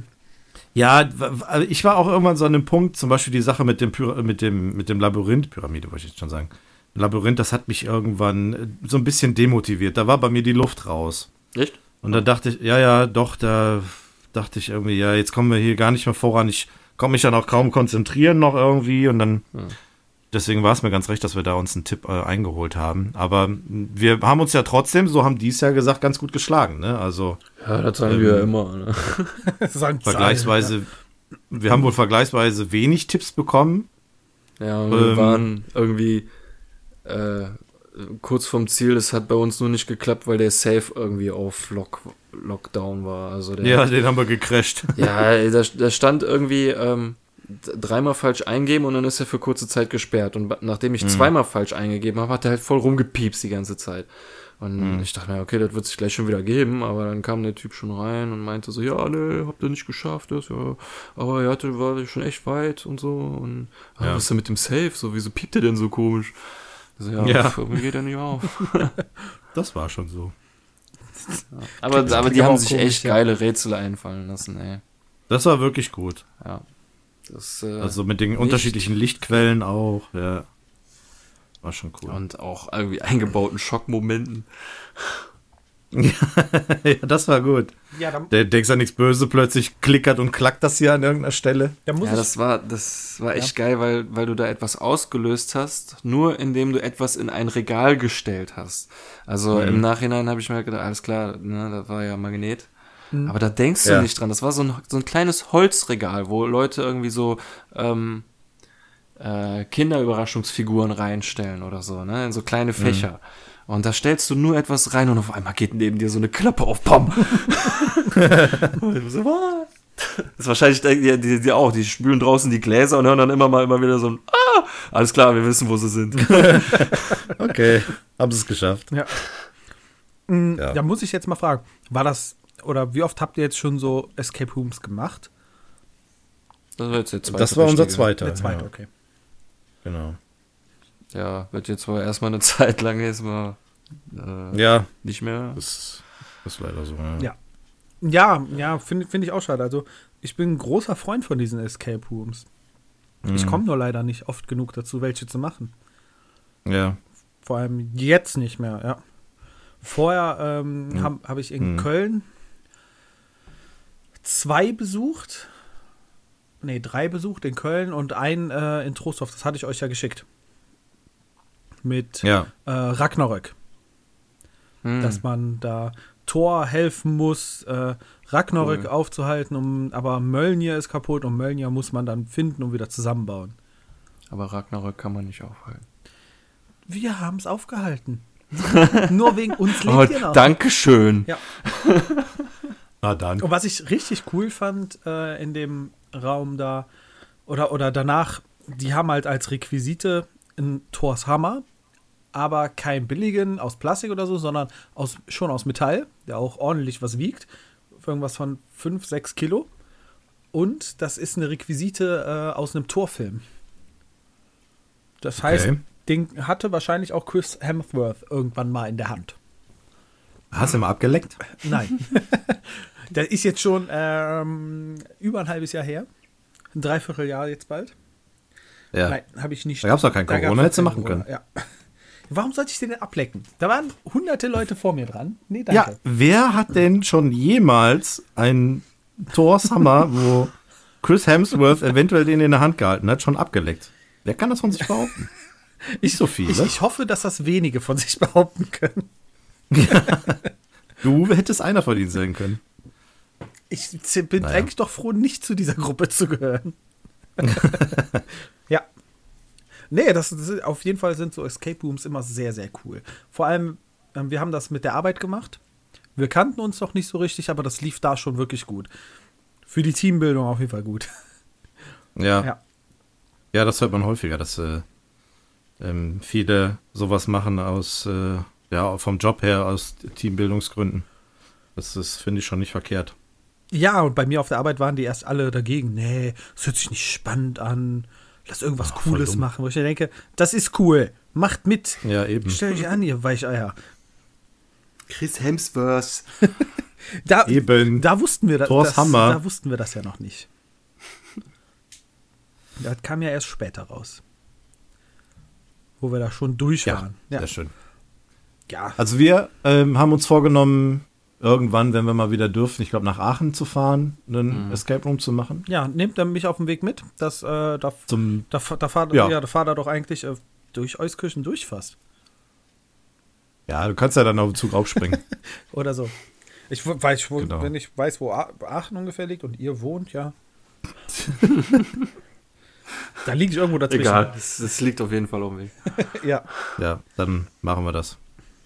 Ja, ich war auch irgendwann so an dem Punkt, zum Beispiel die Sache mit dem Pyra- mit dem, mit dem Labyrinth, Pyramide wollte ich jetzt schon sagen, Labyrinth, das hat mich irgendwann so ein bisschen demotiviert. Da war bei mir die Luft raus. Echt? Und da dachte ich, ja, ja, doch, da dachte ich irgendwie, ja, jetzt kommen wir hier gar nicht mehr voran. Ich konnte mich dann auch kaum konzentrieren noch irgendwie. Und dann, hm. deswegen war es mir ganz recht, dass wir da uns einen Tipp äh, eingeholt haben. Aber wir haben uns ja trotzdem, so haben die es ja gesagt, ganz gut geschlagen, ne? Also ja, das sagen ähm, wir ja immer. Ne? Vergleichsweise, wir haben wohl vergleichsweise wenig Tipps bekommen. Ja, und wir Ähm. waren irgendwie äh, kurz vorm Ziel. Das hat bei uns nur nicht geklappt, weil der Safe irgendwie auf Lock, Lockdown war. Also der, Ja, den haben wir gecrashed. ja, da, da stand irgendwie ähm, dreimal falsch eingeben und dann ist er für kurze Zeit gesperrt. Und nachdem ich Mhm. zweimal falsch eingegeben habe, hat er halt voll rumgepiepst die ganze Zeit. Und Mhm. ich dachte mir, okay, das wird sich gleich schon wieder geben, aber dann kam der Typ schon rein und meinte so, ja, nee, habt ihr nicht geschafft, das, ja, aber er hatte, war schon echt weit und so und ah, Ja. was ist denn mit dem Safe, so, wieso piept der denn so komisch? So, ja, Ja. pf, irgendwie geht er nicht auf. Das war schon so. aber Das aber klingt die aber haben auch sich komisch, echt ja. geile Rätsel einfallen lassen, ey. Das war wirklich gut. Ja. Das, äh, Also mit den nicht- unterschiedlichen Lichtquellen auch, ja. War schon cool. und auch irgendwie eingebauten Schockmomenten. Ja, das war gut. Ja, da, Der denkst ja nichts Böse, plötzlich klickert und klackt das hier an irgendeiner Stelle. da muss Ja, ich. das war, das war echt geil, weil, weil du da etwas ausgelöst hast, nur indem du etwas in ein Regal gestellt hast. Also Mhm. im Nachhinein habe ich mir gedacht, alles klar, ne, das war ja Magnet. Mhm. Aber da denkst du Ja. nicht dran. Das war so ein, so ein kleines Holzregal, wo Leute irgendwie so ähm, äh, Kinderüberraschungsfiguren reinstellen oder so, ne, in so kleine Fächer. Und da stellst du nur etwas rein und auf einmal geht neben dir so eine Klappe auf, pam. Und ich so, what? Das ist wahrscheinlich die, die, die auch, die spülen draußen die Gläser und hören dann immer mal immer wieder so ein Ah! Alles klar, wir wissen, wo sie sind. Okay, haben sie es geschafft. Ja. Mm, Ja. Da muss ich jetzt mal fragen, war das, oder wie oft habt ihr jetzt schon so Escape Rooms gemacht? Das war jetzt der zweite. Das war unser richtige. zweiter. Der zweite, ja, okay. genau. Ja, wird jetzt wohl erstmal eine Zeit lang erstmal äh, Ja, nicht mehr. das ist leider so. Ja. Ja. Ja, ja, finde find ich auch schade. Also, ich bin ein großer Freund von diesen Escape Rooms. Ich Mhm. komme nur leider nicht oft genug dazu, welche zu machen. Ja. Vor allem jetzt nicht mehr, ja. Vorher ähm, Mhm. habe hab ich in Mhm. Köln zwei besucht. Nee, drei besucht in Köln und einen äh, in Trostorf. Das hatte ich euch ja geschickt. Mit Ja. äh, Ragnarök. Hm. Dass man da Thor helfen muss, äh, Ragnarök Cool. aufzuhalten, um, aber Mjölnir ist kaputt und Mjölnir muss man dann finden und wieder zusammenbauen. Aber Ragnarök kann man nicht aufhalten. Wir haben es aufgehalten. Nur wegen uns lebt Oh, ihr noch. Dankeschön. Ja. Na dann. Und was ich richtig cool fand äh, in dem Raum da, oder, oder danach, die haben halt als Requisite einen Thors Hammer, aber kein billigen aus Plastik oder so, sondern aus, schon aus Metall, der auch ordentlich was wiegt. Irgendwas von fünf, sechs Kilo. Und das ist eine Requisite äh, aus einem Torfilm. Das heißt, Okay. den hatte wahrscheinlich auch Chris Hemsworth irgendwann mal in der Hand. Hast du mal abgeleckt? Nein. Das ist jetzt schon ähm, über ein halbes Jahr her. Ein Dreivierteljahr jetzt bald. Ja. Nein, habe ich nicht. Da gab's doch kein Da gab's Corona, noch hättest du kein machen Corona, können. Ja. Warum sollte ich den denn ablecken? Da waren hunderte Leute vor mir dran. Nee, Ja, danke. wer hat denn schon jemals einen Thors Hammer, wo Chris Hemsworth eventuell den in der Hand gehalten hat, schon abgeleckt? Wer kann das von sich behaupten? Nicht so viele. Ich, ich hoffe, dass das wenige von sich behaupten können. Du hättest einer von ihnen sein können. Ich z- bin Naja. eigentlich doch froh, nicht zu dieser Gruppe zu gehören. Ja. Nee, das, das ist, auf jeden Fall sind so Escape Rooms immer sehr, sehr cool. Vor allem, ähm, wir haben das mit der Arbeit gemacht. Wir kannten uns noch nicht so richtig, aber das lief da schon wirklich gut. Für die Teambildung auf jeden Fall gut. Ja. Ja. Ja, das hört man häufiger, dass äh, ähm, viele sowas machen aus, äh, ja, vom Job her, aus Teambildungsgründen. Das ist, finde ich, schon nicht verkehrt. Ja, und bei mir auf der Arbeit waren die erst alle dagegen. Nee, das hört sich nicht spannend an. Lass irgendwas Ach, voll Cooles dumm. machen. Wo ich mir denke, das ist cool. Macht mit. Ja, eben. Stell dich an, ihr Weicheier. Chris Hemsworth. Da, Eben. da wussten wir das, Thors das, Hammer. da wussten wir das ja noch nicht. Das kam ja erst später raus. Wo wir da schon durch Ja, waren. sehr schön. Ja. Also wir ähm, haben uns vorgenommen, irgendwann, wenn wir mal wieder dürfen, ich glaube nach Aachen zu fahren, einen Mhm. Escape Room zu machen. Ja, nehmt dann mich auf den Weg mit. Das, äh, da, Zum, da, da, fahr, Ja. ja. da fahr da doch eigentlich äh, durch Euskirchen durch fast. ja, du kannst ja dann auf den Zug aufspringen. Oder so. Ich wo- weiß, wo, Genau. wenn ich weiß, wo A- Aachen ungefähr liegt und ihr wohnt, ja. Da liege ich irgendwo dazwischen. Egal, es, es liegt auf jeden Fall auf dem Weg. Ja. Ja, dann machen wir das.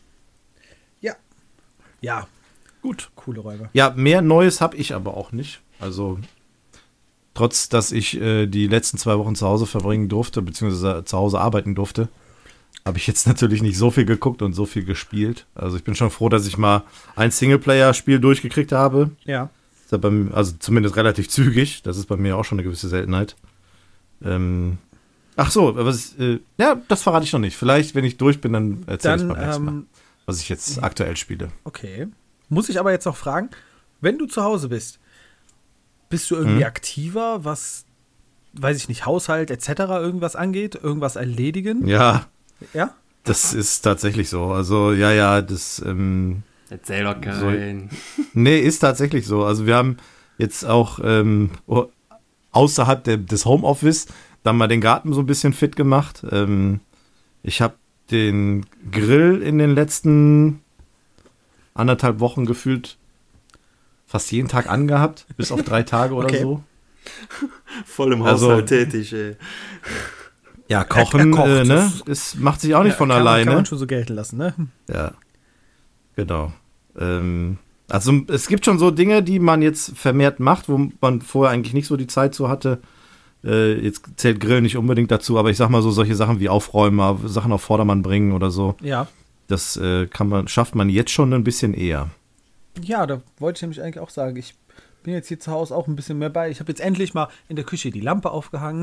Ja. Ja. Gut. Coole Räume. Ja, mehr Neues habe ich aber auch nicht. Also, trotz, dass ich äh, die letzten zwei Wochen zu Hause verbringen durfte, beziehungsweise zu Hause arbeiten durfte, habe ich jetzt natürlich nicht so viel geguckt und so viel gespielt. Also, ich bin schon froh, dass ich mal ein Singleplayer-Spiel durchgekriegt habe. Ja. Ist ja beim, also zumindest relativ zügig. Das ist bei mir auch schon eine gewisse Seltenheit. Ähm, ach so, aber es, äh, ja, das verrate ich noch nicht. Vielleicht, wenn ich durch bin, dann erzähle ich Dann, beim nächsten Mal, ähm, was ich jetzt aktuell spiele. Okay. Muss ich aber jetzt noch fragen, wenn du zu Hause bist, bist du irgendwie Hm? aktiver, was, weiß ich nicht, Haushalt et cetera irgendwas angeht? Irgendwas erledigen? Ja, Ja? das ist tatsächlich so. Also, ja, ja, das, ähm, Erzähl doch keinen. nee, ist tatsächlich so. Also, wir haben jetzt auch ähm, außerhalb der, des Homeoffice dann mal den Garten so ein bisschen fit gemacht. Ähm, ich habe den Grill in den letzten anderthalb Wochen gefühlt fast jeden Tag angehabt, bis auf drei Tage oder Okay. so. Voll im Also- Haushalt tätig, ey. Ja, kochen, er kocht, äh, ne, das- es macht sich auch nicht Ja, von kann man, alleine. Kann man schon so gelten lassen, ne? Ja, genau. Ähm, also es gibt schon so Dinge, die man jetzt vermehrt macht, wo man vorher eigentlich nicht so die Zeit zu hatte. Äh, jetzt zählt Grill nicht unbedingt dazu, aber ich sag mal so solche Sachen wie Aufräumen, Sachen auf Vordermann bringen oder so. Ja. Das äh, kann man, schafft man jetzt schon ein bisschen eher. Ja, da wollte ich nämlich eigentlich auch sagen, ich bin jetzt hier zu Hause auch ein bisschen mehr bei. Ich habe jetzt endlich mal in der Küche die Lampe aufgehangen.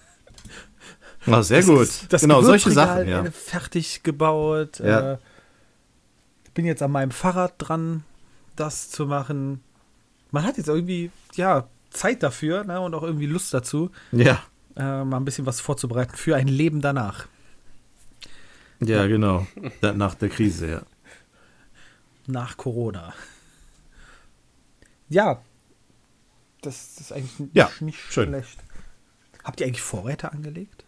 Na, sehr Das gut. ist- Das genau, solche Gewürzregal, Sachen, ja. äh, fertig gebaut. Ja. Äh, bin jetzt an meinem Fahrrad dran, das zu machen. Man hat jetzt irgendwie, ja, Zeit dafür, ne, und auch irgendwie Lust dazu, Ja, äh, mal ein bisschen was vorzubereiten für ein Leben danach. ja, genau. Da- Nach der Krise, ja. Nach Corona. Ja. Das, das ist eigentlich nicht, Ja, nicht schön. schlecht. Habt ihr eigentlich Vorräte angelegt?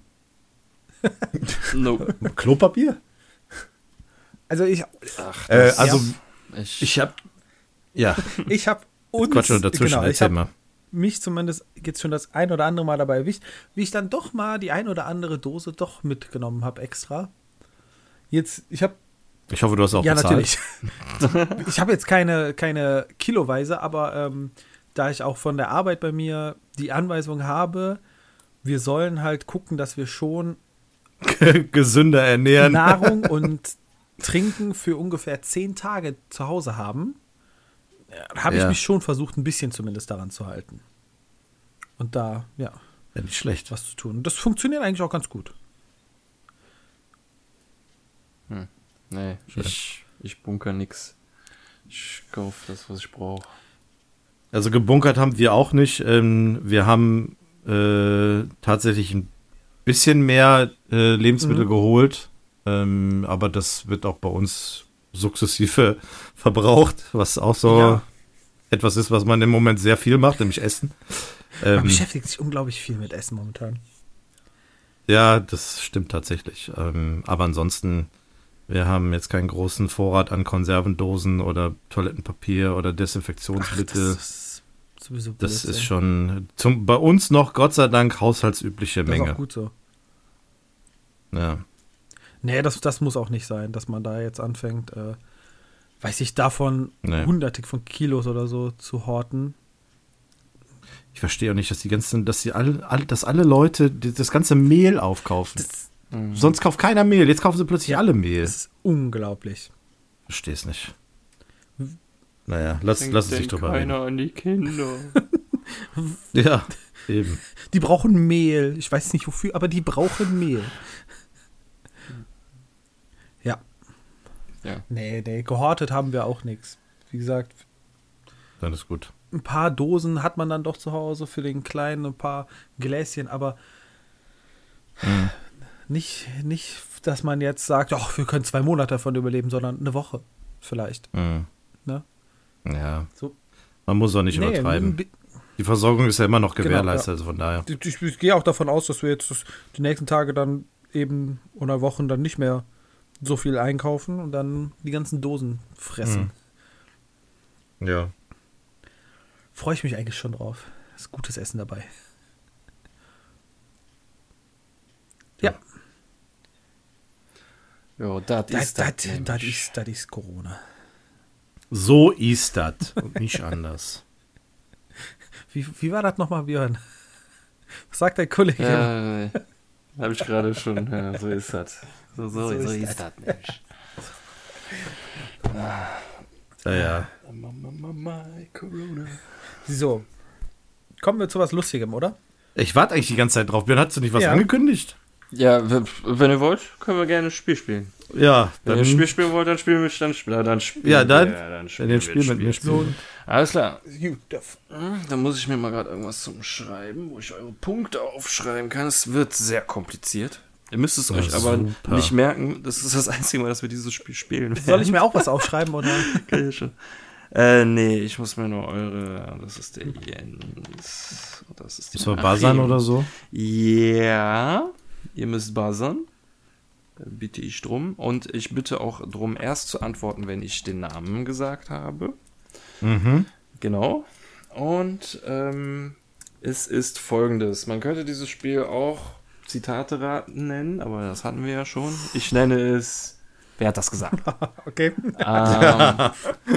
Nope. Klopapier? Also ich, Ach, Äh, das- also, ich, ich hab, ja, ich habe uns, Quatsch schon dazwischen, genau, ich erzähl hab mal. mich zumindest jetzt schon das ein oder andere Mal dabei erwischt, wie ich dann doch mal die ein oder andere Dose doch mitgenommen habe extra. Jetzt, ich habe Ich hoffe, du hast auch ja bezahlt. natürlich. Ich habe jetzt keine keine Kiloweise, aber ähm, da ich auch von der Arbeit bei mir die Anweisung habe, wir sollen halt gucken, dass wir schon Gesünder ernähren. Nahrung und Trinken für ungefähr zehn Tage zu Hause haben, äh, habe ich Ja. mich schon versucht, ein bisschen zumindest daran zu halten. Und da, ja, Ja, nicht schlecht. was zu tun. Und das funktioniert eigentlich auch ganz gut. nee, Schön. ich, ich bunker nix. Ich kaufe das, was ich brauche. Also gebunkert haben wir auch nicht. Ähm, wir haben äh, tatsächlich ein bisschen mehr äh, Lebensmittel Mhm. geholt. Ähm, aber das wird auch bei uns sukzessive verbraucht, was auch so Ja. etwas ist, was man im Moment sehr viel macht, nämlich Essen. Man Ähm, beschäftigt sich unglaublich viel mit Essen momentan. ja, das stimmt tatsächlich. Ähm, aber ansonsten, wir haben jetzt keinen großen Vorrat an Konservendosen oder Toilettenpapier oder Desinfektionsmittel. das ist sowieso Das Blödsinn. ist schon zum, bei uns noch, Gott sei Dank, haushaltsübliche Das ist Menge. auch gut so. Ja. Nee, das, das muss auch nicht sein, dass man da jetzt anfängt, äh, weiß ich, davon Nee. hunderte von Kilos oder so zu horten. Ich verstehe auch nicht, dass die ganzen, dass die alle, alle dass alle Leute die, das ganze Mehl aufkaufen. Das, Sonst kauft keiner Mehl, jetzt kaufen sie plötzlich alle Mehl. das ist unglaublich. Verstehe es nicht. Naja, lass, Denkt lass es sich denn drüber reden. keiner an die Kinder. Ja, eben. Die brauchen Mehl. Ich weiß nicht wofür, aber die brauchen Mehl. Ja. Ja. Nee, nee, gehortet haben wir auch nichts. Wie gesagt, Dann ist gut. ein paar Dosen hat man dann doch zu Hause für den Kleinen, ein paar Gläschen, aber Mhm. nicht, nicht, dass man jetzt sagt, ach, wir können zwei Monate davon überleben, sondern eine Woche vielleicht. Mhm. Ne? Ja. So. Man muss auch nicht Nee, übertreiben. ein bi- Die Versorgung ist ja immer noch Genau, gewährleistet, ja. also von daher. Ich, ich, ich gehe auch davon aus, dass wir jetzt das, die nächsten Tage dann eben oder Wochen dann nicht mehr so viel einkaufen und dann die ganzen Dosen fressen. Ja. Freue ich mich eigentlich schon drauf. ist gutes Essen dabei. Ja. Ja, das Das ist das. das nämlich. ist das ist Corona. So ist das und nicht anders. Wie, wie war das nochmal, Björn? Was sagt dein Kollege? Ja, habe ich gerade schon. Ja, so ist das. So, so, So so, ist ist das nämlich. Ja, ja. My Corona. So. Kommen wir zu was Lustigem, oder? Ich warte eigentlich die ganze Zeit drauf. Björn, hast du nicht was Ja. angekündigt? Ja, w- wenn ihr wollt, können wir gerne ein Spiel spielen. Ja, Wenn dann, ihr ein Spiel spielen wollt, dann spielen wir dann, spielen- dann spielen ja, dann, wir, dann wenn ihr ein Spiel mit mir spielt. Alles klar. Hm, Dann muss ich mir mal gerade irgendwas zum Schreiben, wo ich eure Punkte aufschreiben kann. Es wird sehr kompliziert. Ihr müsst es Ja, euch aber super. nicht merken. Das ist das einzige Mal, dass wir dieses Spiel spielen. Soll ich mir auch was aufschreiben, oder? Kann ich schon. Äh, nee, ich muss mir nur eure. Das ist der Jens. Das ist der Muss man buzzern oder so? Ja. Ihr müsst buzzern. Bitte ich drum. Und ich bitte auch drum, erst zu antworten, wenn ich den Namen gesagt habe. Mhm. Genau. Und ähm, es ist folgendes. Man könnte dieses Spiel auch Zitate raten nennen, aber das hatten wir ja schon. Ich nenne es. Wer hat das gesagt? Okay. ähm,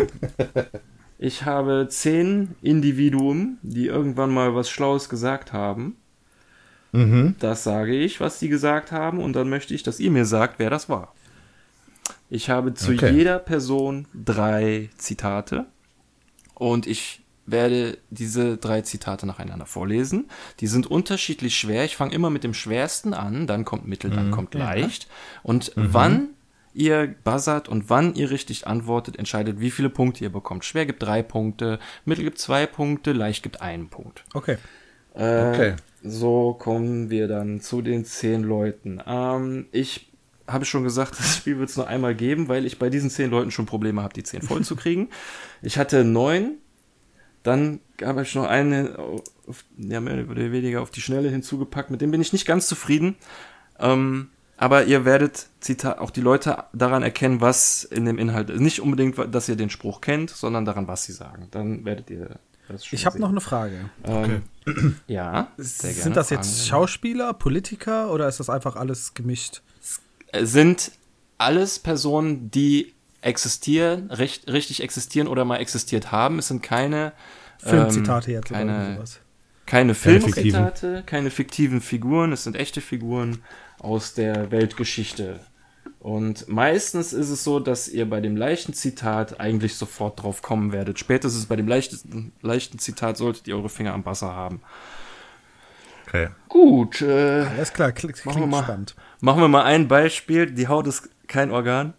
ich habe zehn Individuen, die irgendwann mal was Schlaues gesagt haben. Mhm. Das sage ich, was die gesagt haben, und dann möchte ich, dass ihr mir sagt, wer das war. Ich habe zu Okay. jeder Person drei Zitate und ich werde diese drei Zitate nacheinander vorlesen. Die sind unterschiedlich schwer. Ich fange immer mit dem schwersten an, dann kommt mittel, dann kommt leicht. Und wann ihr buzzert und wann ihr richtig antwortet, entscheidet, wie viele Punkte ihr bekommt. Schwer gibt drei Punkte, mittel gibt zwei Punkte, leicht gibt einen Punkt. Okay. Äh, Okay. So kommen wir dann zu den zehn Leuten. Ähm, ich habe schon gesagt, das Spiel wird es nur einmal geben, weil ich bei diesen zehn Leuten schon Probleme habe, die zehn voll zu kriegen. Ich hatte neun, dann habe ich noch eine, auf, ja, mehr oder weniger auf die Schnelle hinzugepackt. Mit dem bin ich nicht ganz zufrieden. Ähm, aber ihr werdet, Zitat, auch die Leute daran erkennen, was in dem Inhalt ist. Nicht unbedingt, dass ihr den Spruch kennt, sondern daran, was sie sagen. Dann werdet ihr das schon Ich habe sehen. noch eine Frage. Ähm, ja, sehr gerne. Sind das jetzt Fragen. Schauspieler, Politiker oder ist das einfach alles gemischt? Es sind alles Personen, die existieren, recht, richtig existieren oder mal existiert haben. Es sind keine Filmzitate ähm, jetzt oder keine, sowas. keine Keine Filmzitate, keine fiktiven Figuren. Es sind echte Figuren aus der Weltgeschichte. Und meistens ist es so, dass ihr bei dem leichten Zitat eigentlich sofort drauf kommen werdet. Spätestens bei dem leichten, leichten Zitat solltet ihr eure Finger am Wasser haben. Okay. Gut, äh, Alles klar, klingt, Machen wir klingt mal. spannend. machen wir mal ein Beispiel. Die Haut ist kein Organ.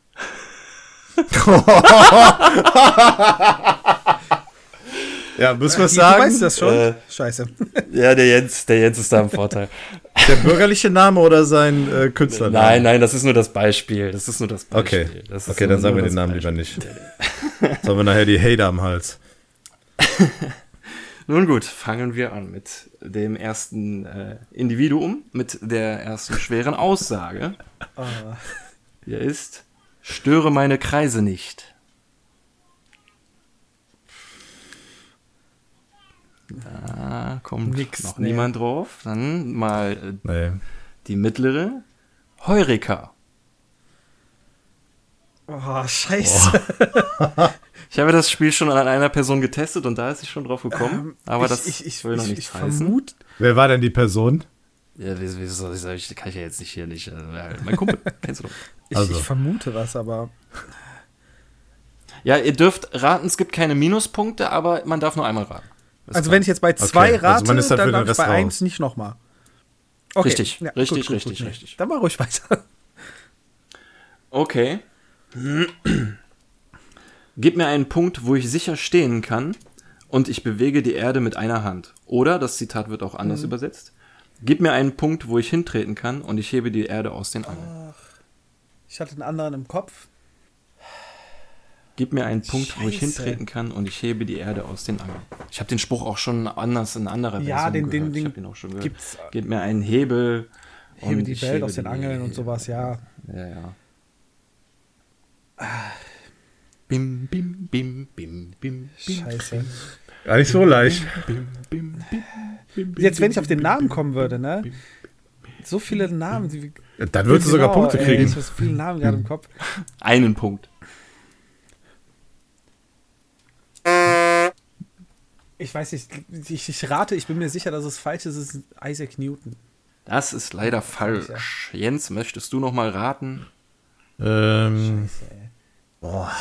Ja, müssen wir Du sagen, weißt das schon? Äh, Scheiße. Ja, der Jens, der Jens ist da im Vorteil. der bürgerliche Name oder sein äh, Künstlername? Nein, nein, das ist nur das Beispiel. Das ist nur das Beispiel. Okay, Das ist okay, nur- dann sagen wir nur den das Namen Beispiel. lieber nicht. Jetzt haben wir nachher die Hater am Hals. Nun gut, fangen wir an mit dem ersten äh, Individuum, mit der ersten schweren Aussage. Ah, Hier ist: Störe meine Kreise nicht. Da kommt Nix, noch nee. niemand drauf. Dann mal äh, Nee. die mittlere. Heureka. oh, scheiße. Ich habe das Spiel schon an einer Person getestet und da ist sie schon drauf gekommen. Ähm, aber ich, das ich, ich, will noch ich, nichts ich heißen. vermute, Wer war denn die Person? Ja, wie, wie soll ich sagen? Ich kann ich ja jetzt nicht hier nicht. Äh, mein Kumpel, kennst du doch. ich, Also. ich vermute was, aber Ja, ihr dürft raten, es gibt keine Minuspunkte, aber man darf nur einmal raten. Ist also klar. wenn ich jetzt bei zwei also rate, man ist dann für dann den darf ich Rest bei raus. eins nicht nochmal. Richtig, richtig, richtig, nee. richtig. Dann mach ruhig weiter. Okay. Gib mir einen Punkt, wo ich sicher stehen kann und ich bewege die Erde mit einer Hand. Oder, das Zitat wird auch anders übersetzt, gib mir einen Punkt, wo ich hintreten kann und ich hebe die Erde aus den Angeln. Ich hatte einen anderen im Kopf. Gib mir einen Punkt, wo ich Scheiße. hintreten kann und ich hebe die Erde aus den Angeln. Ich habe den Spruch auch schon anders in anderer Version Ja, den- den- gehört. den ich habe ihn auch schon gehört. gibt's. Gib mir einen Hebel Hebe und die ich Welt hebe aus den die- Angeln und sowas, ja. Ja, ja. Bim, bim, bim, bim, bim, bim. Scheiße. Gar nicht so leicht. Jetzt, wenn ich auf den Namen kommen würde, ne? So viele Namen. Die, Dann würdest du sogar Punkte ey, kriegen. Ich habe so viele Namen gerade im Kopf. Einen Punkt. Ich weiß nicht, ich, ich rate, ich bin mir sicher, dass es falsch ist. Es ist Isaac Newton. Das ist leider falsch. Jens, möchtest du noch mal raten? Ähm, Scheiße, ey. boah.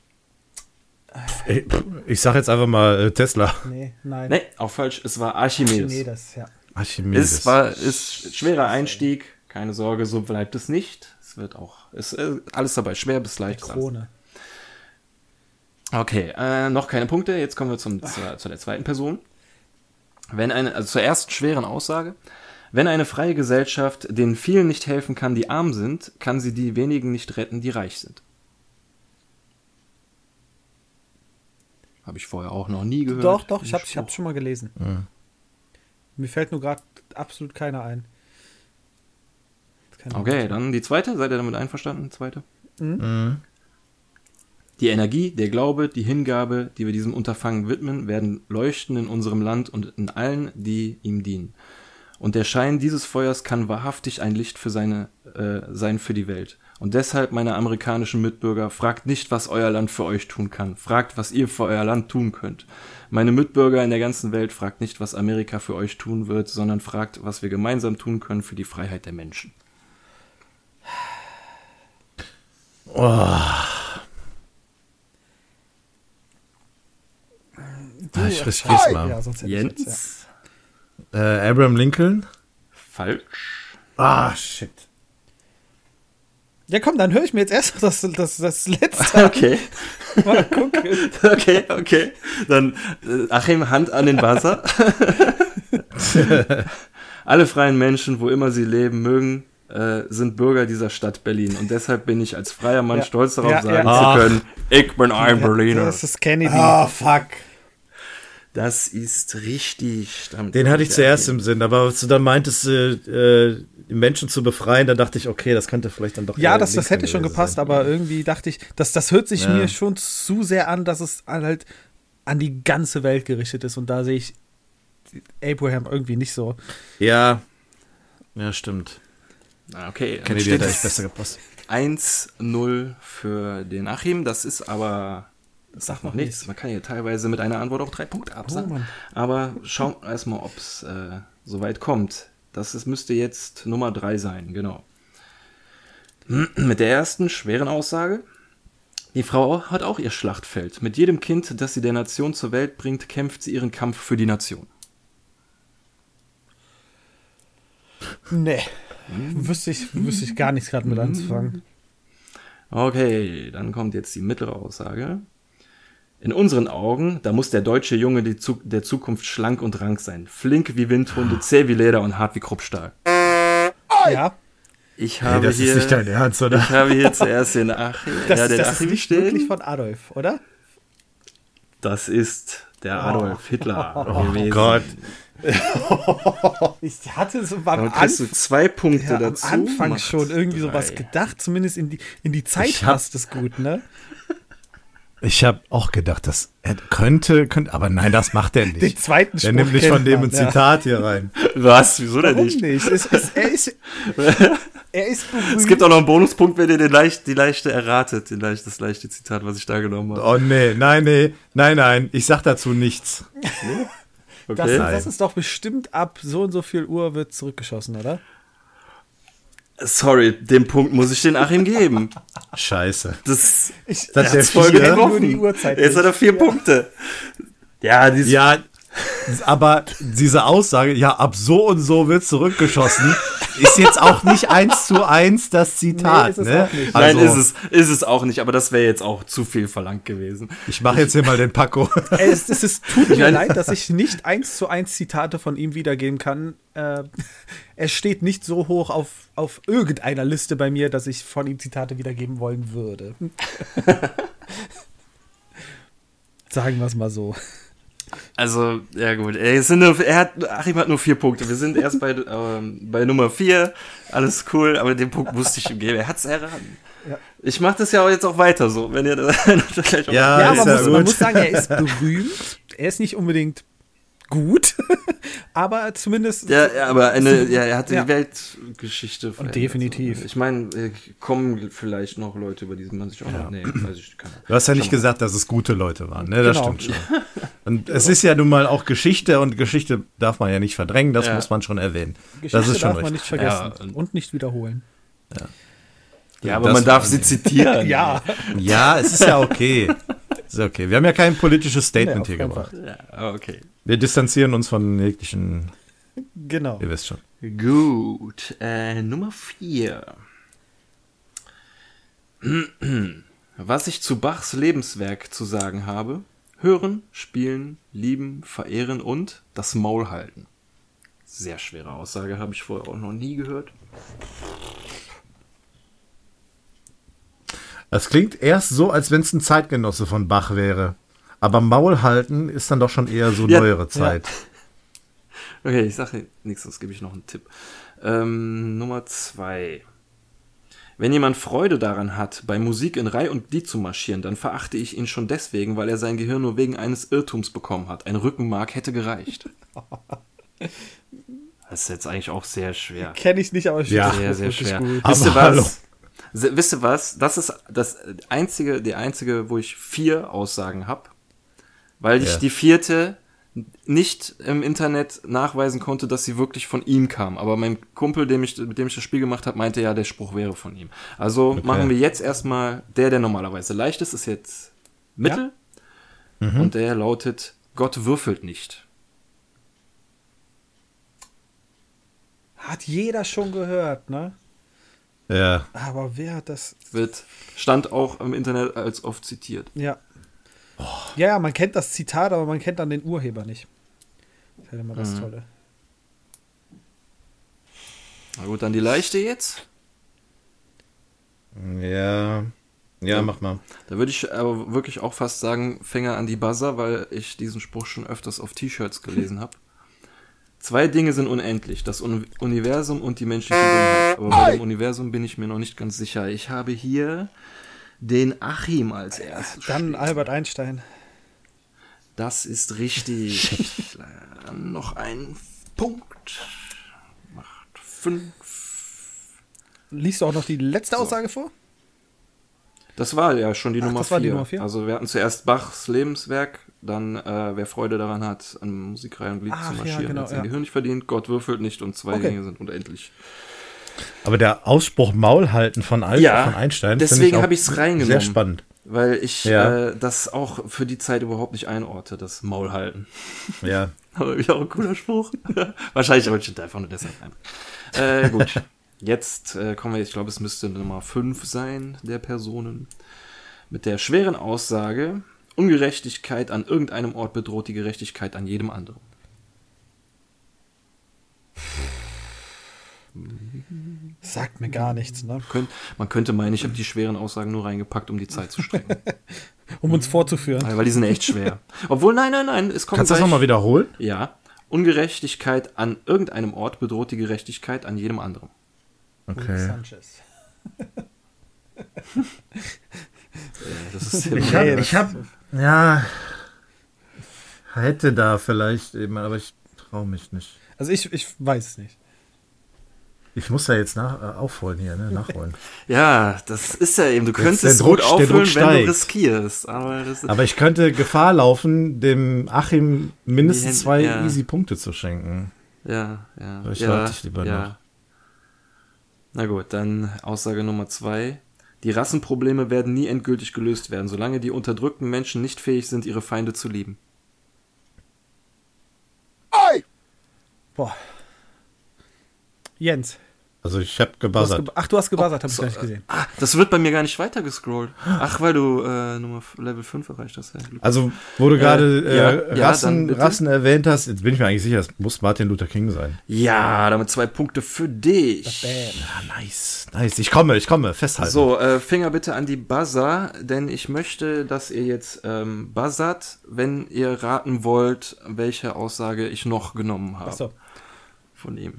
Ich, ich sag jetzt einfach mal äh, Tesla. Nee, nein. Nee, auch falsch. Es war Archimedes. Archimedes, ja. Archimedes. Es war ist schwerer Einstieg. Keine Sorge, so bleibt es nicht. Es wird auch ist, äh, alles dabei, schwer bis leicht. Krone. Okay, äh, noch keine Punkte. Jetzt kommen wir zum, zu, zu der zweiten Person. Wenn eine, also zur ersten schweren Aussage. Wenn eine freie Gesellschaft den vielen nicht helfen kann, die arm sind, kann sie die wenigen nicht retten, die reich sind. Habe ich vorher auch noch nie gehört. Doch, doch, ich habe ich hab's schon mal gelesen. Mhm. Mir fällt nur gerade absolut keiner ein. Keine Okay, Ahnung. dann die zweite. Seid ihr damit einverstanden? Zweite. Mhm. Die Energie, der Glaube, die Hingabe, die wir diesem Unterfangen widmen, werden leuchten in unserem Land und in allen, die ihm dienen. Und der Schein dieses Feuers kann wahrhaftig ein Licht für seine, äh, sein für die Welt. Und deshalb, meine amerikanischen Mitbürger, fragt nicht, was euer Land für euch tun kann. Fragt, was ihr für euer Land tun könnt. Meine Mitbürger in der ganzen Welt, fragt nicht, was Amerika für euch tun wird, sondern fragt, was wir gemeinsam tun können für die Freiheit der Menschen. Oh. Du, Ah, ich ach, riskiere es scheiße. mal. Ja, sonst hätte ich jetzt, Jens? Äh, Abraham Lincoln. Falsch. Ah, shit. ja. ja, komm, dann höre ich mir jetzt erst das, das, das letzte an. Okay. Mal gucken. Okay, okay. Dann äh, Achim, Hand an den Buzzer. Alle freien Menschen, wo immer sie leben mögen, äh, sind Bürger dieser Stadt Berlin. Und deshalb bin ich als freier Mann Ja. stolz darauf, Ja, sagen ja. zu können, ich bin ein Ja, Berliner. das ist Kennedy. Ah, fuck. Das ist richtig. Damit Den hatte ich ja zuerst gehen. im Sinn, aber als du dann meintest, äh, äh, die Menschen zu befreien, da dachte ich, okay, das könnte vielleicht dann doch Ja, eher das, das Lincoln hätte schon gewesen gepasst, sein. aber irgendwie dachte ich, das, das hört sich Ja. mir schon zu sehr an, dass es halt an die ganze Welt gerichtet ist. Und da sehe ich Abraham irgendwie nicht so. Ja, ja, stimmt. Ah, Okay, dann Kennedy steht hätte echt es besser gepasst. eins null für den Achim. Das ist aber, das sagt noch noch nichts. Man kann hier teilweise mit einer Antwort auch drei Punkte Oh, absagen. Mann. Aber schauen wir erstmal, ob es äh, soweit kommt. Das ist, müsste jetzt Nummer drei sein, genau. Mit der ersten schweren Aussage. Die Frau hat auch ihr Schlachtfeld. Mit jedem Kind, das sie der Nation zur Welt bringt, kämpft sie ihren Kampf für die Nation. Nee. Wüsste ich, wüsste ich gar nichts gerade mit anzufangen. Okay, dann kommt jetzt die mittlere Aussage. In unseren Augen, da muss der deutsche Junge die Zu- der Zukunft schlank und rank sein. Flink wie Windhunde, zäh wie Leder und hart wie Kruppstahl. Ja, Ich Hey, habe das hier, ist nicht dein Ernst, oder? ich habe hier zuerst den Achim, das, ja, den das ist Achim nicht wirklich stehen. von Adolf, oder? Das ist der Adolf Hitler gewesen. Oh Gott. Ich hatte so beim Dann kriegst du Anfang, zwei Punkte ja, am dazu. Anfang Macht schon irgendwie sowas drei. gedacht, zumindest in die, in die Zeit Ich hab- passt es gut, ne? Ich habe auch gedacht, das er könnte, könnte, aber nein, das macht er Den nicht. zweiten Der Spruch nimmt nicht kennt von dem man, ein ja. Zitat hier rein. Was? Wieso denn Warum nicht? nicht? Es, es, er, ist, er ist berühmt. Es gibt auch noch einen Bonuspunkt, wenn ihr den leicht, die leichte erratet, den leicht, das leichte Zitat, was ich da genommen habe. Oh nee, nein, nee, nein, nein, ich sag dazu nichts. Okay. das, Nein. das ist doch bestimmt ab so und so viel Uhr wird zurückgeschossen, oder? Sorry, den Punkt muss ich den Achim geben. Scheiße. Das, Ich, Das er ist hat's voll der vier? getroffen. Nur die Uhrzeit Jetzt hat er vier Punkte. Ja, die Ja, aber diese Aussage, ja, ab so und so wird zurückgeschossen, ist jetzt auch nicht eins zu eins das Zitat, Nee, ist es ne? auch nicht. Nein, Also, ist es, ist es auch nicht, aber das wäre jetzt auch zu viel verlangt gewesen. ich mache jetzt hier mal den Paco. Es, es, es tut mir meine- leid, dass ich nicht eins zu eins Zitate von ihm wiedergeben kann. Äh, er steht nicht so hoch auf, auf irgendeiner Liste bei mir, dass ich von ihm Zitate wiedergeben wollen würde. Sagen wir es mal so. Also, ja gut. Er, es sind nur, er hat, Achim hat nur vier Punkte. Wir sind erst bei, ähm, bei Nummer vier. Alles cool, aber den Punkt musste ich ihm geben. Er hat es erraten. Ja. Ich mache das ja auch jetzt auch weiter so, wenn ihr das gleich auch Ja, Ja, ist man, ja muss, gut. man muss sagen, er ist berühmt. er ist nicht unbedingt gut, aber zumindest. Ja, ja, aber eine, ja, er hat Ja. die Weltgeschichte verändert. definitiv. Ich meine, äh, kommen vielleicht noch Leute, über die man sich auch noch. Nee, weiß ich keine. Du hast ja nicht Schau mal. gesagt, dass es gute Leute waren, ne? Das Genau. stimmt schon. Und es ist ja nun mal auch Geschichte und Geschichte darf man ja nicht verdrängen, das Ja. muss man schon erwähnen. Geschichte das ist schon darf man richtig. nicht vergessen Ja, und- und nicht wiederholen. Ja, aber Das man darf war- sie zitieren. Ja, Ja, es ist ja okay. Ist okay. Wir haben ja kein politisches Statement Nee, hier auf gebracht. keinen Ja, okay. Wir distanzieren uns von jeglichen, genau. ihr wisst schon. Gut, äh, Nummer vier. Was ich zu Bachs Lebenswerk zu sagen habe: Hören, spielen, lieben, verehren und das Maul halten. Sehr schwere Aussage, habe ich vorher auch noch nie gehört. Es klingt erst so, als wenn es ein Zeitgenosse von Bach wäre. Aber Maul halten ist dann doch schon eher so Ja, neuere Zeit. Okay, ich sage nichts, sonst gebe ich noch einen Tipp. Ähm, Nummer zwei. Wenn jemand Freude daran hat, bei Musik in Reih und Glied zu marschieren, dann verachte ich ihn schon deswegen, weil er sein Gehirn nur wegen eines Irrtums bekommen hat. Ein Rückenmark hätte gereicht. Das ist jetzt eigentlich auch sehr schwer. Kenne ich nicht, aber ich Ja. finde Sehr, das sehr wirklich schwer. gut. Wisst ihr Aber hallo. was? Se- Wisst ihr was? Das ist das einzige, der einzige, wo ich vier Aussagen habe, weil ich Ja. die vierte nicht im Internet nachweisen konnte, dass sie wirklich von ihm kam. Aber mein Kumpel, dem ich, mit dem ich das Spiel gemacht habe, meinte ja, der Spruch wäre von ihm. Also Okay. machen wir jetzt erstmal der, der normalerweise leicht ist, ist jetzt Mittel. Und der lautet: Gott würfelt nicht. Hat jeder schon gehört, ne? Ja. Aber wer hat das? Wird, stand auch im Internet als oft zitiert. Ja. Ja, ja, man kennt das Zitat, aber man kennt dann den Urheber nicht. Das ist halt immer das Mhm. Tolle. Na gut, dann die leichte jetzt. Ja. Ja, mach mal. Da würde ich aber wirklich auch fast sagen, Finger an die Buzzer, weil ich diesen Spruch schon öfters auf T-Shirts gelesen habe. Zwei Dinge sind unendlich, das Un- Universum und die menschliche Dummheit. Aber bei dem Universum bin ich mir noch nicht ganz sicher. Ich habe hier den Achim als erstes. Dann stehen. Albert Einstein. Das ist richtig. Dann noch ein Punkt. Macht fünf. Liest du auch noch die letzte So. Aussage vor? Das war ja schon die Ach, Nummer das war die vier. Nummer vier? Also wir hatten zuerst Bachs Lebenswerk, dann äh, wer Freude daran hat, an Musikreihe und Lied Ach, zu ja, marschieren, genau, hat sein ja. Gehirn nicht verdient, Gott würfelt nicht und zwei Okay. Dinge sind unendlich. Aber der Ausspruch Maul halten von, Al Ja, von Einstein deswegen auch habe ich's reingenommen. Sehr spannend. Weil ich Ja. äh, das auch für die Zeit überhaupt nicht einordte, das Maul halten. Ja. Aber ja, auch ein cooler Spruch. Wahrscheinlich aber ich einfach nur deshalb rein. Äh, gut, jetzt äh, kommen wir, ich glaube, es müsste Nummer fünf sein, der Personen. Mit der schweren Aussage: Ungerechtigkeit an irgendeinem Ort bedroht die Gerechtigkeit an jedem anderen. Sagt mir gar nichts, ne? Könnt, man könnte meinen, ich habe die schweren Aussagen nur reingepackt, um die Zeit zu strecken. Um uns vorzuführen. Weil die sind echt schwer. Obwohl, nein, nein, nein, es kommt Kannst du das gleich- nochmal wiederholen? Ja. Ungerechtigkeit an irgendeinem Ort bedroht die Gerechtigkeit an jedem anderen. Okay. Sanchez. Das ist Ich hab- habe, ich hab, ja, hätte da vielleicht eben, aber ich traue mich nicht. Also ich, ich weiß es nicht. Ich muss ja jetzt nach, äh, aufholen hier, ne, nachholen. Ja, das ist ja eben. Du der könntest Druck- gut der aufhören, Druck wenn steigt. du riskierst. Aber das ist, Aber ich könnte Gefahr laufen, dem Achim Die mindestens Hände- zwei ja. easy Punkte zu schenken. ja, ja. Vielleicht ja, warte ich lieber ja. noch. Na gut, dann Aussage Nummer zwei. Die Rassenprobleme werden nie endgültig gelöst werden, solange die unterdrückten Menschen nicht fähig sind, ihre Feinde zu lieben. Boah. Jens. Also ich habe Du hast gebuzzert. ge Ach, du hast gebuzzert, habe ich so, gar nicht gesehen. Ah, das wird bei mir gar nicht weiter gescrollt. Ach, weil du äh, Nummer f- Level fünf erreicht hast. Ja. Also, wo du gerade Äh, äh, ja, ja, Rassen, dann bitte. Rassen erwähnt hast, jetzt bin ich mir eigentlich sicher, es muss Martin Luther King sein. Ja, damit zwei Punkte für dich. Bam. Ah, nice, nice. Ich komme, ich komme, festhalten. So, äh, Finger bitte an die Buzzer, denn ich möchte, dass ihr jetzt ähm, buzzert, wenn ihr raten wollt, welche Aussage ich noch genommen habe Achso. von ihm.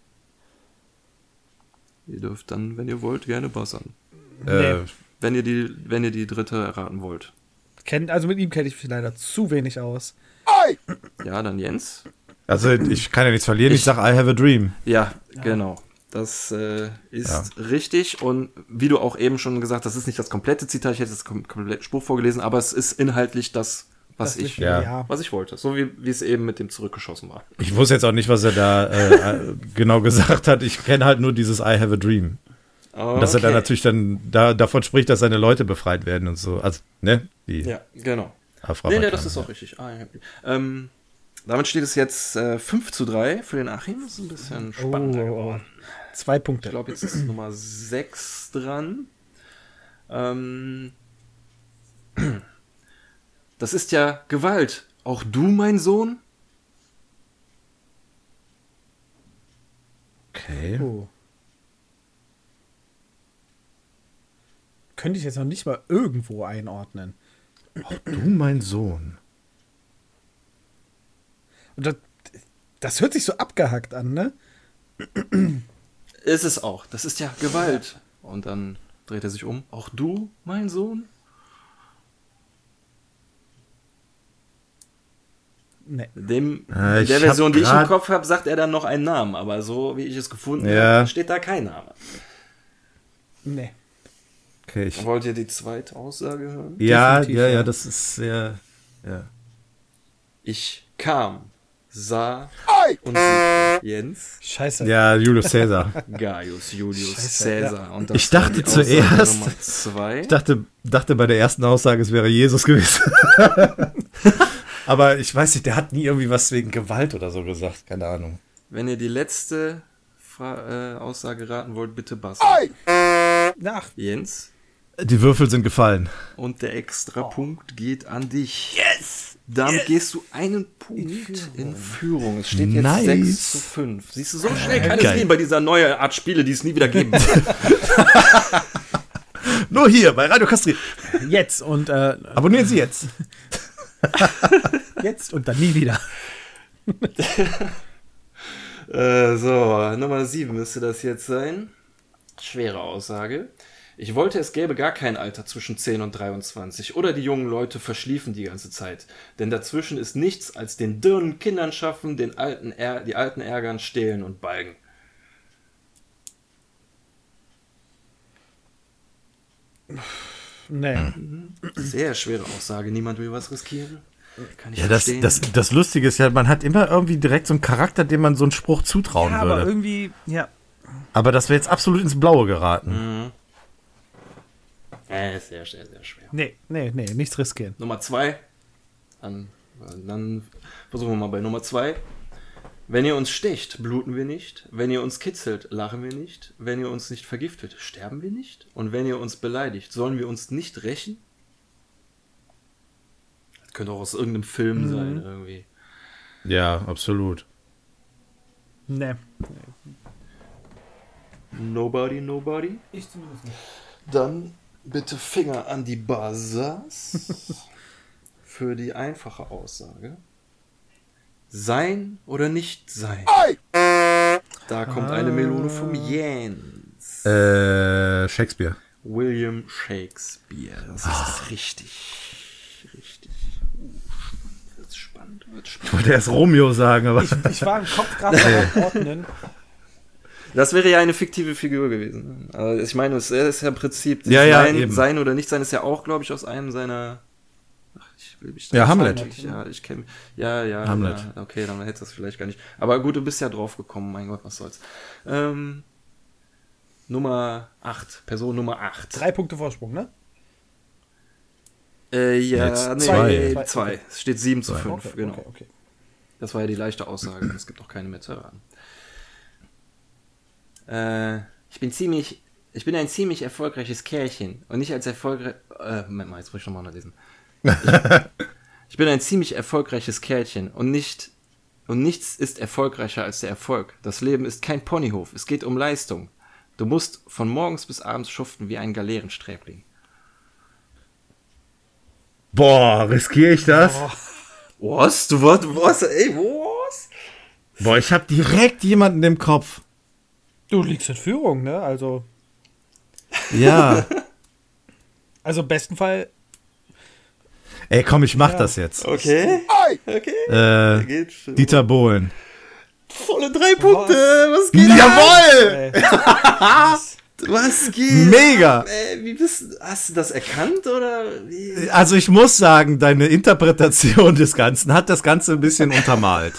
Ihr dürft dann, wenn ihr wollt, gerne buzzern. Äh, Wenn ihr die, wenn ihr die dritte erraten wollt. Kenn, also mit ihm kenne ich mich leider zu wenig aus. Ja, dann Jens. Also ich kann ja nichts verlieren, ich, ich sage I have a dream. Ja, ja. genau. Das äh, ist ja. richtig. Und wie du auch eben schon gesagt hast, das ist nicht das komplette Zitat, ich hätte das kom- komplette Spruch vorgelesen, aber es ist inhaltlich das, was das ich ja. was ich wollte. So wie, wie es eben mit dem zurückgeschossen war. Ich wusste jetzt auch nicht, was er da äh, genau gesagt hat. Ich kenne halt nur dieses I have a dream. Oh, und dass okay. er dann natürlich dann da, davon spricht, dass seine Leute befreit werden und so. Also, ne? Die ja, genau. Nee, nee, das ist auch richtig. Ah, ja. ähm, damit steht es jetzt äh, fünf zu drei für den Achim. Das ist ein bisschen spannender geworden. Oh, zwei Punkte. Ich glaube, jetzt ist Nummer sechs dran. Ähm, das ist ja Gewalt. Auch du, mein Sohn? Okay. Oh. Könnte ich jetzt noch nicht mal irgendwo einordnen. Auch du, mein Sohn. Und das, das hört sich so abgehackt an, ne? Ist es auch. Das ist ja Gewalt. Und dann dreht er sich um. Auch du, mein Sohn? Nee. Dem, äh, der Version, die ich im Kopf habe, sagt er dann noch einen Namen. Aber so, wie ich es gefunden ja. habe, steht da kein Name. Nee. Okay, ich Wollt ihr die zweite Aussage hören? Ja, Definitiv, ja, ja, ja, das ist sehr, ja. Ich kam, sah und siegte. Jens. Scheiße. Ja, Julius Caesar. Gaius Julius Scheiße, Caesar. ja. Und das ich dachte zuerst, Nummer zwei. ich dachte, dachte bei der ersten Aussage, es wäre Jesus gewesen. Aber ich weiß nicht, der hat nie irgendwie was wegen Gewalt oder so gesagt, keine Ahnung. Wenn ihr die letzte Fra- äh, Aussage raten wollt, bitte Bass. Nach. Jens. Die Würfel sind gefallen. Und der Extrapunkt oh. geht an dich. Yes! Damit yes. gehst du einen Punkt in Führung. in Führung. Es steht jetzt nice. sechs zu fünf. Siehst du, so schnell kann Geil. es gehen bei dieser neuen Art Spiele, die es nie wieder geben wird. Nur hier, bei Radio Castri. Jetzt und äh, abonnieren Sie jetzt. Jetzt und dann nie wieder. äh, so, Nummer sieben müsste das jetzt sein. Schwere Aussage. Ich wollte, es gäbe gar kein Alter zwischen zehn und dreiundzwanzig. Oder die jungen Leute verschliefen die ganze Zeit. Denn dazwischen ist nichts als den Dirnen Kindern schaffen, den alten Är- die Alten ärgern, stehlen und balgen. Nee. Sehr schwere Aussage. Niemand will was riskieren. Kann ich ja, das, verstehen. das, das Lustige ist ja, man hat immer irgendwie direkt so einen Charakter, dem man so einen Spruch zutrauen ja, würde. aber irgendwie, ja. Aber das wäre jetzt absolut ins Blaue geraten. Mhm. Äh, sehr, sehr, sehr schwer. Nee, nee, nee, nichts riskieren. Nummer zwei. Dann, dann versuchen wir mal bei Nummer zwei. Wenn ihr uns sticht, bluten wir nicht. Wenn ihr uns kitzelt, lachen wir nicht. Wenn ihr uns nicht vergiftet, sterben wir nicht. Und wenn ihr uns beleidigt, sollen wir uns nicht rächen? Das könnte auch aus irgendeinem Film mhm. sein, irgendwie. Ja, absolut. Nee. Nobody, nobody? Ich zumindest nicht. Dann bitte Finger an die Buzzers für die einfache Aussage. Sein oder nicht sein? Da kommt eine Melone vom Jens. Äh, Shakespeare. William Shakespeare. Das ist oh. richtig. Richtig. Wird spannend, wird spannend. Ich wollte erst Romeo sagen, aber... Ich, ich war im Kopf gerade am Ordnen. Das wäre ja eine fiktive Figur gewesen. Also ich meine, es ist ja im Prinzip ja, ja, sein, sein oder nicht sein ist ja auch, glaube ich, aus einem seiner. Ach, ich will mich ja, Hamlet. Ich, ja, ich kenne. Ja, ja. Hamlet. Ja, okay, dann hätte das vielleicht gar nicht. Aber gut, du bist ja drauf gekommen. Mein Gott, was soll's. Ähm, Nummer acht. Person Nummer acht. Drei Punkte Vorsprung, ne? Äh, ja, Jetzt nee, zwei. nee, Zwei. zwei. Okay. Es steht sieben zu Zwei. fünf, Okay, genau. okay, okay. Das war ja die leichte Aussage. Es gibt auch keine mehr zu erraten. Äh, ich bin ziemlich, ich bin ein ziemlich erfolgreiches Kerlchen und nicht als erfolgreich, äh, Moment mal, jetzt muss ich nochmal lesen. Ich, ich bin ein ziemlich erfolgreiches Kerlchen und nicht, und nichts ist erfolgreicher als der Erfolg. Das Leben ist kein Ponyhof, es geht um Leistung. Du musst von morgens bis abends schuften wie ein Galeerensträbling. Boah, riskiere ich das? Oh. Was? Du was? Was? Ey, was? Boah, ich habe direkt jemanden im Kopf. Du liegst in Führung, ne? Also. Ja. Also im besten Fall. Ey, komm, ich mach Ja. das jetzt. Okay. Okay. Äh, Geht schon. Dieter Bohlen. Volle drei Punkte. Was geht? Jawohl! Ey. Was geht? Mega! Ey, wie bist, hast du das erkannt oder wie? Also ich muss sagen, deine Interpretation des Ganzen hat das Ganze ein bisschen untermalt.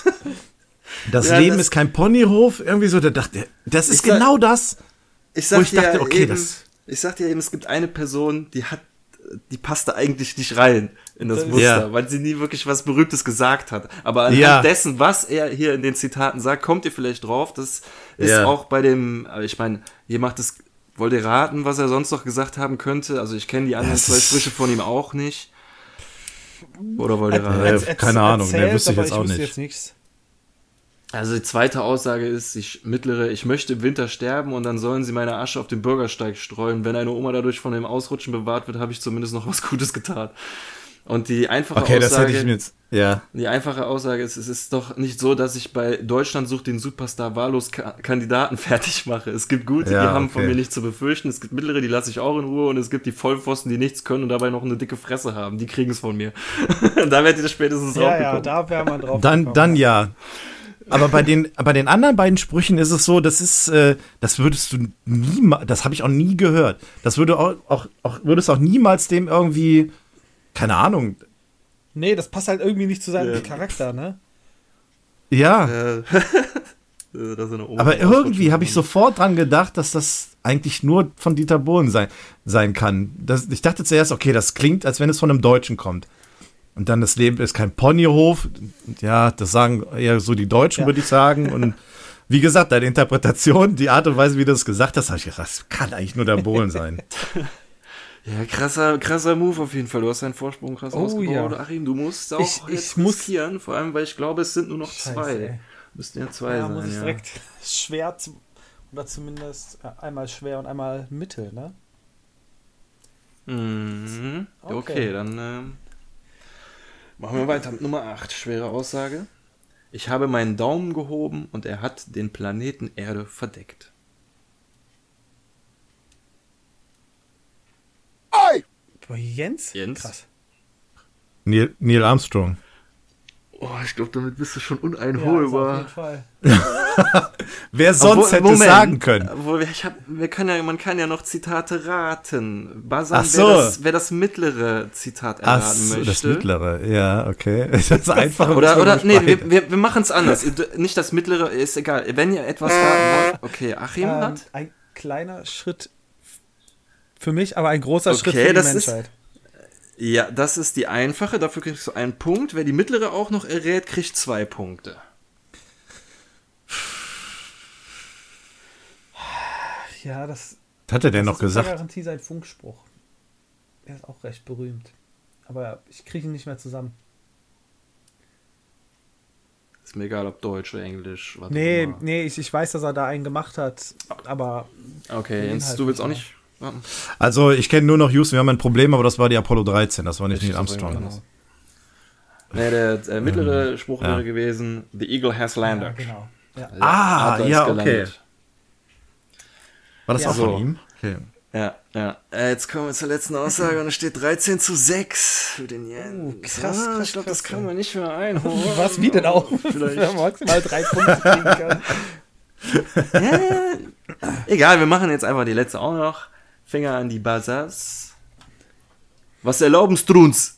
Das Ja, Leben das- ist kein Ponyhof, irgendwie so, da dachte das ist Ich sag- genau das. Ich sag Wo ich dir dachte, okay, eben, das- ich sag dir eben, es gibt eine Person, die hat, die passt da eigentlich nicht rein in das Das- Muster, Ja. weil sie nie wirklich was Berühmtes gesagt hat. Aber anhand Ja. dessen, was er hier in den Zitaten sagt, kommt ihr vielleicht drauf. Das ist Ja. auch bei dem, ich meine, ihr macht es, wollt ihr raten, was er sonst noch gesagt haben könnte? Also ich kenne die anderen Das zwei ist- Sprüche von ihm auch nicht. Oder wollt ihr Äh, raten? Äh, erz- keine Ahnung, erzählt, ne, wüsste ich aber jetzt auch wüsste nicht. Jetzt nichts. Also die zweite Aussage ist, ich mittlere, ich möchte im Winter sterben und dann sollen sie meine Asche auf den Bürgersteig streuen. Wenn eine Oma dadurch von dem Ausrutschen bewahrt wird, habe ich zumindest noch was Gutes getan. Und die einfache Okay, das hätte Aussage, ich mir jetzt. Ja. die einfache Aussage ist, es ist doch nicht so, dass ich bei Deutschland sucht den Superstar wahllos Ka- Kandidaten fertig mache. Es gibt gute, Ja, die haben von okay. mir nichts zu befürchten. Es gibt mittlere, die lasse ich auch in Ruhe und es gibt die Vollpfosten, die nichts können und dabei noch eine dicke Fresse haben. Die kriegen es von mir. da werdet ihr spätestens Ja, ja, raufgekommen. da wäre man drauf Dann, gekommen. dann ja. Aber bei den, bei den anderen beiden Sprüchen ist es so, das ist, äh, das würdest du niemals, das habe ich auch nie gehört. Das würde auch, auch, auch, würdest auch niemals dem irgendwie, keine Ahnung, Nee, das passt halt irgendwie nicht zu seinem Ja. Charakter, ne? ja. Äh, dass er eine Oma Aber ausrutschen irgendwie habe ich kann. sofort dran gedacht, dass das eigentlich nur von Dieter Bohlen sein, sein kann. Das, ich dachte zuerst, okay, das klingt, als wenn es von einem Deutschen kommt. Und dann, das Leben ist kein Ponyhof. Ja, das sagen eher so die Deutschen, Ja. würde ich sagen. Und wie gesagt, deine Interpretation, die Art und Weise, wie du das gesagt hast, habe ich gedacht, das kann eigentlich nur der Bohlen sein. Ja, krasser, krasser Move auf jeden Fall. Du hast deinen Vorsprung krass Oh, ausgebaut. ja. Achim, du musst auch Ich- jetzt ich muss- riskieren, vor allem, weil ich glaube, es sind nur noch Scheiße, zwei. ey. Müssten ja zwei Ja, sein, muss ich ja. direkt schwer zu, oder zumindest ja, einmal schwer und einmal mittel, ne? Mhm. Okay. Okay. dann ähm, machen wir weiter mit Nummer acht. Schwere Aussage. Ich habe meinen Daumen gehoben und er hat den Planeten Erde verdeckt. Boah, Jens? Jens? Krass. Neil, Neil Armstrong. Oh, ich glaube, damit bist du schon Ja, also auf uneinholbar. jeden Fall. Wer sonst Obwohl, hätte Moment. es sagen können? Obwohl, ich hab, wir können ja, man kann ja noch Zitate raten. Basan, Ach so. wer, das, wer das mittlere Zitat Ach, erraten so, möchte. das mittlere. Ja, okay. Das einfache. Oder, müssen wir oder nee, besprechen. wir, wir, wir machen es anders. Ihr- Nicht das mittlere, ist egal. Wenn ihr etwas raten wollt. Okay, Achim Ähm, hat. ein kleiner Schritt für mich, aber ein großer Okay, Schritt für die das ist- Menschheit. Ja, das ist die einfache. Dafür kriegst du einen Punkt. Wer die mittlere auch noch errät, kriegt zwei Punkte. Ja, das, Was hat er denn das noch ist mit gesagt? Garantie sein Funkspruch. Der ist auch recht berühmt. Aber ich kriege ihn nicht mehr zusammen. Ist mir egal, ob Deutsch oder Englisch. Warte Nee, mal. nee, ich, ich weiß, dass er da einen gemacht hat, aber Okay, Den Jens, Inhalt du willst auch nicht nicht warten? Also, ich kenne nur noch Houston, wir haben ein Problem, aber das war die Apollo dreizehn, das war nicht Ich Neil weiß auch Armstrong. nicht. Nee, der äh, mittlere Spruch ja. wäre gewesen: The Eagle has ja, landed. genau. Ja. Der Ah, Adler ist ja, gelandet. War das Ja. auch von So. ihm? Okay. Ja, ja. Äh, jetzt kommen wir zur letzten Aussage und es steht dreizehn zu sechs für den Jens. Oh, krass, Ah, krass, ich glaube, das krass, kann ja. man nicht mehr einholen. Was, wie denn auch? Vielleicht. Wenn man maximal drei Punkte kriegen kann. Ja, ja. Egal, wir machen jetzt einfach die letzte auch noch. Finger an die Buzzers. Was erlaubenst du uns?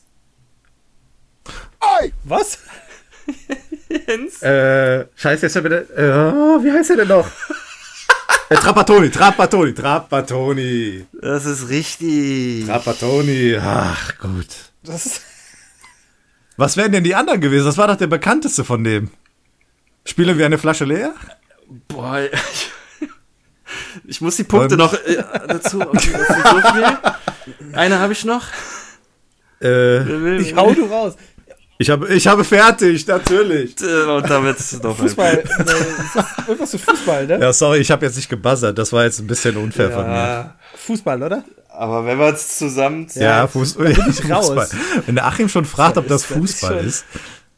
Was? Jens? Äh, scheiße, jetzt wieder. Äh, oh, wie heißt er denn noch? äh, Trapattoni, Trapattoni, Trapattoni. Das ist richtig. Trapattoni, ach gut. Das ist, Was wären denn die anderen gewesen? Das war doch der bekannteste von dem. Spielen wir eine Flasche leer? Boah, ich, ich muss die Punkte Und- noch äh, dazu. Okay, das ist so viel. Eine habe ich noch. Äh, ich hau du raus. ich, habe, ich habe fertig, natürlich. Und damit ist es doch Fußball. äh, ist das irgendwas zu Fußball, ne? Ja, sorry, ich habe jetzt nicht gebuzzert. Das war jetzt ein bisschen unfair von mir. Ja, Fußball, oder? aber wenn wir es zusammen. Ja, Fuß bin ich raus. Wenn der Achim schon fragt, ob das ist- das ist Fußball schon- ist.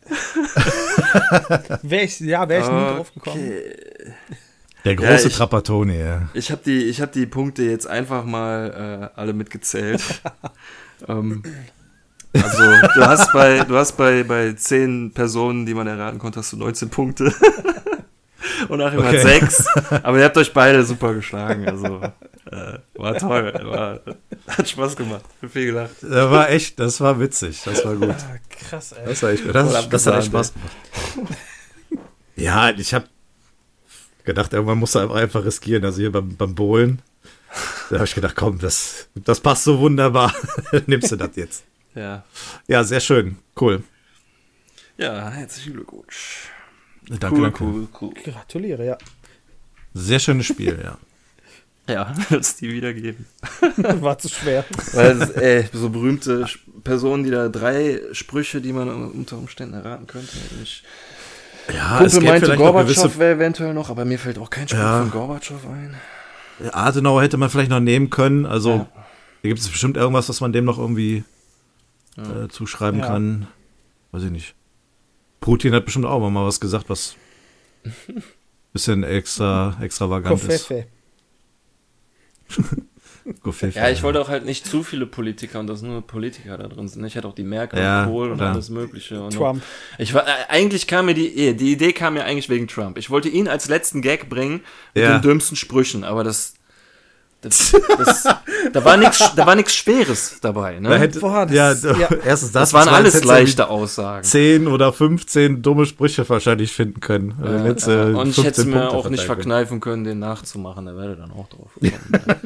Wäre ich, ja, wäre ich nie drauf gekommen. Okay. Der große Ja, ich- Trapattoni, ja. Ich habe die, ich hab die Punkte jetzt einfach mal äh, alle mitgezählt. ähm, Also du hast bei, du hast bei, bei zehn Personen, die man erraten konnte, hast du neunzehn Punkte. Und Achim okay. hat sechs. Aber ihr habt euch beide super geschlagen. Also äh, war toll. War, hat Spaß gemacht. Hab viel gelacht. Das war echt, das war witzig. Das war gut. Ah, krass, ey. Das war echt gut. Das, das hat echt Spaß gemacht. Ja, ich habe gedacht, irgendwann musst du einfach, einfach riskieren. Also hier beim, beim Bowlen, da habe ich gedacht, komm, das, das passt so wunderbar. Nimmst du das jetzt? Ja. Ja, sehr schön. Cool. Ja, herzlichen Glückwunsch. Danke, cool, danke. Cool, cool. Gratuliere, ja. Sehr schönes Spiel, ja. Ja, wird es die wiedergeben. War zu schwer. Weil, ey, so berühmte Personen, die da drei Sprüche, die man unter Umständen erraten könnte. Ich ja, Kumpel meinte, Gorbatschow wäre eventuell noch, aber mir fällt auch kein Spruch ja. von Gorbatschow ein. Adenauer hätte man vielleicht noch nehmen können. Also, ja. da gibt es bestimmt irgendwas, was man dem noch irgendwie ja. äh, zuschreiben ja. kann. Weiß ich nicht. Putin hat bestimmt auch mal was gesagt, was ein bisschen extra extravagant Kofefe. ist. Kofefe. Ja, ich wollte auch halt nicht zu viele Politiker und dass nur Politiker da drin sind. Ich hatte auch die Merkel ja, und Kohl und klar. alles Mögliche. Und Trump. Ich war, äh, eigentlich kam mir die, die Idee kam mir eigentlich wegen Trump. Ich wollte ihn als letzten Gag bringen mit ja. den dümmsten Sprüchen, aber das, das, das da war nichts, da war nichts Schweres dabei. Ne? Da hätte, Boah, das, ja, ja. erstens das das. waren alles leichte Aussagen. zehn oder fünfzehn dumme Sprüche wahrscheinlich finden können. Ja, jetzt, ja. äh, Und ich hätte es mir Punkte auch nicht verteilen. verkneifen können, den nachzumachen. Da wäre dann auch drauf gekommen.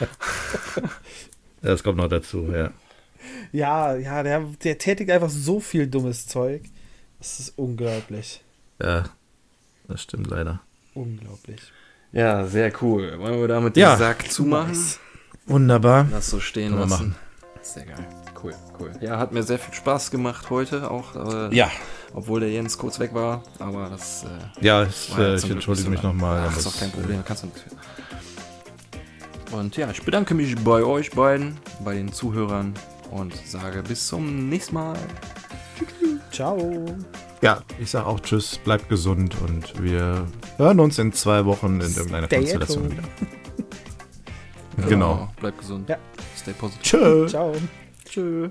Das kommt noch dazu, ja. Ja, ja, der, der tätigt einfach so viel dummes Zeug. Das ist unglaublich. Ja, das stimmt leider. Unglaublich. Ja, sehr cool. Wollen wir damit Ja. den Sack zumachen? Nice. Wunderbar. Das so stehen Können wir lassen. machen. Sehr geil. Cool, cool. Ja, hat mir sehr viel Spaß gemacht heute auch. Äh, Ja. Obwohl der Jens kurz weg war. Aber das. Äh, Ja, ich, war ja äh, zum ich Glück entschuldige nicht mich so lang. nochmal. Ach, ist doch kein Problem. Kannst du nichts für. Und ja, ich bedanke mich bei euch beiden, bei den Zuhörern und sage bis zum nächsten Mal. Ciao. Ja, ich sage auch Tschüss, bleibt gesund und wir hören uns in zwei Wochen in irgendeiner Stay Konstellation at wieder. Genau. Genau. Bleibt gesund. Ja. Stay positive. Tschö. Ciao. Tschö.